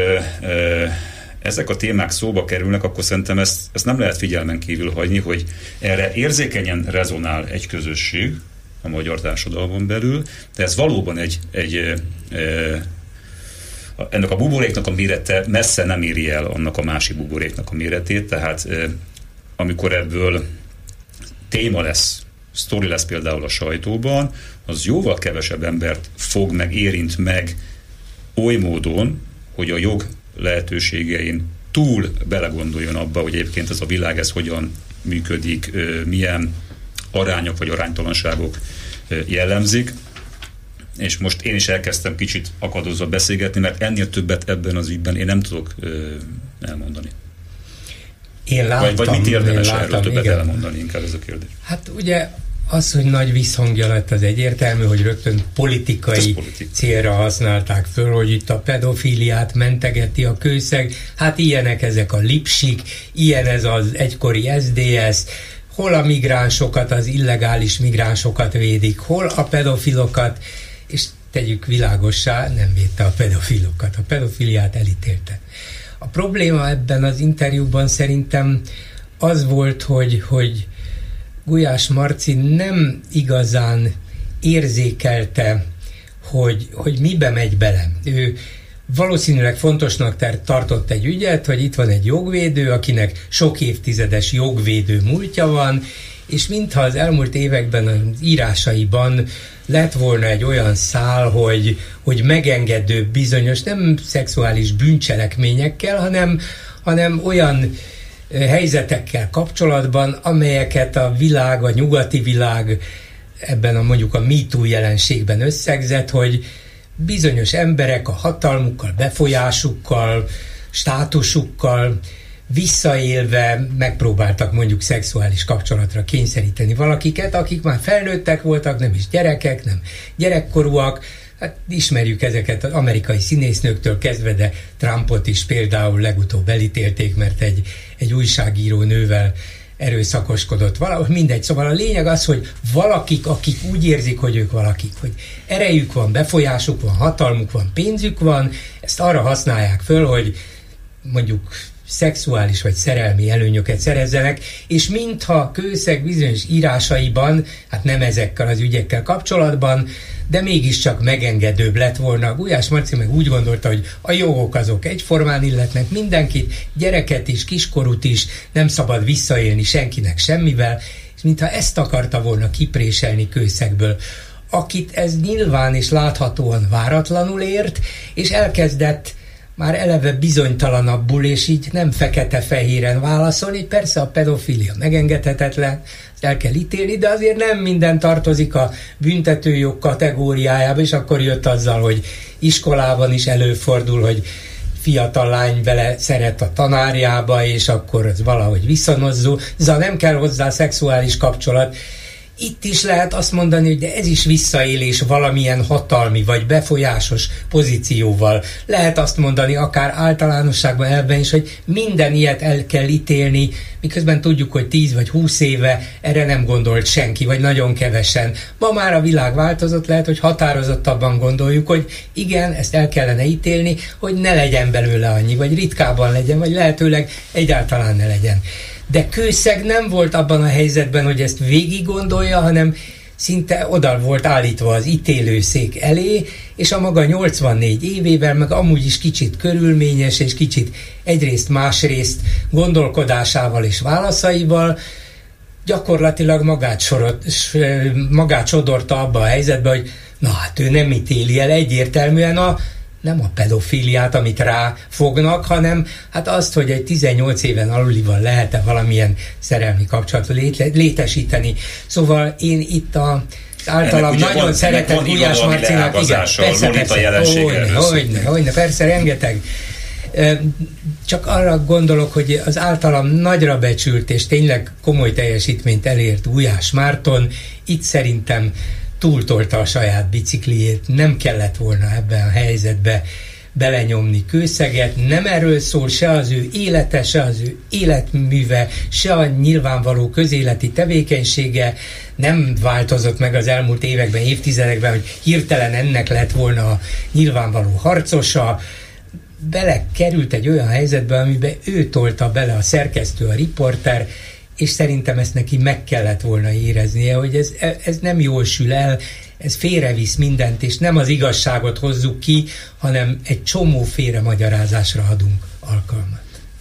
ezek a témák szóba kerülnek, akkor szerintem ezt, ezt nem lehet figyelmen kívül hagyni, hogy erre érzékenyen rezonál egy közösség a magyar társadalmon belül, de ez valóban egy, egy e, e, ennek a buboréknak a mérete messze nem éri el annak a másik buboréknak a méretét, tehát e, amikor ebből téma lesz, sztori lesz például a sajtóban, az jóval kevesebb embert fog meg, érint meg oly módon, hogy a jog lehetőségein túl belegondoljon abba, hogy egyébként ez a világ, ez hogyan működik, milyen arányok vagy aránytalanságok jellemzik. És most én is elkezdtem kicsit akadozva beszélgetni, mert ennél többet ebben az ügyben én nem tudok elmondani. Én láttam, vagy, vagy mit érdemes láttam, erről többet igen. elmondani, inkább ez a kérdés. Hát ugye az, hogy nagy visszhangja lett, az egyértelmű, hogy rögtön politikai politik. célra használták föl, hogy itt a pedofíliát mentegeti a kőszeg. Hát ilyenek ezek a lipsik, ilyen ez az egykori es zé dé es, hol a migránsokat, az illegális migránsokat védik, hol a pedofilokat, és tegyük világossá, nem védte a pedofilokat, a pedofiliát elítélte. A probléma ebben az interjúban szerintem az volt, hogy, hogy Gulyás Marci nem igazán érzékelte, hogy, hogy mibe megy bele. Ő valószínűleg fontosnak tartott egy ügyet, hogy itt van egy jogvédő, akinek sok évtizedes jogvédő múltja van, és mintha az elmúlt években az írásaiban lett volna egy olyan szál, hogy, hogy megengedő bizonyos, nem szexuális bűncselekményekkel, hanem, hanem olyan helyzetekkel kapcsolatban, amelyeket a világ, a nyugati világ ebben a mondjuk a MeToo jelenségben összegzett, hogy bizonyos emberek a hatalmukkal, befolyásukkal, státusukkal visszaélve megpróbáltak mondjuk szexuális kapcsolatra kényszeríteni valakiket, akik már felnőttek voltak, nem is gyerekek, nem gyerekkorúak. Hát ismerjük ezeket az amerikai színésznőktől kezdve, de Trumpot is például legutóbb elítélték, mert egy, egy újságíró nővel erőszakoskodott valahogy, mindegy. Szóval a lényeg az, hogy valakik, akik úgy érzik, hogy ők valakik, hogy erejük van, befolyásuk van, hatalmuk van, pénzük van, ezt arra használják föl, hogy mondjuk szexuális vagy szerelmi előnyöket szerezzenek, és mintha Kőszeg bizonyos írásaiban, hát nem ezekkel az ügyekkel kapcsolatban, de mégiscsak megengedőbb lett volna. Gulyás Marci meg úgy gondolta, hogy a jogok azok egyformán illetnek mindenkit, gyereket is, kiskorút is, nem szabad visszaélni senkinek semmivel, és mintha ezt akarta volna kipréselni Kőszegből, akit ez nyilván és láthatóan váratlanul ért, és elkezdett már eleve bizonytalanabbul, és így nem fekete-fehéren válaszolni. Persze a pedofilia megengedhetetlen, ezt el kell ítélni, de azért nem minden tartozik a büntetőjog kategóriájába, és akkor jött azzal, hogy iskolában is előfordul, hogy fiatal lány bele szeret a tanárjába, és akkor az valahogy viszonozzó, de nem kell hozzá szexuális kapcsolat. Itt is lehet azt mondani, hogy de ez is visszaélés valamilyen hatalmi vagy befolyásos pozícióval. Lehet azt mondani akár általánosságban elben is, hogy minden ilyet el kell ítélni, miközben tudjuk, hogy tíz vagy húsz éve erre nem gondolt senki, vagy nagyon kevesen. Ma már a világ változott, lehet, hogy határozottabban gondoljuk, hogy igen, ezt el kellene ítélni, hogy ne legyen belőle annyi, vagy ritkában legyen, vagy lehetőleg egyáltalán ne legyen. De Kőszeg nem volt abban a helyzetben, hogy ezt végig gondolja, hanem szinte oda volt állítva az ítélőszék elé, és a maga nyolcvannégy évével, meg amúgy is kicsit körülményes, és kicsit egyrészt másrészt gondolkodásával és válaszaival gyakorlatilag magát, sorot, magát sodorta abba a helyzetbe, hogy na hát ő nem ítéli el egyértelműen a nem a pedofíliát, amit ráfognak, hanem hát azt, hogy egy tizennyolc éven alulival lehet-e valamilyen szerelmi kapcsolatot létesíteni. Szóval én itt a általam nagyon van, szeretett Gulyás Marcinak, igen, persze, persze, hogyne, hogyne, hogyne, persze, rengeteg. Csak arra gondolok, hogy az általam nagyra becsült és tényleg komoly teljesítményt elért Gulyás Márton itt szerintem túltolta a saját bicikliét, nem kellett volna ebben a helyzetbe belenyomni kőszeget, nem erről szól se az ő élete, se az ő életműve, se a nyilvánvaló közéleti tevékenysége, nem változott meg az elmúlt években, évtizedekben, hogy hirtelen ennek lett volna a nyilvánvaló harcosa, belekerült egy olyan helyzetbe, amiben ő tolta bele, a szerkesztő, a riporter, és szerintem ezt neki meg kellett volna éreznie, hogy ez, ez nem jól sül el, ez félrevisz mindent, és nem az igazságot hozzuk ki, hanem egy csomó félre magyarázásra adunk alkalmat.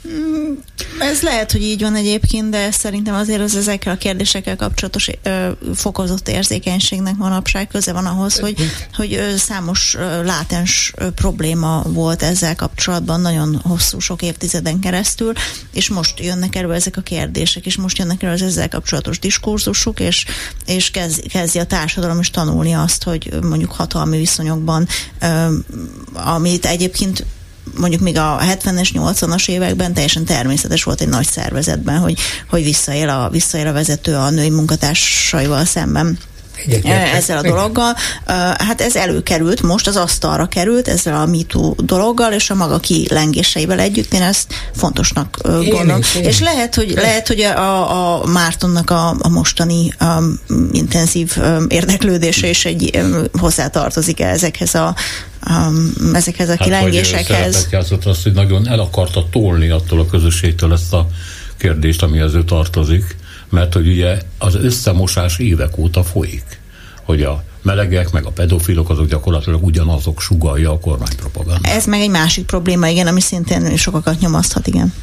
Ez lehet, hogy így van egyébként, de szerintem azért az ezekkel a kérdésekkel kapcsolatos ö, fokozott érzékenységnek manapság köze van ahhoz, hogy, hogy ö, számos ö, látens ö, probléma volt ezzel kapcsolatban nagyon hosszú, sok évtizeden keresztül, és most jönnek elő ezek a kérdések, és most jönnek elő az ezzel kapcsolatos diskurzusok, és, és kezd, kezdi a társadalom is tanulni azt, hogy mondjuk hatalmi viszonyokban, ö, amit egyébként mondjuk még a hetvenes, nyolcvanas években teljesen természetes volt egy nagy szervezetben, hogy, hogy visszaél, a, visszaél a vezető a női munkatársaival szemben. Egyetlen. Ezzel a dologgal. Hát ez előkerült, most az asztalra került ezzel a MeToo dologgal, és a maga kilengéseivel együtt, én ezt fontosnak én gondolom. Is, és lehet, hogy, lehet, hogy a, a Mártonnak a, a mostani a, intenzív érdeklődése is egy hozzátartozik ezekhez a Um, ezekhez a kilengésekhez. Hát, hogy játszott azt, hogy nagyon el akarta tolni attól a közösségtől ezt a kérdést, amihez ő tartozik, mert hogy ugye az összemosás évek óta folyik, hogy a melegek, meg a pedofilok azok gyakorlatilag ugyanazok, sugallja a kormánypropaganda. Ez meg egy másik probléma, igen, ami szintén sokakat nyomaszthat, igen.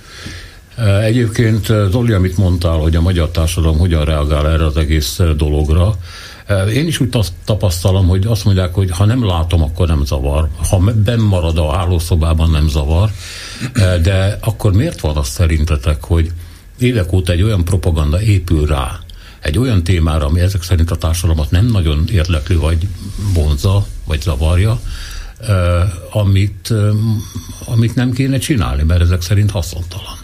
Egyébként, Zoli, amit mondtál, hogy a magyar társadalom hogyan reagál erre az egész dologra, én is úgy tapasztalom, hogy azt mondják, hogy ha nem látom, akkor nem zavar. Ha benn marad a hálószobában, nem zavar. De akkor miért van az szerintetek, hogy évek óta egy olyan propaganda épül rá, egy olyan témára, ami ezek szerint a társadalmat nem nagyon érdekli, vagy vonza, vagy zavarja, amit, amit nem kéne csinálni, mert ezek szerint haszontalan.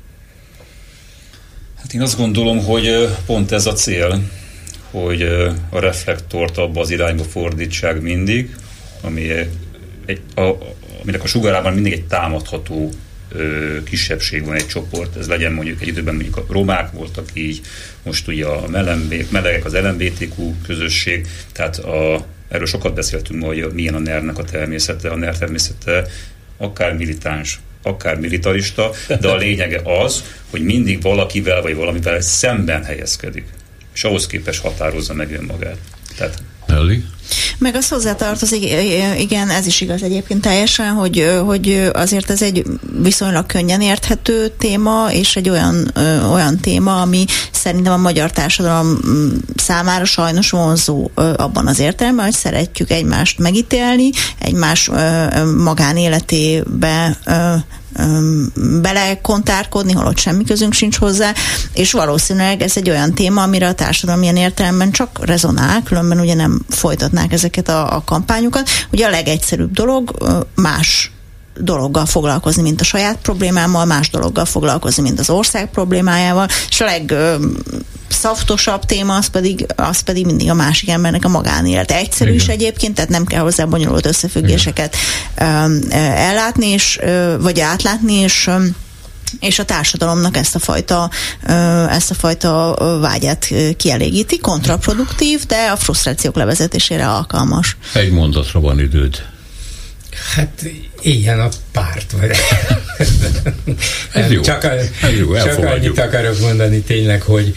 Hát én azt gondolom, hogy pont ez a cél, hogy a reflektort abba az irányba fordítsák mindig, ami egy, a, aminek a sugarában mindig egy támadható ö, kisebbség van, egy csoport, ez legyen mondjuk egy időben mondjuk a romák voltak így, most ugye a melegek, az el em bé té kú közösség, tehát a, erről sokat beszéltünk ma, hogy milyen a nernek a természete, a ner természete akár militáns, akár militarista, de a lényege az, hogy mindig valakivel vagy valamivel szemben helyezkedik, és ahhoz képes határozza meg önmagát. Tehát Elli? Meg az hozzátartozik, igen, ez is igaz egyébként teljesen, hogy, hogy azért ez egy viszonylag könnyen érthető téma, és egy olyan, olyan téma, ami szerintem a magyar társadalom számára sajnos vonzó abban az értelemben, hogy szeretjük egymást megítélni, egymás magánéletébe belekontárkodni, holott semmi közünk sincs hozzá, és valószínűleg ez egy olyan téma, amire a társadalom ilyen értelemben csak rezonál, különben ugye nem folytatnák ezeket a, a kampányokat. Ugye a legegyszerűbb dolog más dologgal foglalkozni, mint a saját problémámmal, más dologgal foglalkozni, mint az ország problémájával, és a legszaftosabb téma az pedig, az pedig mindig a másik embernek a magánélet. Egyszerű Igen. is egyébként, tehát nem kell hozzá bonyolult összefüggéseket Igen. ellátni, és, vagy átlátni, és és a társadalomnak ezt a fajta, ezt a fajta vágyát kielégíti. Kontraproduktív, de a frusztrációk levezetésére alkalmas. Egy mondatra van időd. Hát éljen a párt, vagy ez jó. Csak, a, ez jó, csak annyit akarok mondani tényleg, hogy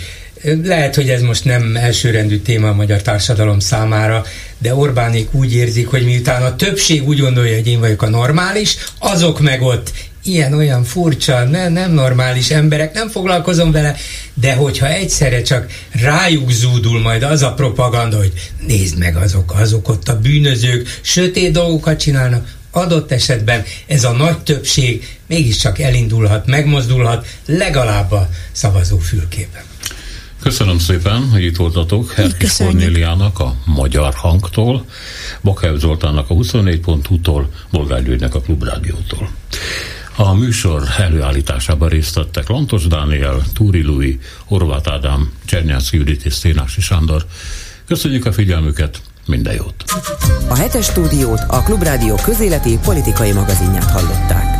Lehet, hogy ez most nem elsőrendű téma a magyar társadalom számára, de Orbánék úgy érzik, hogy miután a többség úgy gondolja, hogy én vagyok a normális, azok meg ott ilyen-olyan furcsa, ne, nem normális emberek, nem foglalkozom vele, de hogyha egyszerre csak rájuk zúdul majd az a propaganda, hogy nézd meg, azok, azok ott a bűnözők, sötét dolgokat csinálnak, adott esetben ez a nagy többség mégiscsak elindulhat, megmozdulhat, legalább a szavazófülkében. Köszönöm szépen, hogy itt voltatok. Herkis Kornéliának a Magyar Hangtól, Bakály Zoltánnak a huszonnégy pont hu-tól, Bolgár Györgynek a Klubrádiótól. A műsor előállításában részt vettek Lantos Dániel, Túri Lui, Horváth Ádám, Csernyánszky Judit és Szénási Sándor. Köszönjük a figyelmüket, minden jót! A hetes stúdiót, a Klubrádió közéleti politikai magazinját hallották.